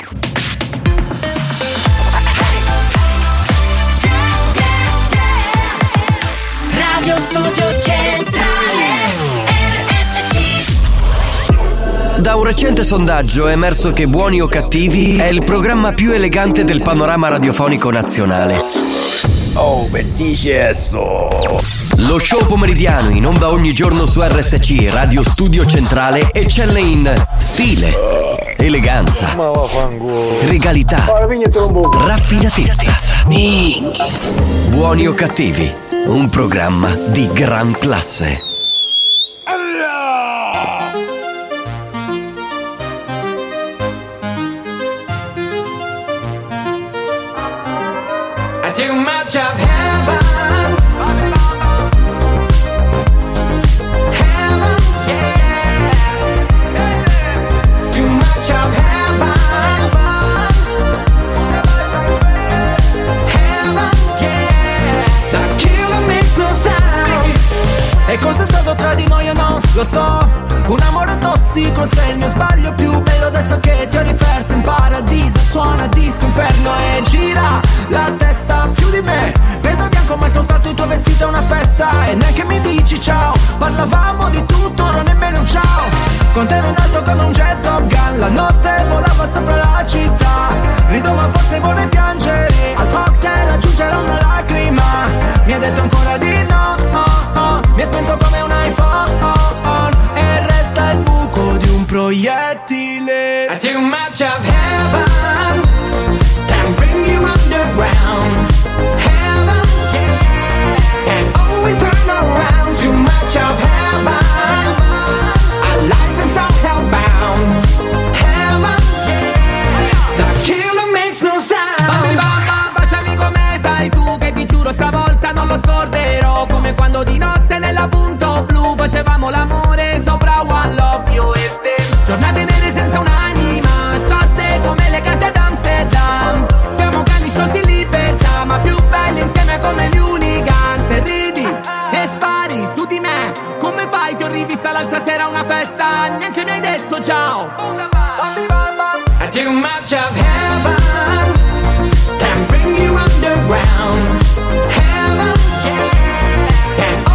Speaker 3: Radio Studio Centrale RSC.
Speaker 1: Da un recente sondaggio è emerso che Buoni o Cattivi è il programma più elegante del panorama radiofonico nazionale.
Speaker 2: Oh, bellissimo!
Speaker 1: Lo show pomeridiano in onda ogni giorno su RSC Radio Studio Centrale eccelle in stile, eleganza, regalità, raffinatezza. Buoni o Cattivi, un programma di gran classe.
Speaker 6: Too much of heaven, heaven, yeah. Too much of heaven, heaven, yeah. The killer makes no sound.
Speaker 24: E cosa è stato tra di noi o no? Lo so. Un amore tossico, sei il mio sbaglio più bello. Adesso che ti ho riperso in paradiso, suona disco inferno e gira la testa più di me. Vedo bianco ma è soltanto il tuo vestito è una festa. E neanche mi dici ciao, parlavamo di tutto, ora nemmeno un ciao. Con te ero in alto come un jet Top Gun, la notte volava sopra la città. Rido ma forse vorrei piangere, al cocktail aggiungerò una lacrima. Mi ha detto ancora di no, oh, oh. Mi ha spento come un iPhone, e resta il buco di un proiettile.
Speaker 6: Too much of heaven can bring you underground. Heaven, yeah, can always turn around. Too much of heaven, our life is all hellbound. Heaven, yeah, the killer makes no sound.
Speaker 25: Bambini bamba, baciami come sai tu, che ti giuro stavolta non lo scorderò. Come quando di notte nella punto blu facevamo l'amore sopra One Love, io e te. Giornate nere senza un'anima, storte come le case ad Amsterdam. Siamo cani sciolti in libertà, ma più belli insieme come gli hooligans. E ridi e spari su di me, come fai? Ti ho rivista l'altra sera a una festa, neanche mi hai detto ciao.
Speaker 6: Too much of heaven can bring you underground. Heaven, yeah, can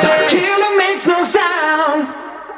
Speaker 24: Killer makes no sound.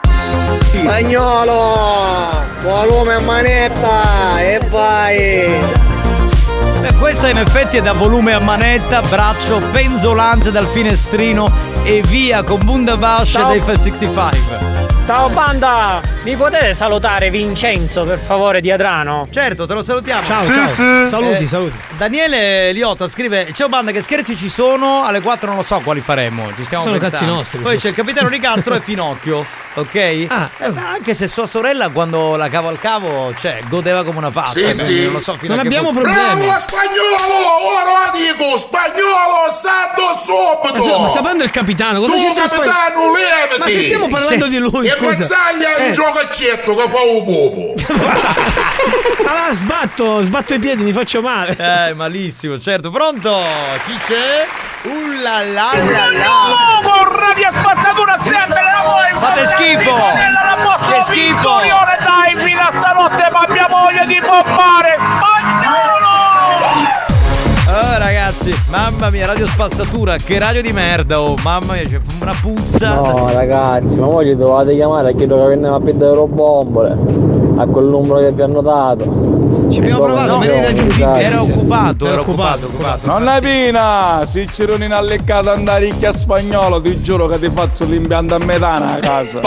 Speaker 10: Spagnolo, volume a manetta e vai.
Speaker 5: Questa in effetti è da volume a manetta, braccio penzolante dal finestrino e via con Bundabash
Speaker 4: Ciao.
Speaker 5: dei Fat 65.
Speaker 4: Ciao banda, mi potete salutare Vincenzo per favore di Adrano?
Speaker 5: Certo, te lo salutiamo.
Speaker 4: Ciao,
Speaker 5: Sì,
Speaker 4: ciao.
Speaker 5: sì.
Speaker 4: Saluti.
Speaker 5: Daniele Liotta scrive: ciao banda, che scherzi ci sono? Alle 4 non lo so quali faremo. Ci stiamo
Speaker 4: Sono
Speaker 5: pensando.
Speaker 4: cazzi nostri.
Speaker 5: Poi c'è il capitano Nicastro e Finocchio, ok? Ma anche se sua sorella quando la cavalcavo, cioè, godeva come una pazza.
Speaker 15: Sì,
Speaker 5: quindi
Speaker 15: sì.
Speaker 5: Non lo so fino
Speaker 4: Non
Speaker 5: a che
Speaker 4: abbiamo
Speaker 5: punto.
Speaker 4: problemi.
Speaker 15: Bravo spagnolo! Ora dico spagnolo, santo subito!
Speaker 4: Ma sapendo il capitano, cosa
Speaker 15: tu
Speaker 4: c'entra
Speaker 15: capitano, levati!
Speaker 4: Ma se stiamo parlando di lui,
Speaker 15: e
Speaker 4: scusa.
Speaker 15: Mazzaglia è un giocaccetto che fa un popo!
Speaker 4: Allora sbatto i piedi, mi faccio male.
Speaker 5: Malissimo, certo. Pronto? Chi c'è? La la.
Speaker 7: Radio spazzatura sempre la vuoi!
Speaker 5: Fate schifo! Che schifo!
Speaker 7: Dai, fino a stanotte, ma abbiamo voglia di bombare!
Speaker 5: Oh ragazzi, mamma mia, radio spazzatura, che radio di merda, oh, mamma mia, c'è una puzza.
Speaker 9: No ragazzi, ma voi li dovete chiamare a chi doveva venire a prendere le bombole a quel numero che vi hanno dato.
Speaker 5: Ci abbiamo provato, ma era irraggiungibile. Era occupato.
Speaker 11: Nonna Pina, se c'erano in alleccato andare a spagnolo, ti giuro che ti faccio l'impianto a metana a casa.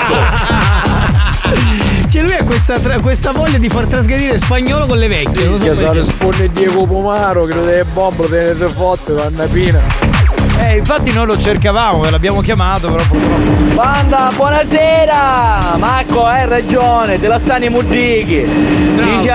Speaker 4: Cioè lui ha questa voglia di far trasgredire spagnolo con le vecchie. Non lo so
Speaker 9: Che
Speaker 4: perché.
Speaker 9: risponde Diego Pomaro che lo deve bombolo, tenete forte, Nonna Pina.
Speaker 5: Infatti noi lo cercavamo, ve l'abbiamo chiamato, però purtroppo.
Speaker 20: Banda, buonasera! Marco, hai ragione, te la stanno i muggichi.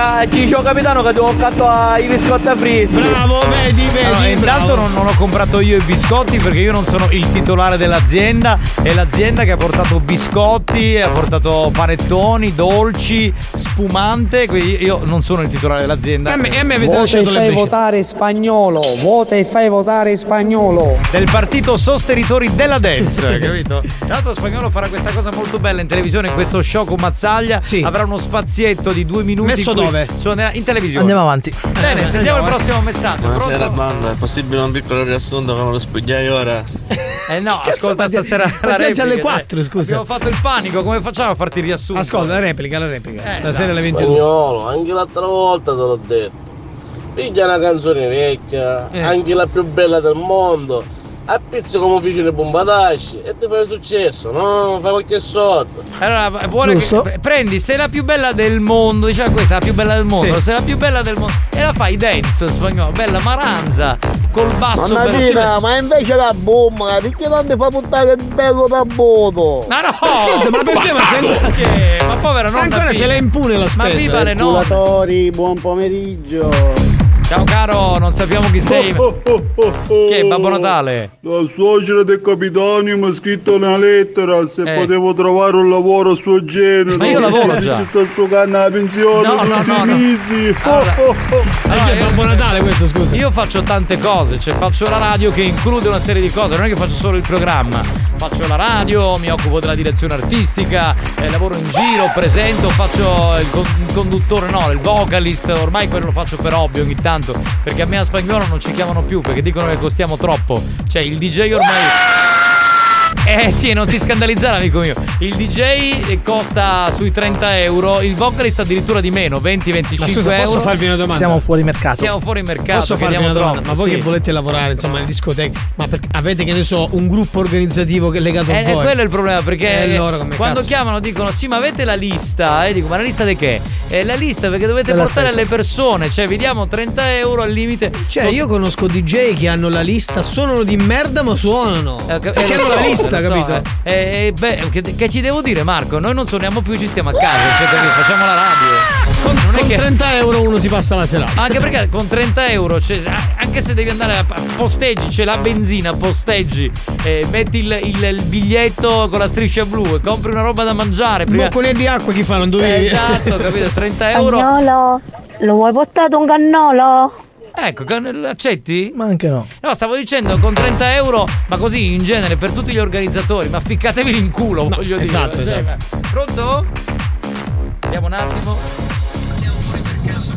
Speaker 20: Ci ho capitano che devo accanto i biscotti a frizzi.
Speaker 4: Bravo, vedi.
Speaker 5: Allora, intanto non ho comprato io i biscotti perché io non sono il titolare dell'azienda, è l'azienda che ha portato biscotti, ha portato panettoni, dolci, spumante, quindi io non sono il titolare dell'azienda.
Speaker 4: E a me avete
Speaker 10: Vota e
Speaker 4: lasciato le
Speaker 10: fai
Speaker 4: briciole.
Speaker 10: votare spagnolo. Vota e fai votare spagnolo.
Speaker 5: Del partito sostenitori della dance, capito? Tra l'altro Spagnolo farà questa cosa molto bella in televisione, in questo show con Mazzaglia. Avrà uno spazietto di 2 minuti.
Speaker 4: Messo
Speaker 5: in cui
Speaker 4: dove?
Speaker 5: suonerà in televisione.
Speaker 4: Andiamo avanti.
Speaker 5: Bene, sentiamo il prossimo messaggio.
Speaker 22: Buonasera
Speaker 5: Pronto?
Speaker 22: banda, è possibile un piccolo riassunto come lo spogliai ora?
Speaker 5: No, ascolta stasera la
Speaker 4: Ma
Speaker 5: replica.
Speaker 4: alle 4, scusa.
Speaker 5: Abbiamo fatto il panico, come facciamo a farti il riassunto?
Speaker 4: Ascolta, la replica. Stasera alle 21.
Speaker 26: Spagnolo, anche l'altra volta te l'ho detto. Piglia una canzone vecchia, anche la più bella del mondo. Appizzi come ufficio di Bombadashi e ti fai successo, no? Fai qualche sotto.
Speaker 5: Allora, vuole che prendi, sei la più bella del mondo, diciamo questa è la più bella del mondo, sei la più bella del mondo e la fai dance Spagnolo, bella maranza, col basso
Speaker 10: Mamma mia, ma invece la bomba, perché non ti fa puntare il bello da boto?
Speaker 5: Ma no!
Speaker 4: Scusa, ma perché? Ma sei
Speaker 5: Perché? Ma povera nonna
Speaker 4: ancora
Speaker 5: Pina.
Speaker 4: se la impune la spesa.
Speaker 5: Ma viva le nonne!
Speaker 10: Calcolatori, buon pomeriggio.
Speaker 5: Ciao caro, non sappiamo chi sei. Chi è Babbo Natale?
Speaker 27: La suocera del capitano mi ha scritto una lettera se
Speaker 5: Eh.
Speaker 27: potevo trovare un lavoro a suo genere.
Speaker 5: Ma io lavoro
Speaker 27: Perché
Speaker 5: già.
Speaker 27: ci sto giocando la pensione tutti i mesi.
Speaker 5: Allora,
Speaker 4: è Babbo Natale questo, scusa.
Speaker 5: Io faccio tante cose, cioè faccio la radio che include una serie di cose, non è che faccio solo il programma. Faccio la radio, mi occupo della direzione artistica, lavoro in giro, presento, faccio il conduttore, no, il vocalist, ormai quello lo faccio per hobby ogni tanto, perché a me a Spagnolo non ci chiamano più, perché dicono che costiamo troppo. Cioè il DJ ormai... sì, non ti scandalizzare amico mio. Il DJ costa sui 30 euro, il vocalist addirittura di meno, 20-25
Speaker 4: Ma scusa,
Speaker 5: euro.
Speaker 4: posso farvi una domanda?
Speaker 10: Siamo fuori mercato.
Speaker 5: Siamo fuori mercato.
Speaker 4: Posso farvi
Speaker 5: chiediamo
Speaker 4: una domanda?
Speaker 5: troppo,
Speaker 4: Ma voi
Speaker 5: sì.
Speaker 4: che volete lavorare, insomma, nelle discoteche, ma avete, che ne so, un gruppo organizzativo che è legato a voi?
Speaker 5: Quello è il problema, perché
Speaker 4: loro come
Speaker 5: quando
Speaker 4: cazzo.
Speaker 5: chiamano dicono sì, ma avete la lista? E dico, ma la lista di che? La lista perché dovete
Speaker 4: Della
Speaker 5: portare
Speaker 4: spesa.
Speaker 5: alle persone, cioè vi diamo 30 euro al limite.
Speaker 4: Cioè, io conosco DJ che hanno la lista, suonano di merda, ma suonano. Perché
Speaker 5: lo
Speaker 4: hanno
Speaker 5: so,
Speaker 4: la lista,
Speaker 5: lo so,
Speaker 4: capito?
Speaker 5: Beh, che ci devo dire, Marco? Noi non suoniamo più, ci stiamo a casa, cioè, capito? Facciamo la radio. Non è
Speaker 4: Con
Speaker 5: che
Speaker 4: 30 euro uno si passa la serata.
Speaker 5: Anche perché con 30 euro, cioè, anche se devi andare a posteggi, c'è la benzina, posteggi, metti il biglietto con la striscia blu e compri una roba da mangiare. Prima...
Speaker 4: Boccone di acqua chi fa? Non dovevi.
Speaker 5: Esatto, capito? 30 euro.
Speaker 28: Spagnolo, lo vuoi portato un cannolo?
Speaker 5: Ecco, accetti?
Speaker 10: Ma anche no.
Speaker 5: No, stavo dicendo con 30 euro, ma così in genere per tutti gli organizzatori, ma ficcatevi in culo, voglio
Speaker 4: esatto,
Speaker 5: dire.
Speaker 4: esatto.
Speaker 5: Pronto? Vediamo un attimo.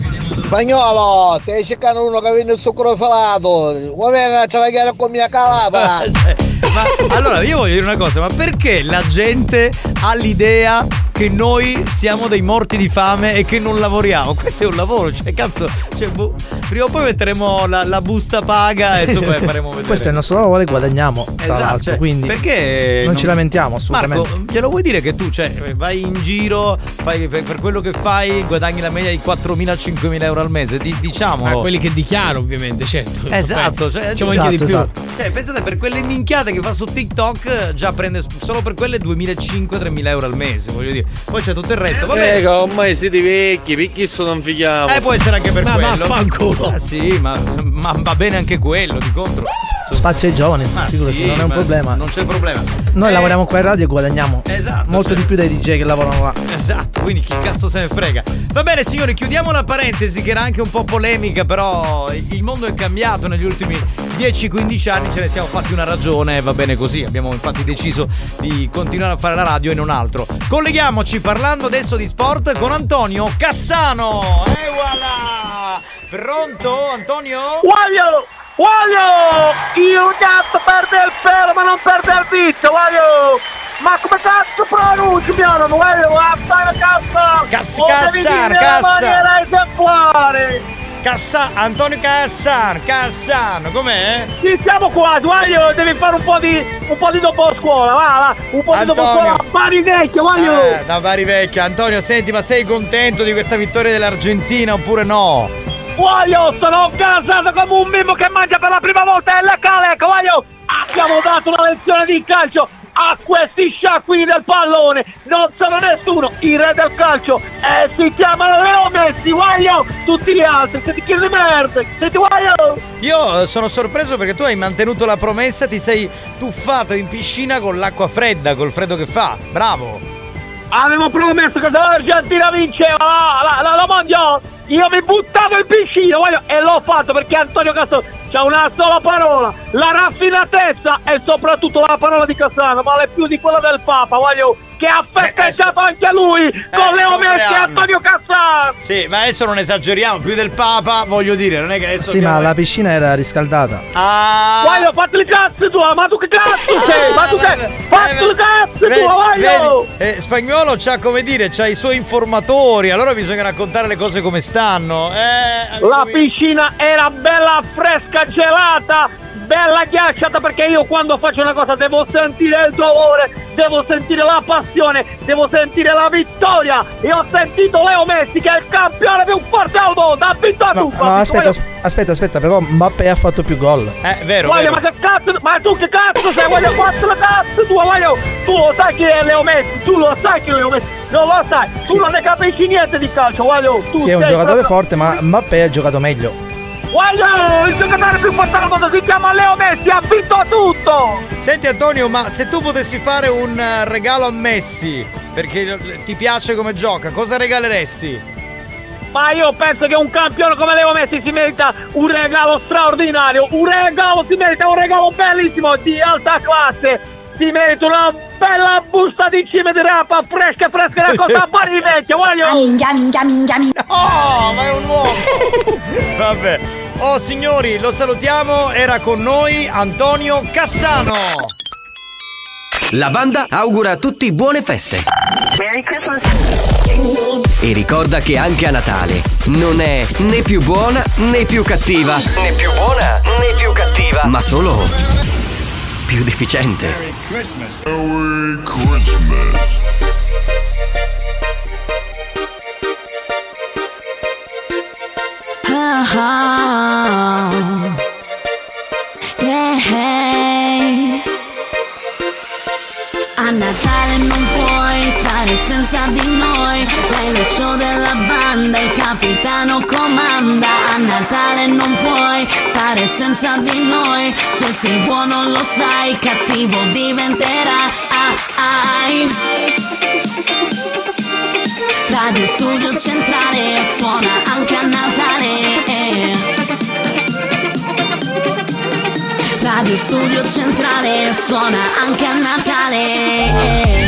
Speaker 10: Spagnolo, stai cercando uno che vende il zucchero salato. Vuoi venire a travagliare con mia calata?
Speaker 5: Ma allora io voglio dire una cosa, ma perché la gente ha l'idea che noi siamo dei morti di fame e che non lavoriamo? Questo è un lavoro, cioè cazzo, prima o poi metteremo la busta paga e insomma faremo vedere.
Speaker 8: Questo è il nostro lavoro e guadagniamo, tra l'altro,
Speaker 5: cioè,
Speaker 8: quindi
Speaker 5: perché
Speaker 8: non ci lamentiamo assolutamente.
Speaker 5: Marco, glielo vuoi dire che tu vai in giro, fai, per quello che fai guadagni la media di 4.000-5.000 euro al mese, diciamo.
Speaker 4: Ma quelli che dichiaro ovviamente, certo.
Speaker 5: Esatto,
Speaker 4: cioè, anche di più.
Speaker 8: Esatto.
Speaker 5: Cioè, pensate, per quelle minchiate che fa su TikTok già prende solo per quelle 2.500-3.000 euro al mese, voglio dire. Poi c'è tutto il resto, vabbè.
Speaker 22: Ormai siete vecchi, perché non fichiamo?
Speaker 5: Può essere anche per
Speaker 4: ma
Speaker 5: quello.
Speaker 4: vaffanculo.
Speaker 5: Sì, ma va bene anche quello, di contro.
Speaker 8: Spazio ai giovani, figurati,
Speaker 5: sì,
Speaker 8: non è un problema.
Speaker 5: Non c'è problema.
Speaker 8: Noi lavoriamo qua in radio e guadagniamo molto
Speaker 5: cioè.
Speaker 8: di più dei DJ che lavorano là.
Speaker 5: Esatto, quindi chi cazzo se ne frega. Va bene signori, chiudiamo la parentesi che era anche un po' polemica, però il mondo è cambiato negli ultimi 10-15 anni, ce ne siamo fatti una ragione, va bene così. Abbiamo infatti deciso di continuare a fare la radio e non altro. Colleghiamoci parlando adesso di sport con Antonio Cassano. E voilà! Pronto Antonio?
Speaker 7: Voglio! Io gatto perde il pelo ma non perde il vizio, voglio! Ma come cazzo pronunci mio nome? Voglio! Maniera esemplare!
Speaker 5: Antonio Cassano, com'è?
Speaker 7: Sì, siamo qua, voglio, devi fare un po' di dopo scuola, va, un po' di dopo scuola a Bari Vecchia, voglio!
Speaker 5: Da Bari Vecchia, Antonio, senti, ma sei contento di questa vittoria dell'Argentina oppure no?
Speaker 7: Voglio, sono gasato come un bimbo che mangia per la prima volta il caleco, voglio! Abbiamo dato una lezione di calcio a questi sciacquini del pallone, non sono nessuno, i re del calcio, si chiamano Leo Messi, voglio, tutti gli altri, siete chi di merda, siete voglio.
Speaker 5: Io sono sorpreso perché tu hai mantenuto la promessa, ti sei tuffato in piscina con l'acqua fredda, col freddo che fa, bravo.
Speaker 7: Avevo promesso che se l'Argentina vinceva la mondiale, io mi buttavo in piscina, voglio, e l'ho fatto perché Antonio Cassano c'ha una sola parola, la raffinatezza e soprattutto la parola di Cassano, vale più di quella del Papa, voglio, che ha festeggiato anche lui con Leo Messi e Antonio Cassano.
Speaker 5: Sì, ma adesso non esageriamo, più del Papa, voglio dire, non è che adesso...
Speaker 8: Sì, ma la piscina era riscaldata.
Speaker 7: Voglio, fatti le cazzo tua, ma tu che cazzo sei? Ma tu sei... Fatti le cazzo tua, voglio!
Speaker 5: Spagnolo c'ha, come dire, c'ha i suoi informatori, allora bisogna raccontare le cose come stanno.
Speaker 7: La piscina era bella fresca, gelata, bella ghiacciata, perché io quando faccio una cosa devo sentire il dolore, devo sentire la passione, devo sentire la vittoria, e ho sentito Leo Messi che è il campione più forte al mondo, ha vinto tutto.
Speaker 8: No, aspetta, però Mbappé ha fatto più gol.
Speaker 5: Vero,
Speaker 7: voglio,
Speaker 5: vero.
Speaker 7: ma che cazzo, ma tu che cazzo sei? Voglio, quattro cazzo tua, voglio, tu lo sai chi è Leo Messi, tu lo sai chi è Leo Messi, non lo sai, tu
Speaker 8: sì.
Speaker 7: non ne capisci niente di calcio, voglio, tu
Speaker 8: sì, è un giocatore forte, ma Mbappé ha giocato meglio.
Speaker 7: Voglio, il giocatore più forte al mondo si chiama Leo Messi, ha vinto tutto!
Speaker 5: Senti Antonio, ma se tu potessi fare un regalo a Messi, perché ti piace come gioca, cosa regaleresti?
Speaker 7: Ma io penso che un campione come Leo Messi si merita un regalo straordinario, si merita un regalo bellissimo, di alta classe, si merita una bella busta di cime di rapa fresca da cosa a Bari Vecchia, voglio!
Speaker 28: Minchia.
Speaker 5: No, ma è un uomo! Vabbè. Oh signori, lo salutiamo, era con noi Antonio Cassano.
Speaker 1: La banda augura a tutti buone feste.
Speaker 28: Merry Christmas.
Speaker 1: E ricorda che anche a Natale non è né più buona né più cattiva, ma solo più deficiente.
Speaker 6: Merry Christmas. Merry Christmas.
Speaker 3: A Natale non puoi stare senza di noi, lei è lo show della banda, il capitano comanda. A Natale non puoi stare senza di noi, se sei buono lo sai, cattivo diventerai. Radio Studio Centrale suona anche a Natale. Radio Studio Centrale suona anche a Natale.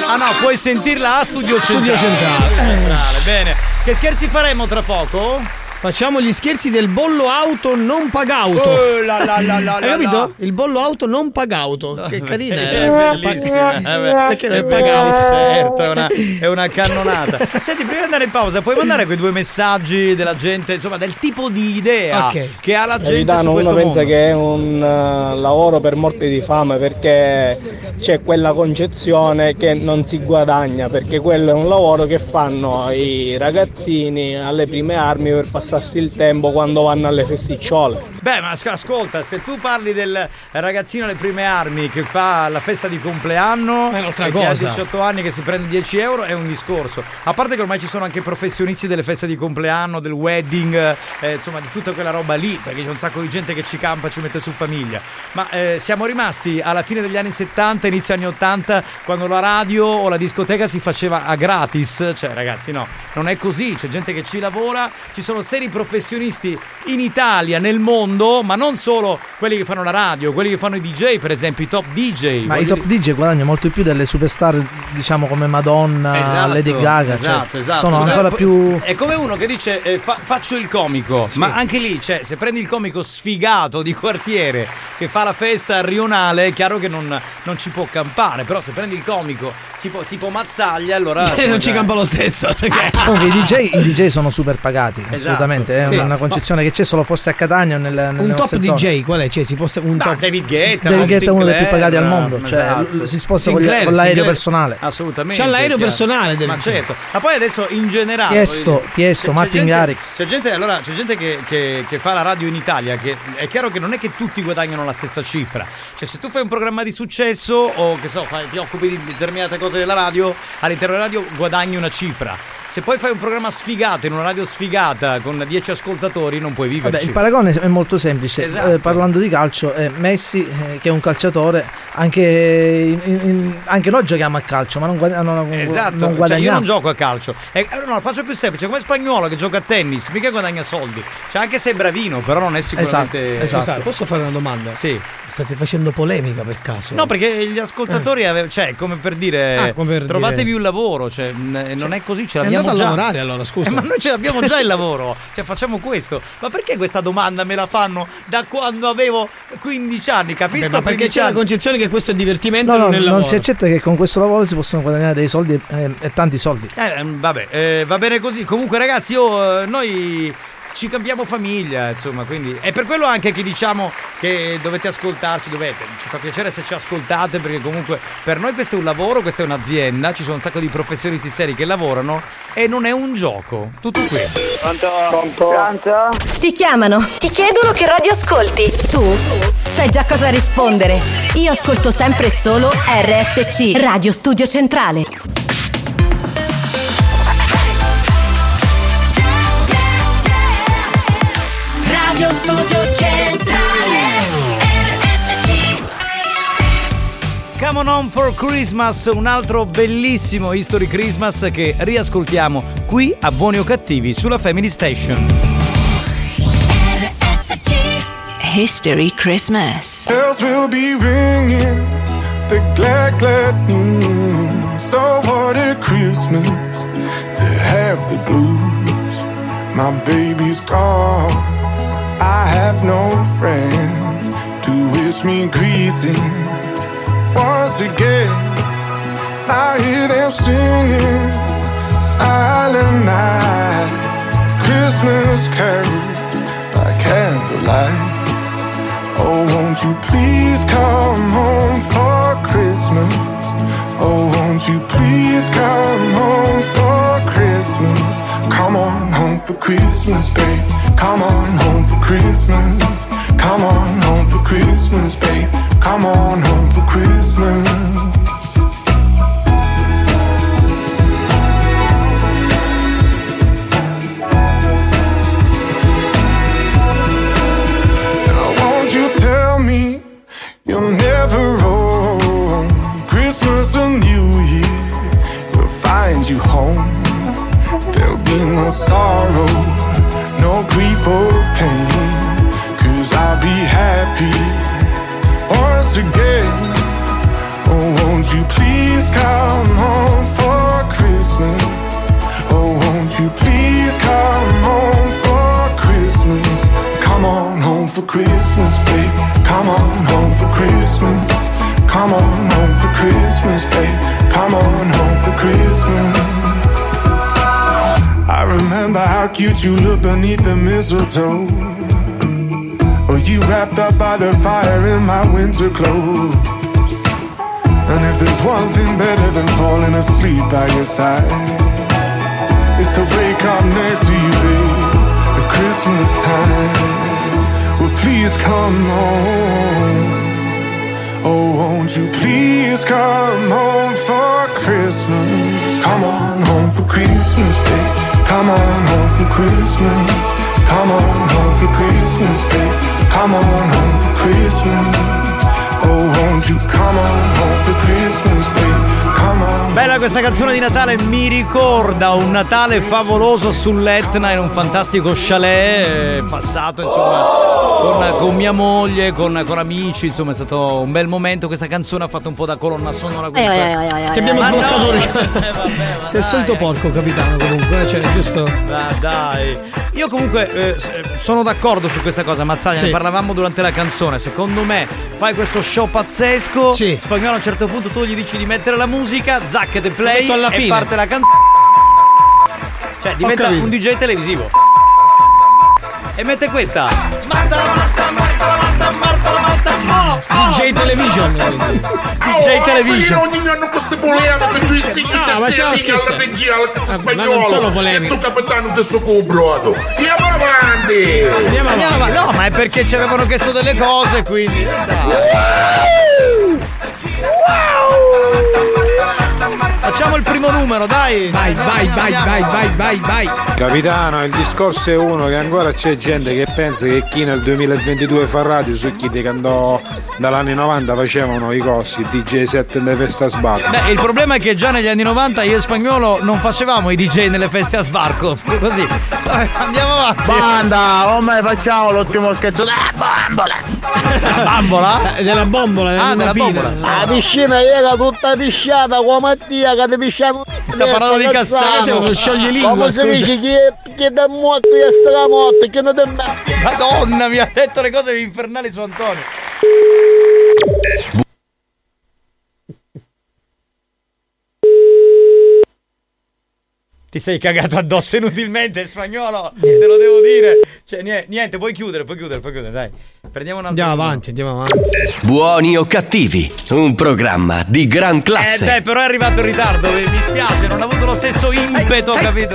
Speaker 5: Ah no, puoi sentirla a Studio Centrale. Bene. Che scherzi faremo tra poco?
Speaker 4: Facciamo gli scherzi del bollo auto non pagauto. Hai capito? Il bollo auto non pagauto. Che carina
Speaker 5: è bellissima.
Speaker 4: Perché non è pagauto?
Speaker 5: Certo, è una cannonata. Senti, prima di andare in pausa, puoi mandare quei due messaggi della gente, insomma, del tipo di idea che ha la gente
Speaker 12: Capitano,
Speaker 5: su questo
Speaker 12: uno pensa
Speaker 5: mondo.
Speaker 12: che è un lavoro per morte di fame, perché c'è quella concezione che non si guadagna, perché quello è un lavoro che fanno i ragazzini alle prime armi per passarsi il tempo quando vanno alle festicciole.
Speaker 5: Beh, ma ascolta, se tu parli del ragazzino alle prime armi che fa la festa di compleanno e che ha 18 anni, che si prende 10 euro, è un discorso. A parte che ormai ci sono anche professionisti delle feste di compleanno, del wedding, insomma di tutta quella roba lì, perché c'è un sacco di gente che ci campa e ci mette su famiglia. Ma siamo rimasti alla fine degli anni 70, inizio anni 80, quando la radio o la discoteca si faceva a gratis. Cioè ragazzi, no, non è così, c'è gente che ci lavora, ci sono seri professionisti in Italia, nel mondo, ma non solo quelli che fanno la radio, quelli che fanno i DJ, per esempio i top DJ.
Speaker 8: Ma i top DJ guadagnano molto più delle superstar, diciamo come Madonna, Lady Gaga.
Speaker 5: Esatto.
Speaker 8: Sono ancora più.
Speaker 5: È come uno che dice faccio il comico, ma anche lì, cioè, se prendi il comico sfigato di quartiere che fa la festa rionale, è chiaro che non ci può campare. Però se prendi il comico tipo Mazzaglia, allora
Speaker 4: non ci campa lo stesso.
Speaker 8: Comunque i DJ sono super pagati, assolutamente. È una concezione che c'è solo forse a Catania o
Speaker 4: un top DJ qual è? Cioè, si può
Speaker 5: David Guetta
Speaker 8: è uno dei più pagati al mondo, cioè si sposta con l'aereo personale.
Speaker 5: Assolutamente.
Speaker 4: C'ha l'aereo personale
Speaker 5: ma certo. Ma poi adesso in generale
Speaker 8: Tiesto, Martin Garrix.
Speaker 5: C'è gente che fa la radio in Italia, che è chiaro che non è che tutti guadagnano la stessa cifra. Cioè se tu fai un programma di successo o che so, ti occupi di determinate cose della radio, all'interno della radio guadagni una cifra. Se poi fai un programma sfigato in una radio sfigata con 10 ascoltatori, non puoi viverci.
Speaker 8: Vabbè, il paragone è molto semplice.
Speaker 5: Esatto.
Speaker 8: Parlando di calcio, Messi, che è un calciatore, anche noi giochiamo a calcio, ma non guadagniamo.
Speaker 5: Cioè, io non gioco a calcio. No, lo faccio più semplice, come Spagnuolo che gioca a tennis, mica guadagna soldi. Cioè, anche se è bravino, però non è sicuramente.
Speaker 8: Esatto.
Speaker 4: Posso fare una domanda?
Speaker 5: Sì.
Speaker 4: State facendo polemica per caso?
Speaker 5: No, perché gli ascoltatori cioè, come per dire, trovatevi un lavoro, cioè, non è così, ce l'abbiamo
Speaker 4: già.
Speaker 5: Già.
Speaker 4: A lavorare allora, scusa.
Speaker 5: Ma noi ce l'abbiamo già il lavoro, cioè facciamo questo. Ma perché questa domanda me la fanno da quando avevo 15 anni? Capisco.
Speaker 4: Ma perché c'è la concezione che questo è divertimento
Speaker 8: no,
Speaker 4: nel lavoro.
Speaker 8: Non si accetta che con questo lavoro si possono guadagnare dei soldi e tanti soldi.
Speaker 5: Vabbè, va bene così. Comunque ragazzi, noi ci cambiamo famiglia, insomma, quindi è per quello anche che diciamo che dovete ascoltarci, ci fa piacere se ci ascoltate, perché comunque per noi questo è un lavoro, questa è un'azienda, ci sono un sacco di professionisti seri che lavorano e non è un gioco. Tutto qui.
Speaker 10: Pronto?
Speaker 13: Ti chiamano, ti chiedono che radio ascolti. Tu sai già cosa rispondere. Io ascolto sempre e solo RSC, Radio Studio Centrale.
Speaker 3: Radio Studio Centrale RSC.
Speaker 5: Come on Home for Christmas, un altro bellissimo History Christmas che riascoltiamo qui a Buoni o Cattivi sulla Family Station.
Speaker 3: RSC.
Speaker 13: History Christmas.
Speaker 6: Bells will be ringing, the glad, glad news. So what a Christmas to have the blues. My baby's gone, I have no friends to wish me greetings. Once again, I hear them singing Silent Night, Christmas carols by candlelight. Oh, won't you please come home for Christmas? Oh, won't you please come home for Christmas? Come on home for Christmas, babe. Come on home for Christmas. Come on home for Christmas, babe. Come on home for Christmas. You'll never roam. Christmas and New Year will find you home. There'll be no sorrow, no grief or pain, 'cause I'll be happy once again. Oh, won't you please come home for Christmas? Oh, won't you please come home for Christmas? Come on home for Christmas, babe. Come on home for Christmas. Come on home for Christmas, babe. Come on home for Christmas. I remember how cute you looked beneath the mistletoe. Oh, you wrapped up by the fire in my winter clothes. And if there's one thing better than falling asleep by your side, it's to wake up next to you, babe, at Christmas time. Well, please come home. Oh, won't you please come home for Christmas? Come on home for Christmas, babe. Come on home for Christmas. Come on home for Christmas, babe. Come on home for Christmas. Oh, won't you come on home for Christmas, babe. Come on.
Speaker 5: Bella questa canzone di Natale, mi ricorda un Natale favoloso sull'Etna in un fantastico chalet passato, insomma, con mia moglie, con amici, insomma è stato un bel momento. Questa canzone ha fatto un po' da colonna sonora.
Speaker 4: Ti abbiamo sbloccato. Sei il solito porco, capitano, comunque, cioè, giusto?
Speaker 5: Dai. Io comunque sono d'accordo su questa cosa, Mazzaglia,
Speaker 4: Sì.
Speaker 5: ne parlavamo durante la canzone. Secondo me fai questo show pazzesco, Spagnolo a un certo punto tu gli dici di mettere la musica, zac e play
Speaker 4: Tutto alla
Speaker 5: e
Speaker 4: fine.
Speaker 5: parte la canzone. Cioè diventa
Speaker 4: capito.
Speaker 5: un DJ televisivo. E mette questa.
Speaker 4: DJ Television.
Speaker 5: DJ Television.
Speaker 15: Ogni anno queste polemiche che tu insegni
Speaker 4: ma c'è la
Speaker 15: testina alla
Speaker 4: scherza.
Speaker 15: regia, alla cazzo
Speaker 4: Ma non sono
Speaker 15: spagnolo.
Speaker 4: polemiche.
Speaker 15: E tu capitano te sto cobrato. Andiamo avanti.
Speaker 5: Andiamo avanti. No, ma è perché ci avevano chiesto delle cose, quindi. Facciamo il primo numero, dai.
Speaker 4: Vai.
Speaker 2: Capitano, il discorso è uno che ancora c'è gente che pensa che chi nel 2022 fa radio su chi che andò dall'anni 90 facevano i corsi DJ set nelle feste a sbarco.
Speaker 5: Beh, il problema è che già negli anni 90 io e Spagnolo non facevamo i DJ nelle feste a sbarco. Così. Vabbè, andiamo avanti.
Speaker 10: Banda, ormai facciamo l'ultimo scherzo della bambola.
Speaker 5: La bambola?
Speaker 4: Della bombola,
Speaker 5: Ah, della bombola.
Speaker 10: La piscina era tutta pisciata come Mattia che ti pisciamo.
Speaker 5: Sta parlando di Cassano.
Speaker 4: Uno scioglilingua,
Speaker 10: Come si
Speaker 4: scusa.
Speaker 10: dice che da morto e stramorto, che non te.
Speaker 5: Madonna, mi ha detto le cose infernali su Antonio. Ti sei cagato addosso inutilmente, Spagnolo. Te lo devo dire. Cioè, niente, puoi chiudere, dai. Prendiamo un altro.
Speaker 4: Andiamo avanti.
Speaker 1: Buoni o cattivi, un programma di gran classe.
Speaker 5: Però è arrivato in ritardo, mi spiace, non ha avuto lo stesso impeto, capito?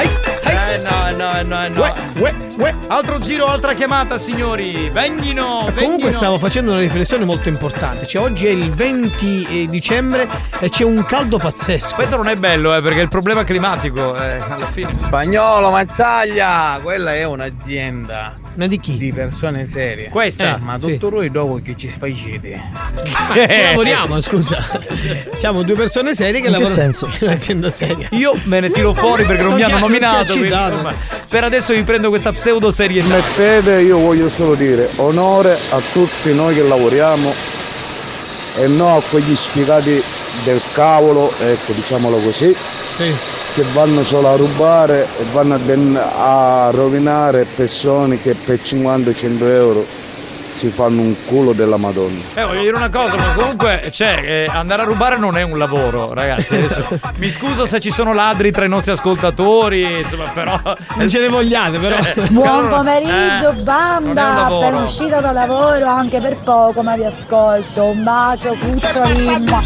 Speaker 5: No. Altro giro, altra chiamata, signori. Venghino.
Speaker 4: Comunque stavo facendo una riflessione molto importante. Cioè, oggi è il 20 dicembre e c'è un caldo pazzesco.
Speaker 5: Questo non è bello, perché è il problema climatico, alla fine.
Speaker 20: Spagnolo, Mazzaglia, quella è un'azienda.
Speaker 4: Ma di chi?
Speaker 20: Di persone serie.
Speaker 5: Questa?
Speaker 20: Ma
Speaker 4: sì.
Speaker 20: tutto lui dopo che ci facete.
Speaker 4: Ci lavoriamo, scusa. Siamo due persone serie che
Speaker 8: In che
Speaker 4: lavorano
Speaker 8: senso?
Speaker 4: in un'azienda seria.
Speaker 5: Io me ne tiro fuori perché non mi hanno nominato. Quindi,
Speaker 4: citato.
Speaker 5: insomma, per adesso vi prendo questa pseudo serietà.
Speaker 12: Mettete, io voglio solo dire onore a tutti noi che lavoriamo e no a quegli spiegati del cavolo, ecco, diciamolo così, che vanno solo a rubare e vanno a rovinare persone che per 50-100 euro si fanno un culo della Madonna.
Speaker 5: Voglio dire una cosa, ma comunque andare a rubare non è un lavoro, ragazzi. Adesso, mi scuso se ci sono ladri tra i nostri ascoltatori, insomma, però
Speaker 4: non ce ne vogliate, però.
Speaker 14: Buon pomeriggio,
Speaker 5: non è un
Speaker 14: banda!
Speaker 5: lavoro.
Speaker 14: Appena uscita da lavoro, anche per poco, ma vi ascolto. Un bacio, cucciolino.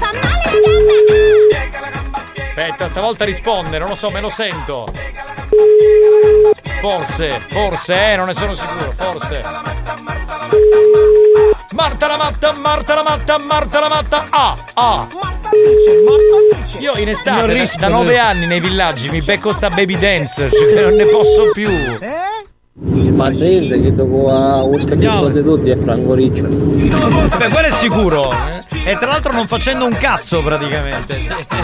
Speaker 5: Aspetta, stavolta risponde, non lo so, me lo sento. Forse, non ne sono sicuro, forse. Marta la matta. Io in estate da 9 anni nei villaggi mi becco sta baby dance, cioè non ne posso più.
Speaker 9: Ma pensa che dopo a scacchiare tutti è Franco Riccio.
Speaker 5: Beh, quello è sicuro. E tra l'altro non facendo un cazzo praticamente.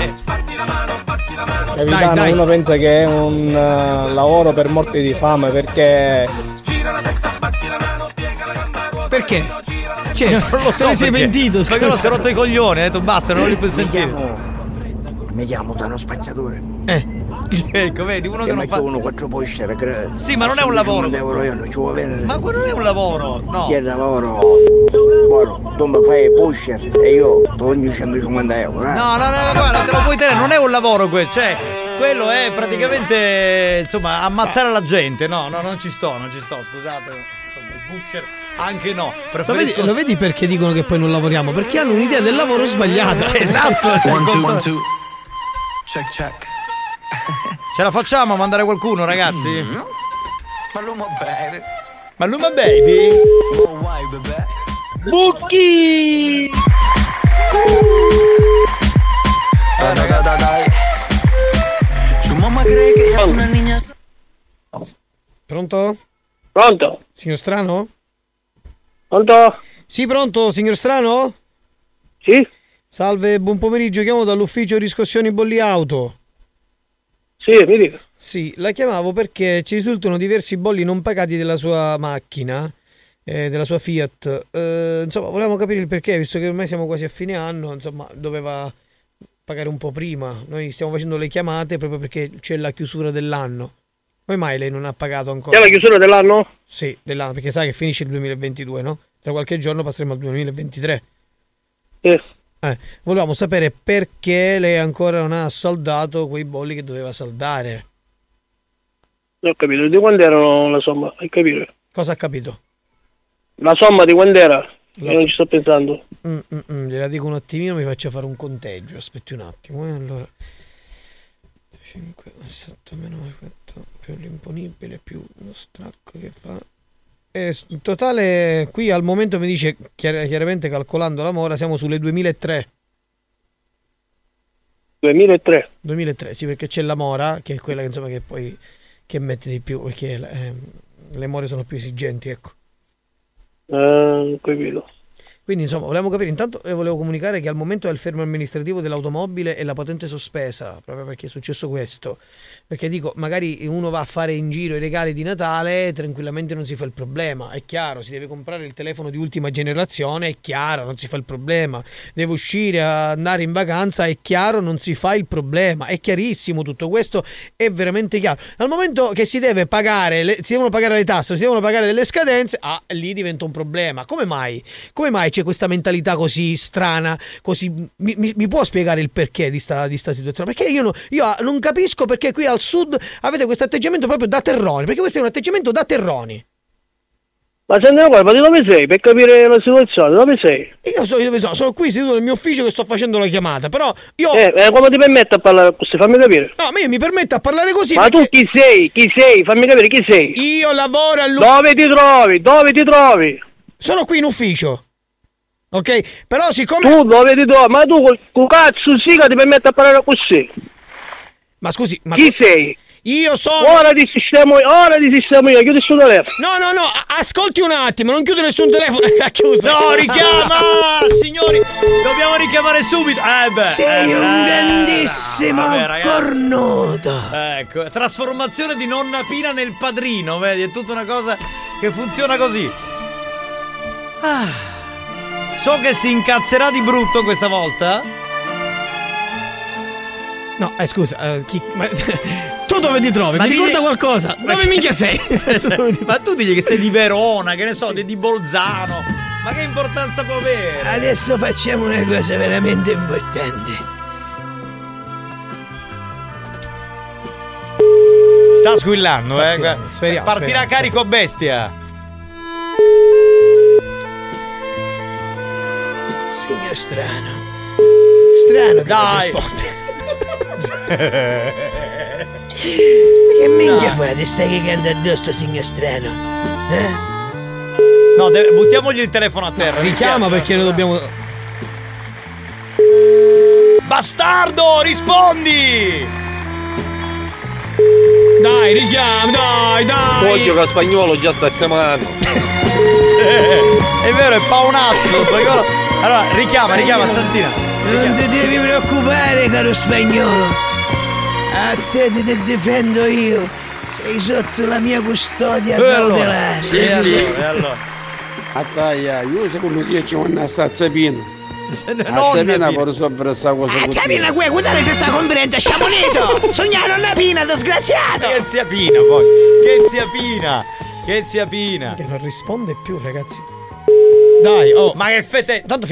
Speaker 12: Capitano,
Speaker 4: Dai.
Speaker 12: uno pensa che è un lavoro per morte di fame perché
Speaker 4: Perché?
Speaker 5: Non lo so,
Speaker 4: te sei
Speaker 5: perché.
Speaker 4: pentito, scusa.
Speaker 5: Perché si è rotto i coglioni, ha detto basta, non li puoi sentire.
Speaker 16: Mi chiamo Tano Spacciatore.
Speaker 5: Ecco, vedi, uno che non fa.
Speaker 16: Uno 4 posce perché.
Speaker 5: Sì, ma non è un lavoro.
Speaker 16: Io non ci vuoi vedere.
Speaker 5: Ma quello non è un lavoro, no.
Speaker 16: Che lavoro? Buono, tu mi fai pusher e io ti voglio 150 euro.
Speaker 5: No, guarda, te lo puoi tenere, non è un lavoro questo, cioè, quello è praticamente, insomma, ammazzare la gente. No, non ci sto, scusate. Il pusher anche no.
Speaker 4: Lo vedi perché dicono che poi non lavoriamo? Perché hanno un'idea del lavoro sbagliata.
Speaker 5: Esatto.
Speaker 6: 1 2 1 2. Check.
Speaker 5: Ce la facciamo a mandare qualcuno, ragazzi? Maluma baby.
Speaker 6: Bucchi!
Speaker 4: Pronto?
Speaker 7: Pronto?
Speaker 4: Signor Strano?
Speaker 7: Pronto?
Speaker 4: Sì, pronto, signor Strano?
Speaker 7: Sì?
Speaker 4: Salve, buon pomeriggio, chiamo dall'ufficio riscossioni bolli auto.
Speaker 7: Sì, mi dica.
Speaker 4: Sì, la chiamavo perché ci risultano diversi bolli non pagati della sua macchina, della sua Fiat. Insomma, volevamo capire il perché, visto che ormai siamo quasi a fine anno, insomma, doveva pagare un po' prima. Noi stiamo facendo le chiamate proprio perché c'è la chiusura dell'anno. Come mai lei non ha pagato ancora?
Speaker 7: C'è la chiusura dell'anno?
Speaker 4: Sì, dell'anno, perché sai che finisce il 2022, no? Tra qualche giorno passeremo al 2023.
Speaker 7: Sì.
Speaker 4: Volevamo sapere perché lei ancora non ha saldato quei bolli che doveva saldare.
Speaker 7: Non ho capito, di quando erano la somma? Hai capito?
Speaker 4: Cosa ha capito?
Speaker 7: La somma di quando era? Io non ci sto pensando.
Speaker 4: Gliela dico un attimino, mi faccio fare un conteggio. Aspetti un attimo, allora 5, 7 meno 4 più l'imponibile più lo stracco che fa. In totale qui al momento mi dice chiaramente calcolando la mora siamo sulle 2003.
Speaker 7: 2003,
Speaker 4: sì, perché c'è la mora che è quella che insomma che poi che mette di più perché le more sono più esigenti, ecco.
Speaker 7: Capito.
Speaker 4: Quindi insomma volevamo capire, intanto volevo comunicare che al momento è il fermo amministrativo dell'automobile e la patente sospesa, proprio perché è successo questo. Perché dico, magari uno va a fare in giro i regali di Natale, tranquillamente non si fa il problema, è chiaro, si deve comprare il telefono di ultima generazione, è chiaro, non si fa il problema, deve uscire, andare in vacanza, è chiaro, non si fa il problema, è chiarissimo tutto questo, è veramente chiaro. Al momento che si deve pagare, si devono pagare le tasse, si devono pagare delle scadenze, lì diventa un problema. Come mai? Come mai c'è questa mentalità così strana, così mi può spiegare il perché di sta situazione? Perché io non capisco perché qui al sud avete questo atteggiamento proprio da terroni, perché questo è un atteggiamento da terroni.
Speaker 7: Ma senti qua, ma di dove sei? Per capire la situazione, dove sei?
Speaker 4: Io so dove sono qui seduto nel mio ufficio che sto facendo la chiamata, però io...
Speaker 7: come ti permetti a parlare così? Fammi capire.
Speaker 4: No, ma io mi permetto a parlare così.
Speaker 7: Ma
Speaker 4: perché...
Speaker 7: tu chi sei? Chi sei? Fammi capire chi sei.
Speaker 4: Io lavoro
Speaker 7: Dove ti trovi?
Speaker 4: Sono qui in ufficio. Ok? Però siccome...
Speaker 7: Tu dove ti trovi? Ma tu col cazzo sì che ti permetti a parlare così?
Speaker 4: Ma scusi, ma...
Speaker 7: Chi sei?
Speaker 4: Io sono...
Speaker 7: Ora ti sistemo io, chiudi il suo telefono.
Speaker 4: No, ascolti un attimo, non chiudo nessun telefono. Ha chiuso.
Speaker 5: No, richiama! Signori, dobbiamo richiamare subito.
Speaker 4: Sei un grandissimo cornuto.
Speaker 5: Ecco, trasformazione di nonna Pina nel padrino, vedi? È tutta una cosa che funziona così. So che si incazzerà di brutto questa volta.
Speaker 4: No, scusa, tu dove ti trovi? Mi ricorda qualcosa? Dove minchia sei?
Speaker 5: Ma tu digli che sei di Verona, che ne so, di Bolzano. Ma che importanza può avere?
Speaker 4: Adesso facciamo una cosa veramente importante.
Speaker 5: Sta squillando,
Speaker 4: Speriamo.
Speaker 5: Partirà carico a bestia.
Speaker 4: Signor Strano che non risponde. Che minchia fate? Stai cagando addosso, signor Strano?
Speaker 5: No, buttiamogli il telefono a terra.
Speaker 4: Richiama perché noi dobbiamo...
Speaker 5: Bastardo, rispondi!
Speaker 4: Dai, richiama, dai!
Speaker 22: Occhio che Spagnolo già sta chiamando.
Speaker 5: È vero, è paonazzo. Allora, richiama Santina.
Speaker 4: Non ti devi preoccupare, caro Spagnolo. A te ti difendo io. Sei sotto la mia custodia cautelare.
Speaker 5: Sì. Allora.
Speaker 27: Azzaia, io secondo te ci vanno a Sazzapina. A Sapina per risolvere questa cosa.
Speaker 4: A Sapina, guardate se sta conferenza, sciamonito! Sognare una pina, disgraziato!
Speaker 5: Che zia Pina poi! Che zia Pina! Che zia Pina!
Speaker 4: Che non risponde più, ragazzi. Dai, oh!
Speaker 5: Ma che fette!
Speaker 4: Tanto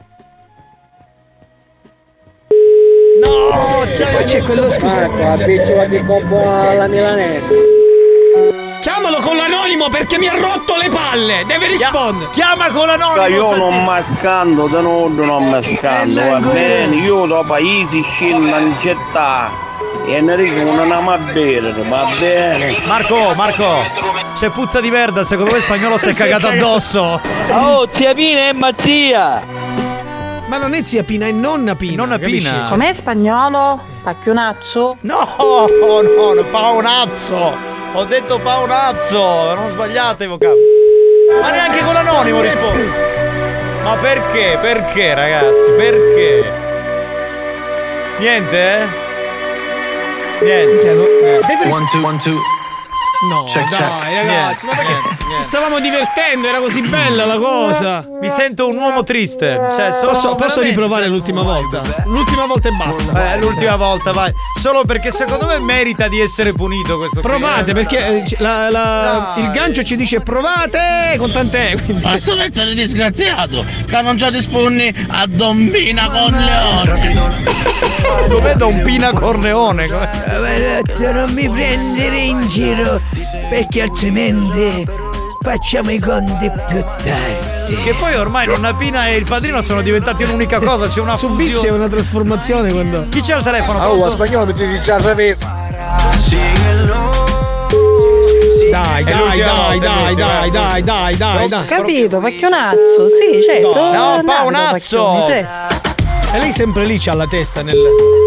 Speaker 5: no!
Speaker 4: C'è quello
Speaker 10: Marco, appiccica di poppo alla milanese.
Speaker 4: Chiamalo con l'anonimo perché mi ha rotto le palle! Deve rispondere!
Speaker 5: Chiama con l'anonimo!
Speaker 22: Io non mascando, da non mascando, va bene? Io dopo i scendo in città e Enrico non ama a bere, va bene?
Speaker 5: Marco, c'è puzza di merda, secondo me Spagnolo si è cagato addosso!
Speaker 20: Oh, zia Pina è mazzia!
Speaker 4: Ma non è zia Pina, è nonna Pina.
Speaker 5: Nonna Pina.
Speaker 28: Com'è spagnolo? Pacchionazzo?
Speaker 5: No, paonazzo! Ho detto paonazzo, non sbagliate vocabolo. Ma neanche con l'anonimo risponde. Ma perché? Perché ragazzi? Perché? Niente? Niente.
Speaker 6: 1 2
Speaker 4: No,
Speaker 6: check,
Speaker 4: dai,
Speaker 6: check.
Speaker 4: ragazzi, ma perché? Ci stavamo divertendo, era così bella la cosa.
Speaker 5: Mi sento un uomo triste. Cioè,
Speaker 4: posso riprovare l'ultima volta? L'ultima volta e basta.
Speaker 5: L'ultima volta, vai. Solo perché secondo me merita di essere punito questo.
Speaker 4: Provate, perché il gancio ci dice provate con tante. Quindi.
Speaker 22: Ma sto essere disgraziato che non ci rispondi a Don Pina Corleone.
Speaker 5: Lo vedo un Pina Corleone.
Speaker 4: Non mi prendere in giro perché altrimenti facciamo i conti più tardi.
Speaker 5: Che poi ormai Nonna Pina e il padrino sono diventati un'unica cosa, c'è una
Speaker 4: subisce
Speaker 5: fusione.
Speaker 4: una trasformazione quando.
Speaker 5: Chi c'è al telefono?
Speaker 10: Oh, spagnolo mi devi già sapere.
Speaker 4: Dai.
Speaker 28: Capito, pacchionazzo, sì, certo.
Speaker 5: No, paonazzo.
Speaker 4: E lei sempre lì c'ha la testa nel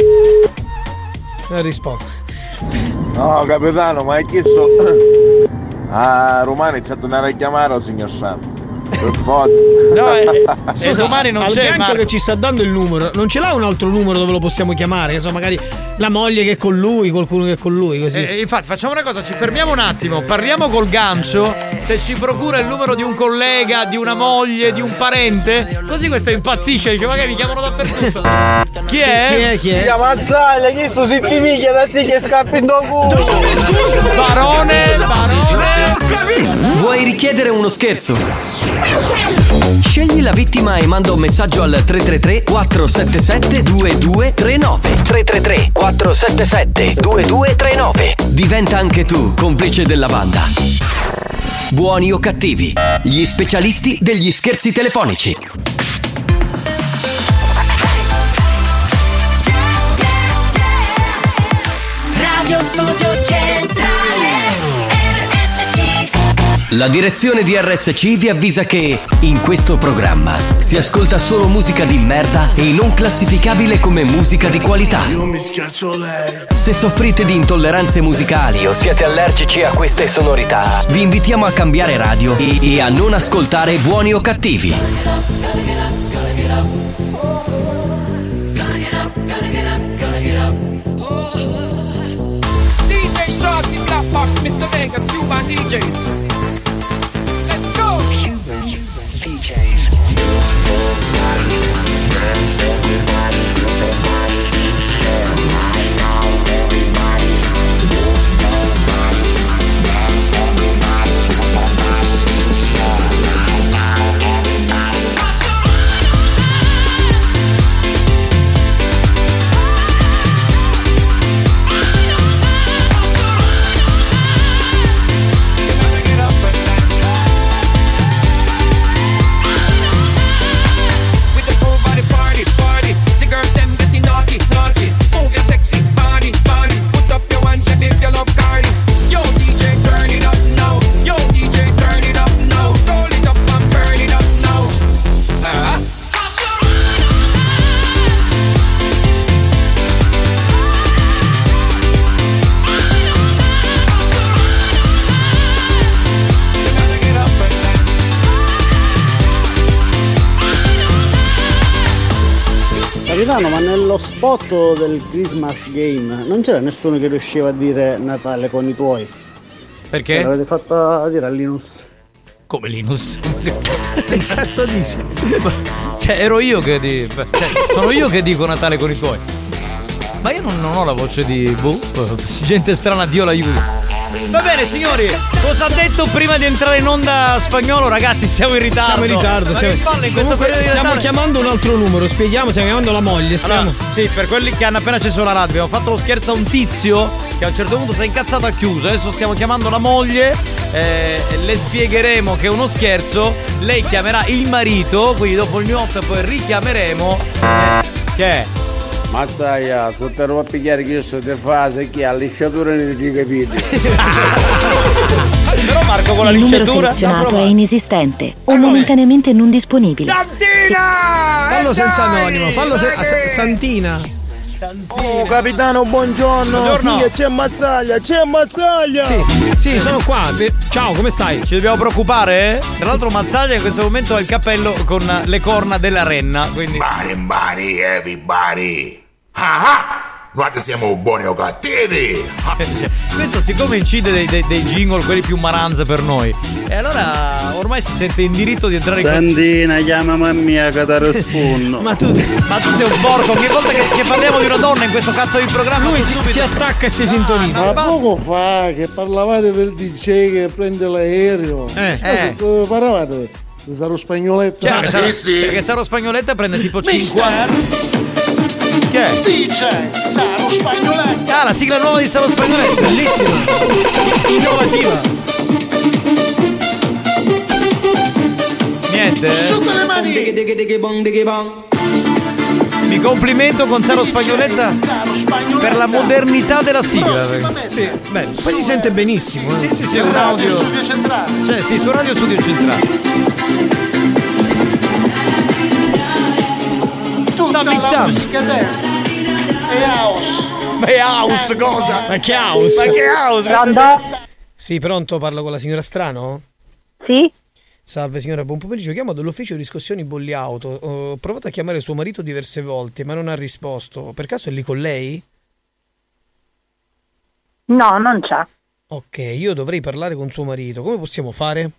Speaker 4: rispondo.
Speaker 11: No, capitano, ma è chiesto a Romani c'è tornare a chiamare o signor Sam? Per forza.
Speaker 4: No, scusa, Mari non c'è Marco che ci sta dando il numero. Non ce l'ha un altro numero dove lo possiamo chiamare? Che so, magari la moglie che è con lui, qualcuno che è con lui, così.
Speaker 5: Infatti, facciamo una cosa, ci fermiamo un attimo, parliamo col gancio. Se ci procura il numero di un collega, di una moglie, di un parente, così questo impazzisce, dice magari mi chiamano dappertutto. Chi è?
Speaker 10: Chi è? Chiama Zaglia, chi su si ti miglia da te che scappi in tuo culo.
Speaker 5: Scusa, barone.
Speaker 1: Vuoi richiedere uno scherzo? Scegli la vittima e manda un messaggio al 333 477 2239. 333 477 2239. Diventa anche tu complice della banda. Buoni o cattivi, gli specialisti degli scherzi telefonici.
Speaker 3: Radio Studio Centrale RSC.
Speaker 1: La direzione di RSC vi avvisa che in questo programma si ascolta solo musica di merda e non classificabile come musica di qualità.
Speaker 6: Io mi schiaccio lei.
Speaker 1: Se soffrite di intolleranze musicali o siete allergici a queste sonorità, vi invitiamo a cambiare radio e a non ascoltare Buoni o Cattivi.
Speaker 6: DJ Shorty, Black Box, Mr. Vegas, Cuban DJs. Let's go!
Speaker 17: Capitano, ma nello spot del Christmas Game non c'era nessuno che riusciva a dire Natale con i tuoi?
Speaker 5: Perché?
Speaker 17: L'avete fatta dire a Linus.
Speaker 5: Come Linus?
Speaker 4: Che cazzo dici?
Speaker 5: Cioè, sono io che dico Natale con i tuoi. Ma io non ho la voce di gente strana, Dio l'aiuti. Va bene signori, cosa ha detto prima di entrare in onda Spagnolo? Ragazzi, siamo in ritardo.
Speaker 4: Stiamo chiamando un altro numero, spieghiamo, stiamo chiamando la moglie.
Speaker 5: Allora, sì, per quelli che hanno appena acceso la radio, abbiamo fatto lo scherzo a un tizio che a un certo punto si è incazzato a chiuso. Adesso stiamo chiamando la moglie, le spiegheremo che è uno scherzo. Lei chiamerà il marito, quindi dopo il new hot poi richiameremo. Che è?
Speaker 22: Mazzaia, tu te lo vuoi pigliare che io sto te fase che ha lisciatura nei capelli.
Speaker 5: Però Marco con la
Speaker 13: il
Speaker 5: lisciatura
Speaker 13: numero selezionato è inesistente o momentaneamente non disponibile.
Speaker 5: Santina!
Speaker 4: Fallo senza anonimo, fallo Santina.
Speaker 12: Oh capitano, buongiorno. C'è Mazzaglia.
Speaker 4: Sì, sono qua. Ciao, come stai?
Speaker 5: Ci dobbiamo preoccupare? Tra l'altro Mazzaglia in questo momento ha il cappello con le corna della renna, quindi
Speaker 15: Bari, everybody. Noi siamo buoni o cattivi.
Speaker 5: Questo siccome incide dei jingle, quelli più maranze per noi, e allora ormai si sente in diritto di entrare
Speaker 22: Sandina, chiama mamma mia che ti rispondo.
Speaker 5: Ma tu sei un porco. Ogni volta che parliamo di una donna in questo cazzo di programma
Speaker 4: lui si attacca e si sintonizza.
Speaker 18: Ma poco fa che parlavate del DJ che prende l'aereo, parlavate di Saro Spagnoletta.
Speaker 5: Perché Saro Spagnoletta prende tipo 50. Che è?
Speaker 18: DJ Saro Spagnoletta.
Speaker 5: La sigla nuova di Saro Spagnoletta, bellissima, innovativa. Niente.
Speaker 18: Sotto le mani.
Speaker 5: Mi complimento con Saro Spagnoletta per la modernità della sigla.
Speaker 4: Sì, bene. Poi si sente benissimo.
Speaker 5: Sì, è un audio
Speaker 18: Studio Centrale.
Speaker 5: Cioè, sì, su Radio Studio Centrale.
Speaker 18: Tutta la musica dance e house.
Speaker 5: Ma è house cosa?
Speaker 4: Ma che house?
Speaker 13: Pronto?
Speaker 4: Sì, pronto, parlo con la signora Strano?
Speaker 13: Sì?
Speaker 4: Salve signora, buon pomeriggio, chiamo dall'ufficio riscossioni bolli auto. Ho provato a chiamare suo marito diverse volte, ma non ha risposto. Per caso è lì con lei?
Speaker 13: No, non c'è.
Speaker 4: Ok, io dovrei parlare con suo marito. Come possiamo fare?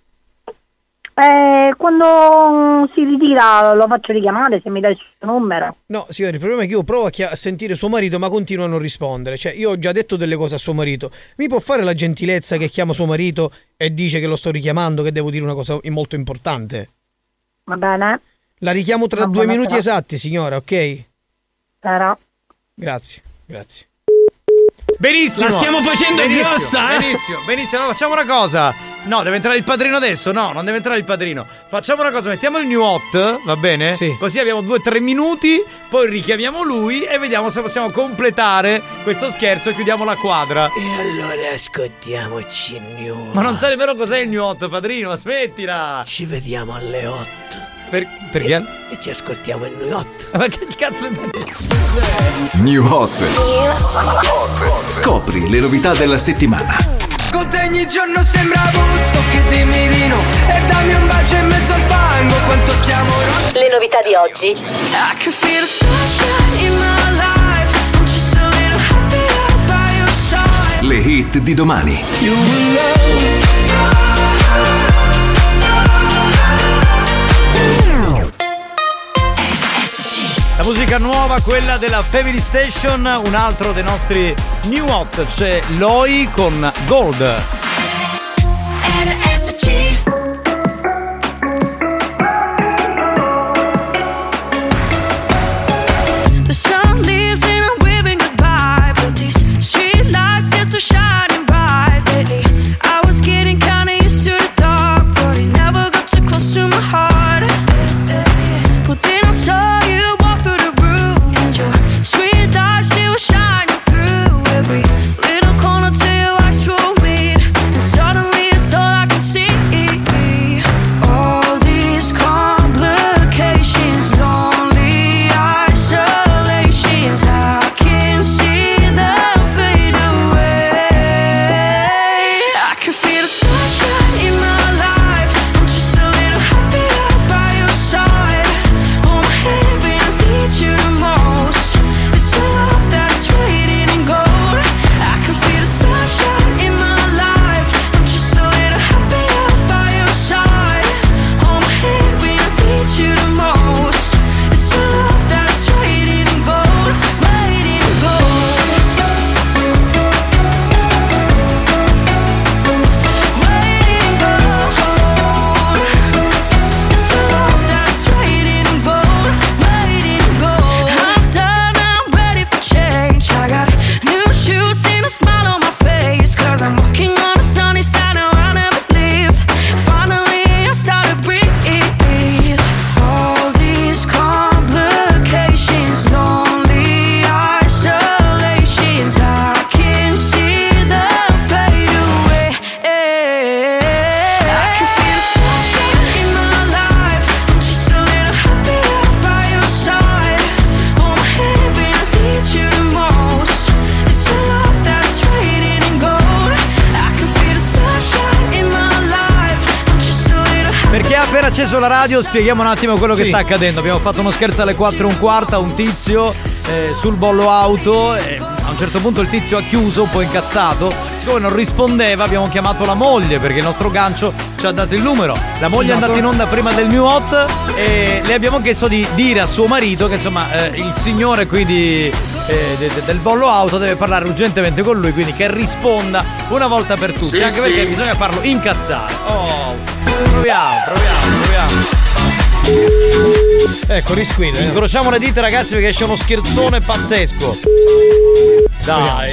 Speaker 13: Quando si ritira lo faccio richiamare, se mi dai il suo numero.
Speaker 4: No, signore, il problema è che io provo a sentire suo marito, ma continua a non rispondere. Cioè, io ho già detto delle cose a suo marito. Mi può fare la gentilezza che chiama suo marito e dice che lo sto richiamando, che devo dire una cosa molto importante?
Speaker 13: Va bene.
Speaker 4: La richiamo tra 2 minuti esatti, signora, ok?
Speaker 13: Sarà.
Speaker 4: Grazie.
Speaker 5: Benissimo.
Speaker 4: La stiamo facendo grossa,
Speaker 5: Benissimo. Allora, facciamo una cosa. No, deve entrare il padrino adesso. No, non deve entrare il padrino. Facciamo una cosa, mettiamo il new hot, va bene?
Speaker 4: Sì.
Speaker 5: Così abbiamo 2-3 minuti, poi richiamiamo lui e vediamo se possiamo completare questo scherzo e chiudiamo la quadra.
Speaker 19: E allora ascoltiamoci il new hot.
Speaker 5: Ma non sai nemmeno cos'è il new hot, padrino, aspettila.
Speaker 19: Ci vediamo alle 8.
Speaker 5: Perché?
Speaker 19: E ci ascoltiamo il new hot.
Speaker 5: Ma che cazzo è?
Speaker 21: New hot. Scopri le novità della settimana.
Speaker 6: Con te ogni giorno sembra Woodstock, dimmi di no e dammi un bacio in mezzo al fango, quanto siamo
Speaker 23: Le novità di oggi.
Speaker 6: I can feel the sunshine in my life, I'm just a little happier by your side.
Speaker 21: Le hit di domani.
Speaker 6: You will love.
Speaker 5: La musica nuova, quella della Family Station, un altro dei nostri new hot, c'è Loi con Gold.
Speaker 6: The sun leaves and I'm waving goodbye, but these street lights, they're so shining bright lately. I was getting kinda used to the dark, but it never got too close to my heart. But then I saw you walk through the room, and your sweet eyes, they were shining through every little corner till your eyes were meet, and suddenly it's all I can see.
Speaker 5: acceso la radio, spieghiamo un attimo quello che sta accadendo. Abbiamo fatto uno scherzo alle 4:15 a un tizio sul bollo auto. A un certo punto il tizio ha chiuso, un po' incazzato. Siccome non rispondeva, abbiamo chiamato la moglie perché il nostro gancio ci ha dato il numero. La moglie è andata in onda prima del New Hot e le abbiamo chiesto di dire a suo marito che insomma il signore qui del bollo auto deve parlare urgentemente con lui, quindi che risponda una volta per tutte, anche perché bisogna farlo incazzare. Proviamo.
Speaker 4: Ecco, risquillo.
Speaker 5: Incrociamo le dita, ragazzi, perché esce uno scherzone pazzesco. Dai.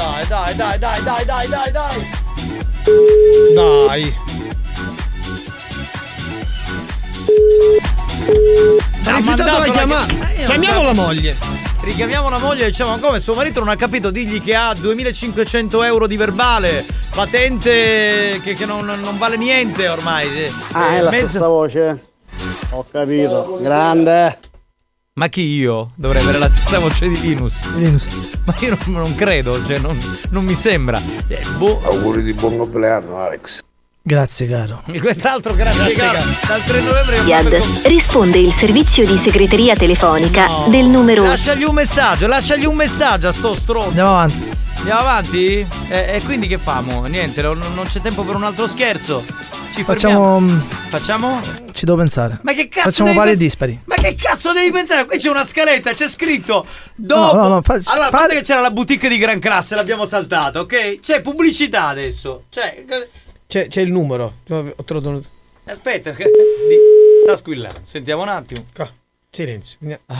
Speaker 4: Ha rifiutato la chiamata. Chiamiamo la moglie.
Speaker 5: Richiamiamo la moglie e diciamo: come suo marito non ha capito, digli che ha 2.500 euro di verbale, patente che non vale niente ormai.
Speaker 17: È la stessa voce. Ho capito. Grande.
Speaker 5: Ma chi io? Dovrei avere la stessa voce di Linus. Ma io non credo, cioè non mi sembra.
Speaker 11: Auguri di buon compleanno, Alex.
Speaker 19: Grazie caro.
Speaker 5: E quest'altro grazie caro. Dal 3 novembre
Speaker 2: risponde il servizio di segreteria telefonica del numero.
Speaker 5: Lasciagli un messaggio a sto stronzo.
Speaker 19: Andiamo avanti.
Speaker 5: E quindi che famo? Niente, non c'è tempo per un altro scherzo. Ci
Speaker 19: Facciamo?
Speaker 5: Ci
Speaker 19: devo pensare.
Speaker 5: Ma che cazzo?
Speaker 19: Facciamo pari e dispari.
Speaker 5: Ma che cazzo devi pensare? Qui c'è una scaletta, c'è scritto dopo.
Speaker 19: No,
Speaker 5: allora, a parte che c'era la boutique di Gran Classe, l'abbiamo saltata, ok? C'è pubblicità adesso.
Speaker 4: C'è il numero.
Speaker 5: Aspetta, sta squillando. Sentiamo un attimo.
Speaker 4: Silenzio.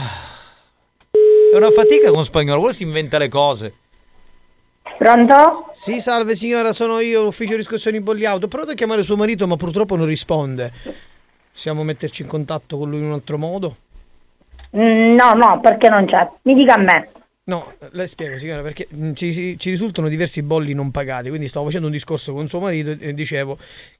Speaker 5: È una fatica con spagnolo, quello si inventa le cose.
Speaker 13: Pronto?
Speaker 4: Sì, salve signora, sono io, l'ufficio riscossioni bolli auto. Ho provato a chiamare suo marito, ma purtroppo non risponde. Possiamo metterci in contatto con lui in un altro modo?
Speaker 13: No, perché non c'è. Mi dica a me.
Speaker 4: No, le spiego signora, perché ci risultano diversi bolli non pagati, quindi stavo facendo un discorso con suo marito e dicevo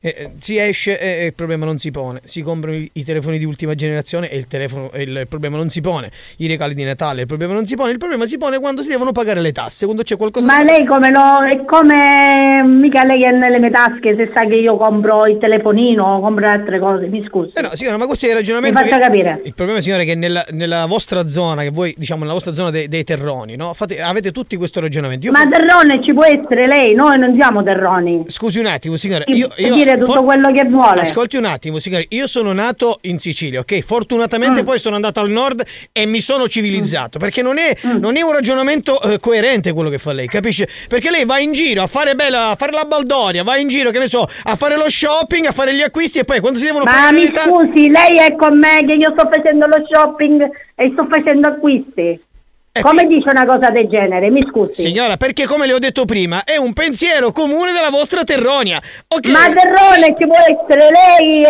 Speaker 4: si esce e il problema non si pone, si comprano i telefoni di ultima generazione e il problema non si pone, i regali di Natale il problema non si pone, il problema si pone quando si devono pagare le tasse, quando c'è qualcosa.
Speaker 13: Ma lei come no, è come mica lei è nelle mie tasche se sa che io compro il telefonino o compro altre cose, mi scusi.
Speaker 4: No signora, ma questo è il ragionamento.
Speaker 13: Mi faccia capire.
Speaker 4: Il problema signora è che nella vostra zona, che voi diciamo nella vostra zona dei terroni, no? Avete tutti questo ragionamento.
Speaker 13: Ma terrone ci può essere lei, noi non siamo terroni.
Speaker 4: Scusi un attimo signora,
Speaker 13: io dire tutto quello che vuole.
Speaker 4: Ascolti un attimo signora, io sono nato in Sicilia, ok? Fortunatamente poi sono andato al nord e mi sono civilizzato, perché non è un ragionamento coerente quello che fa lei, capisce? Perché lei va in giro a fare la baldoria, va in giro, che ne so, a fare lo shopping, a fare gli acquisti e poi quando si devono pagare le tasse.
Speaker 13: Ma mi scusi, lei è con me che io sto facendo lo shopping e sto facendo acquisti. Come dice una cosa del genere? Mi scusi.
Speaker 4: Signora, perché come le ho detto prima, è un pensiero comune della vostra terronia. Okay.
Speaker 13: Ma terrone ci può essere lei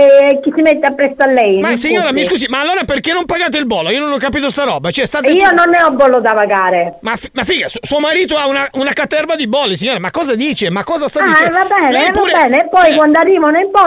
Speaker 13: e chi si mette appresso a lei.
Speaker 4: Ma signora, mi scusi, ma allora perché non pagate il bollo? Io non ho capito sta roba. Cioè,
Speaker 13: io non ne ho bollo da pagare.
Speaker 4: Ma figa, suo marito ha una caterva di bolli, signora. Ma cosa dice? Ma cosa sta dicendo?
Speaker 13: Va bene. E poi quando arrivano i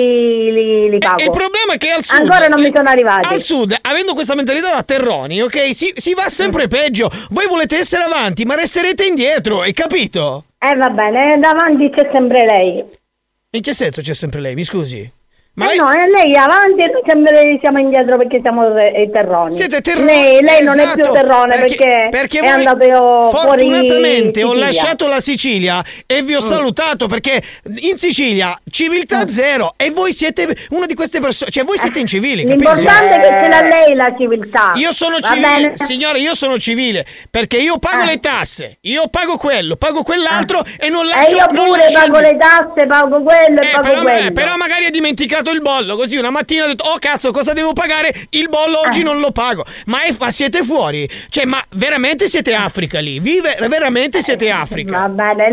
Speaker 13: bolli li pago.
Speaker 4: Il problema è che al sud
Speaker 13: ancora non mi sono arrivati.
Speaker 4: Al sud, avendo questa mentalità da terroni, ok, si va sempre peggio. Voi volete essere avanti, ma resterete indietro, hai capito?
Speaker 13: Va bene, davanti c'è sempre lei.
Speaker 4: In che senso c'è sempre lei? Mi scusi?
Speaker 13: Ma lei è avanti e noi sempre siamo indietro perché siamo i terroni.
Speaker 4: Siete terroni.
Speaker 13: Lei non è più terrone perché è andato fuori.
Speaker 4: Fortunatamente ho lasciato la Sicilia e vi ho salutato, perché in Sicilia civiltà zero e voi siete una di queste persone, cioè voi siete incivili.
Speaker 13: L'importante è che ce l'ha lei la civiltà.
Speaker 4: Io sono civile, signore, io sono civile perché io pago le tasse, io pago quello, pago quell'altro e non lascio.
Speaker 13: E io pure pago le tasse, pago quello e pago quello.
Speaker 4: Però magari ha dimenticato il bollo, così una mattina ho detto oh cazzo, cosa devo pagare? Il bollo oggi non lo pago. Ma siete fuori? Cioè, ma veramente siete Africa lì? Veramente siete Africa?
Speaker 13: Va bene,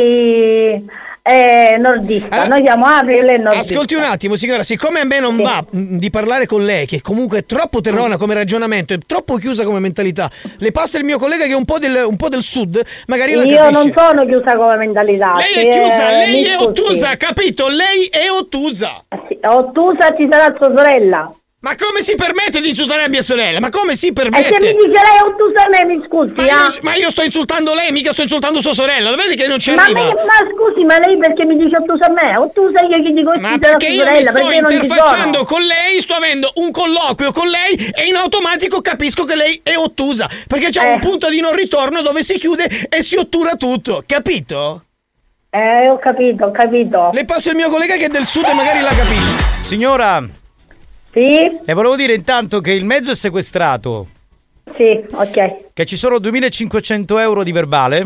Speaker 13: lei è nordista, noi siamo Africa e lei è nordista.
Speaker 4: Ascolti un attimo signora, siccome a me non va di parlare con lei, che comunque è troppo terrona come ragionamento, è troppo chiusa come mentalità, le passa il mio collega che è un po' del sud, magari la capisce.
Speaker 13: Io non sono chiusa come mentalità.
Speaker 4: Lei è chiusa, lei è ottusa, capito? Lei è ottusa.
Speaker 13: Ottusa ci sarà sua sorella.
Speaker 4: Ma come si permette di insultare mia sorella? Ma come si permette?
Speaker 13: E se mi dice lei ottusa a me, mi scusi,
Speaker 4: ma io sto insultando lei, mica sto insultando sua sorella. Lo vedi che non ci
Speaker 13: ma
Speaker 4: arriva?
Speaker 13: Ma scusi, ma lei perché mi dice ottusa a me? Ottusa io che dico
Speaker 4: ma
Speaker 13: ottusa
Speaker 4: perché
Speaker 13: alla
Speaker 4: io
Speaker 13: sorella,
Speaker 4: mi sto
Speaker 13: perché non ci
Speaker 4: interfacciando
Speaker 13: sono.
Speaker 4: con lei, sto avendo un colloquio con lei e in automatico capisco che lei è ottusa. Perché c'è un punto di non ritorno dove si chiude e si ottura tutto, capito?
Speaker 13: Ho capito.
Speaker 4: Le passo il mio collega che è del sud e magari la capisce.
Speaker 5: Signora.
Speaker 13: Sì?
Speaker 5: Le volevo dire intanto che il mezzo è sequestrato.
Speaker 13: Sì, ok.
Speaker 5: Che ci sono 2.500 euro di verbale.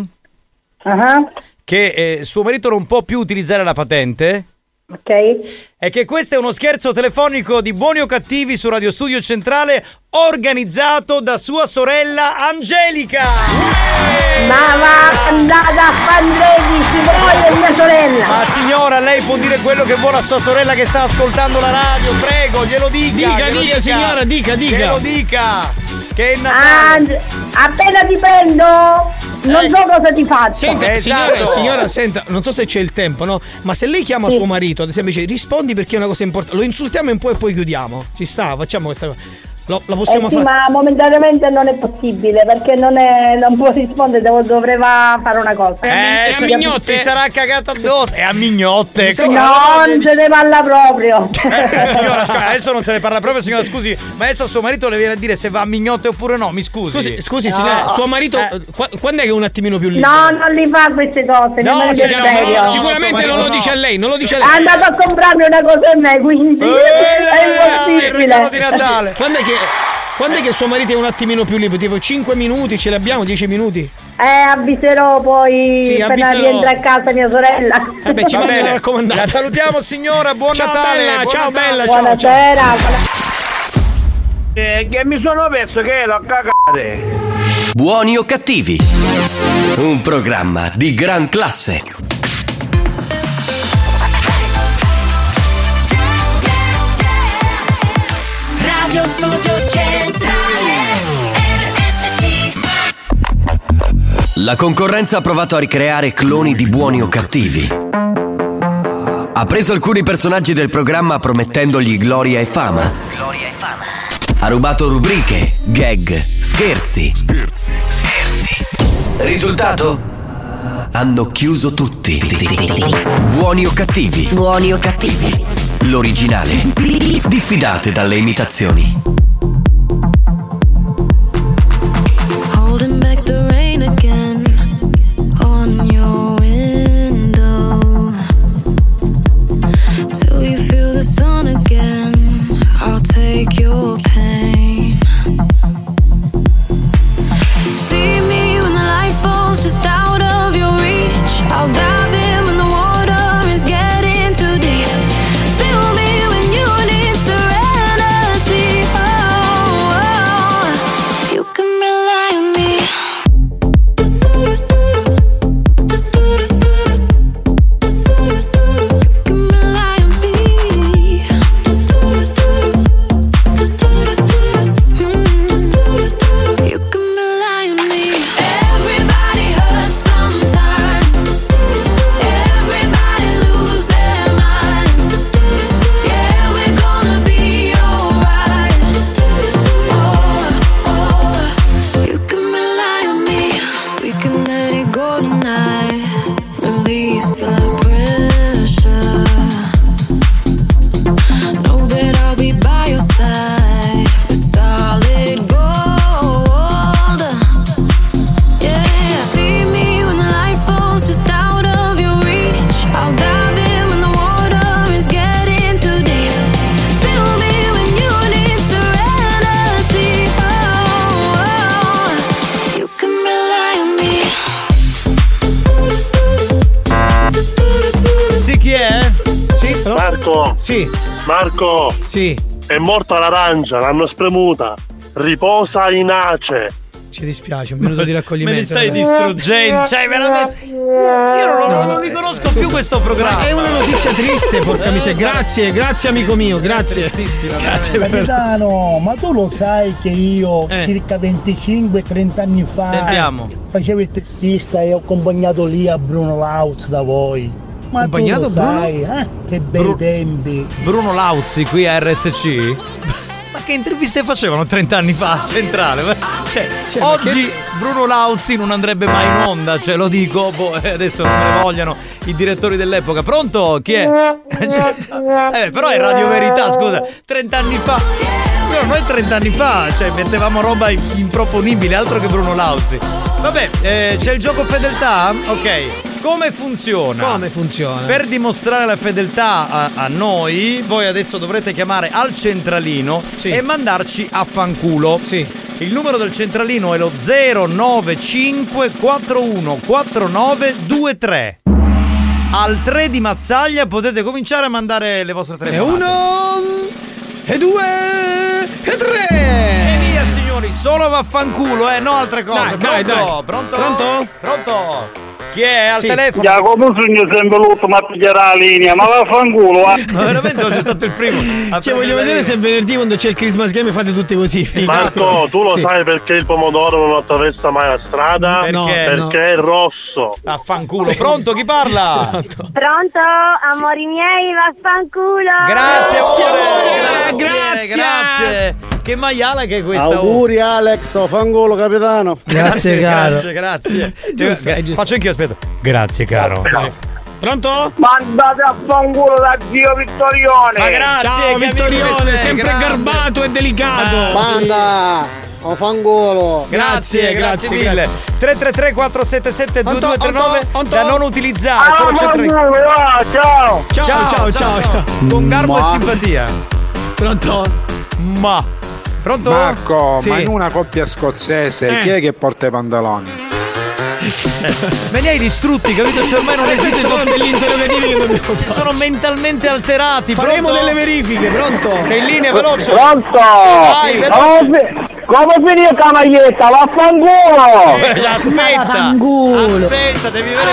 Speaker 5: Che suo marito non può più utilizzare la patente.
Speaker 13: Ok.
Speaker 5: E che questo è uno scherzo telefonico di Buoni o Cattivi su Radio Studio Centrale organizzato da sua sorella Angelica.
Speaker 13: Ma va andata a Fandredi, ci vuole mia sorella.
Speaker 5: Ma signora, lei può dire quello che vuole a sua sorella che sta ascoltando la radio, prego, glielo dica.
Speaker 4: Dica signora, dica.
Speaker 5: Glielo dica. Che è
Speaker 13: appena ti prendo non so cosa ti faccio.
Speaker 4: Senta, signora, senta, non so se c'è il tempo, no? Ma se lei chiama suo marito, ad esempio, dice rispondi perché è una cosa importante, lo insultiamo un po' e poi chiudiamo. Ci sta, facciamo questa cosa. La possiamo fare?
Speaker 13: Ma momentaneamente non è possibile perché non può rispondere, doveva fare una cosa.
Speaker 5: È a mignotte, si sarà cagato addosso. È a mignotte.
Speaker 13: No, non se ne parla proprio.
Speaker 5: Signora, adesso non se ne parla proprio, signora, scusi. Ma adesso suo marito le viene a dire se va a mignotte oppure no, mi scusi.
Speaker 4: Scusi, signora, suo marito quando è che è un attimino più libero?
Speaker 13: No, non li fa queste cose.
Speaker 5: No,
Speaker 4: sicuramente non lo dice a lei,
Speaker 13: È andato a comprarmi una cosa a me, quindi è impossibile.
Speaker 5: Il regalo di Natale.
Speaker 4: Quando è che suo marito è un attimino più libero? Tipo 5 minuti, ce l'abbiamo? 10 minuti?
Speaker 13: Avviserò poi appena rientra a casa mia sorella.
Speaker 4: Ci va bene, raccomandate.
Speaker 5: La salutiamo signora, buon Natale.
Speaker 4: Bella, ciao bella,
Speaker 13: buonasera.
Speaker 22: Che mi sono perso che l'ho cagate.
Speaker 1: Buoni o Cattivi? Un programma di gran classe.
Speaker 3: Radio Studio Centrale RSC.
Speaker 1: La concorrenza ha provato a ricreare cloni di Buoni o Cattivi. Ha preso alcuni personaggi del programma promettendogli gloria e fama. Ha rubato rubriche, gag, scherzi. Risultato? Hanno chiuso tutti. Buoni o Cattivi?
Speaker 2: Buoni o Cattivi?
Speaker 1: L'originale. Diffidate dalle imitazioni.
Speaker 3: Holding back the rain again on your window till you feel the sun again. I'll take your pain. See me when the light falls just out of your reach. I'll dive in when the water is getting too deep. Feel me when you need serenity. Oh, oh. You can rely on me.
Speaker 18: Marco.
Speaker 4: Sì.
Speaker 18: Marco.
Speaker 4: Sì.
Speaker 18: È morta l'arancia, l'hanno spremuta. Riposa in ace.
Speaker 4: Ci dispiace, un minuto di raccoglimento.
Speaker 5: Me li stai distruggendo, cioè veramente. Io non riconosco più questo programma.
Speaker 4: È una notizia triste, porca miseria. Grazie amico mio, grazie. Grazie
Speaker 8: Capitano, ma tu lo sai che io circa 25-30 anni fa facevo il tassista e ho accompagnato lì a Bruno Lauz da voi. Ma
Speaker 4: accompagnato
Speaker 8: tu lo sai, che bei tempi.
Speaker 5: Bruno Lauzi qui a RSC? che interviste facevano 30 anni fa a Centrale? Cioè, oggi Bruno Lauzi non andrebbe mai in onda, ce lo dico, adesso non me ne vogliano i direttori dell'epoca. Pronto? Chi è? Però è Radio Verità, scusa, 30 anni fa. Noi 30 anni fa, cioè, mettevamo roba improponibile, altro che Bruno Lauzi. Vabbè, c'è il gioco fedeltà? Ok. Come funziona?
Speaker 4: Come funziona?
Speaker 5: Per dimostrare la fedeltà a noi, voi adesso dovrete chiamare al centralino e mandarci a fanculo.
Speaker 4: Sì.
Speaker 5: Il numero del centralino è lo 095 414923. Al 3 di Mazzaglia potete cominciare a mandare le vostre telefonate.
Speaker 4: E 1 e 2 e 3.
Speaker 5: E via signori, solo vaffanculo, no altre cose.
Speaker 4: Dai,
Speaker 5: Pronto?
Speaker 4: Pronto?
Speaker 5: Pronto? Chi è al telefono?
Speaker 7: Jacopo sogno sempre l'ultimo a pigliare la linea, ma vaffanculo,
Speaker 5: Ma veramente oggi è stato il primo.
Speaker 4: Cioè, voglio vedere se venerdì quando c'è il Christmas Game fate tutti così.
Speaker 9: Marco, tu lo sai perché il pomodoro non attraversa mai la strada? Perché è rosso.
Speaker 5: Vaffanculo. Pronto? Chi parla?
Speaker 14: Pronto? Amori miei, vaffanculo.
Speaker 5: Grazie amore. Grazie. Che maiala che è questa?
Speaker 17: Auguri Alex, fangolo capitano.
Speaker 5: Grazie caro. Grazie.
Speaker 4: Giusto.
Speaker 5: Faccio anch'io, aspetta. Grazie caro.
Speaker 4: Pronto?
Speaker 7: Mandate a fanculo da zio Vittorione.
Speaker 5: Ma grazie.
Speaker 4: Ciao Vittorione, sempre
Speaker 5: grande.
Speaker 4: garbato e delicato.
Speaker 17: Banda, fangolo.
Speaker 5: Grazie mille. 333 477 2239 da non utilizzare. Ciao. Con garbo e simpatia.
Speaker 4: Pronto?
Speaker 5: Pronto?
Speaker 16: Marco,
Speaker 5: Sì.
Speaker 16: ma in una coppia scozzese chi è che porta i pantaloni?
Speaker 5: Me li hai distrutti, capito? Cioè ormai non esiste.
Speaker 4: Sono degli interrogativi che dobbiamo fare.
Speaker 5: Sono mentalmente alterati.
Speaker 4: Faremo
Speaker 5: Pronto?
Speaker 4: delle verifiche, pronto?
Speaker 5: Sei in linea, veloce.
Speaker 7: Pronto?
Speaker 5: Vai, veloce.
Speaker 7: Come finire camaglietta? Vaffanculo!
Speaker 5: Aspetta, devi avere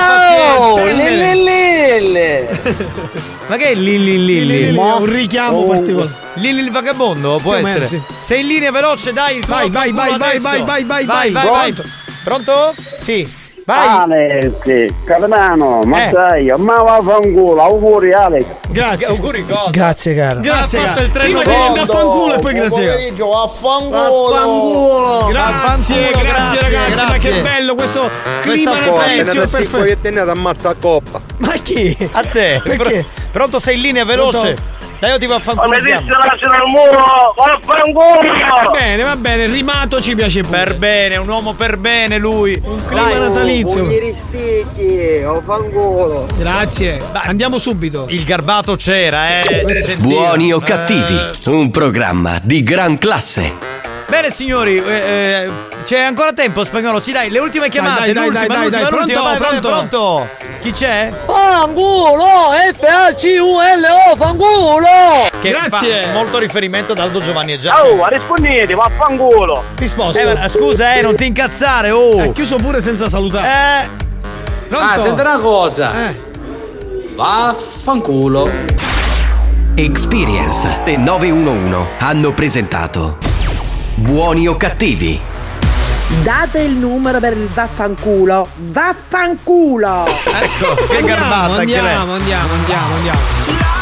Speaker 5: pazienza. Ma che è Lilli?
Speaker 4: Un richiamo particolare.
Speaker 5: Lilli il vagabondo? Può
Speaker 4: Più o
Speaker 5: essere.
Speaker 4: meno, sì.
Speaker 5: Sei in linea, veloce, dai. Il tuo
Speaker 4: Vai.
Speaker 5: Pronto?
Speaker 4: Sì.
Speaker 5: Vai.
Speaker 7: Alex, capitano, ma sai, ma vaffanculo, auguri Alex.
Speaker 5: Grazie. Auguri cosa?
Speaker 4: Grazie caro.
Speaker 5: Grazie. Ha fatto il treno.
Speaker 4: Prima di vaffanculo e poi grazie.
Speaker 7: Pomeriggio, vaffanculo.
Speaker 4: Grazie ragazzi, ma che bello questo clima natalizio perfetto.
Speaker 9: Che te ne ammazza a coppa.
Speaker 4: Ma chi?
Speaker 5: A te.
Speaker 4: Perché?
Speaker 5: Pronto, sei in linea, veloce. Dai, io ti vaffanculo.
Speaker 7: Come disse lasciano il muro, vaffanculo.
Speaker 4: Va bene, rimato ci piace pure.
Speaker 5: Per bene, un uomo per bene lui.
Speaker 4: Un clima natalizio.
Speaker 7: Risticchi, vaffanculo.
Speaker 4: Grazie. Andiamo subito.
Speaker 5: Il garbato c'era,
Speaker 1: Buoni o cattivi, un programma di gran classe.
Speaker 5: Bene signori, c'è ancora tempo Spagnolo, sì dai, le ultime chiamate, l'ultima, pronto? Chi c'è?
Speaker 7: Fanculo, FACULO, fanculo.
Speaker 5: Che
Speaker 4: Grazie.
Speaker 5: fa molto riferimento ad Aldo Giovanni e Già.
Speaker 7: Oh, rispondete, vaffanculo.
Speaker 4: Risposta.
Speaker 5: Scusa, non ti incazzare,
Speaker 4: Ha chiuso pure senza salutare. Pronto?
Speaker 20: Senti una cosa. Vaffanculo.
Speaker 1: Experience e 911 hanno presentato Buoni o cattivi.
Speaker 23: Date il numero per il vaffanculo. Vaffanculo.
Speaker 5: Ecco, che garbata anche lei.
Speaker 23: Andiamo.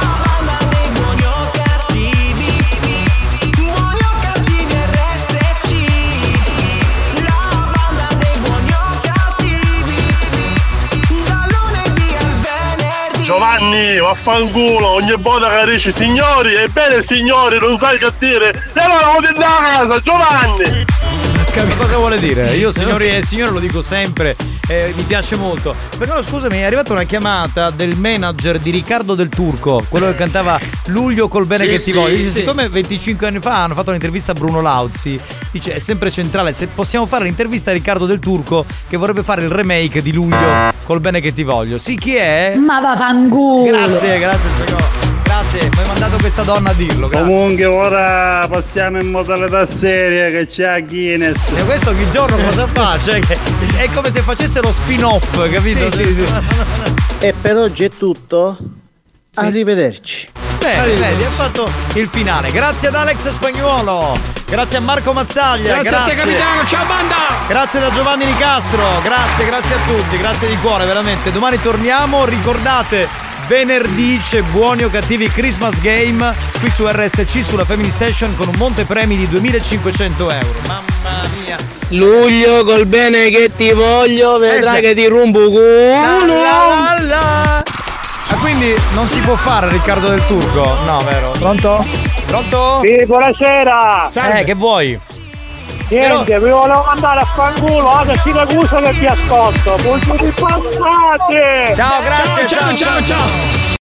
Speaker 9: Giovanni, vaffanculo, ogni volta che dici signori, ebbene signori, non sai che dire. E allora vado in casa, Giovanni!
Speaker 5: Cosa vuole dire? Io signori e signore lo dico sempre, mi piace molto. Però scusami, è arrivata una chiamata del manager di Riccardo Del Turco, quello che cantava Luglio col bene che ti voglio. Dice, siccome 25 anni fa hanno fatto un'intervista a Bruno Lauzi, dice è sempre centrale, se possiamo fare l'intervista a Riccardo Del Turco che vorrebbe fare il remake di Luglio col bene che ti voglio. Sì, chi è?
Speaker 23: Ma vaffanculo.
Speaker 5: Grazie spagnolo. Grazie, mi hai mandato questa donna a dirlo. Grazie.
Speaker 12: Comunque ora passiamo in modalità seria che c'è Guinness.
Speaker 5: E questo ogni giorno cosa fa? Cioè, è come se facesse lo spin-off, capito? Sì.
Speaker 17: E per oggi è tutto. Arrivederci.
Speaker 5: Bene, vedi, ha fatto il finale. Grazie ad Alex Spagnuolo. Grazie a Marco Mazzaglia.
Speaker 4: Grazie a te capitano, ciao banda.
Speaker 5: Grazie da Giovanni Nicastro. Grazie a tutti, grazie di cuore, veramente. Domani torniamo, ricordate venerdì c'è Buoni o Cattivi Christmas Game qui su RSC, sulla Family Station, con un monte premi di 2.500 euro. Mamma mia.
Speaker 20: Luglio, col bene che ti voglio, vedrai che ti rompo culo.
Speaker 5: Ah, quindi non si può fare Riccardo del Turco? No, vero?
Speaker 19: Pronto?
Speaker 5: Pronto?
Speaker 10: Sì, buonasera.
Speaker 5: Che vuoi?
Speaker 10: Niente, vi volevo mandare a fanculo, adesso Siracusa che vi ascolto. Buongiorno, passate.
Speaker 5: Ciao, grazie, ciao.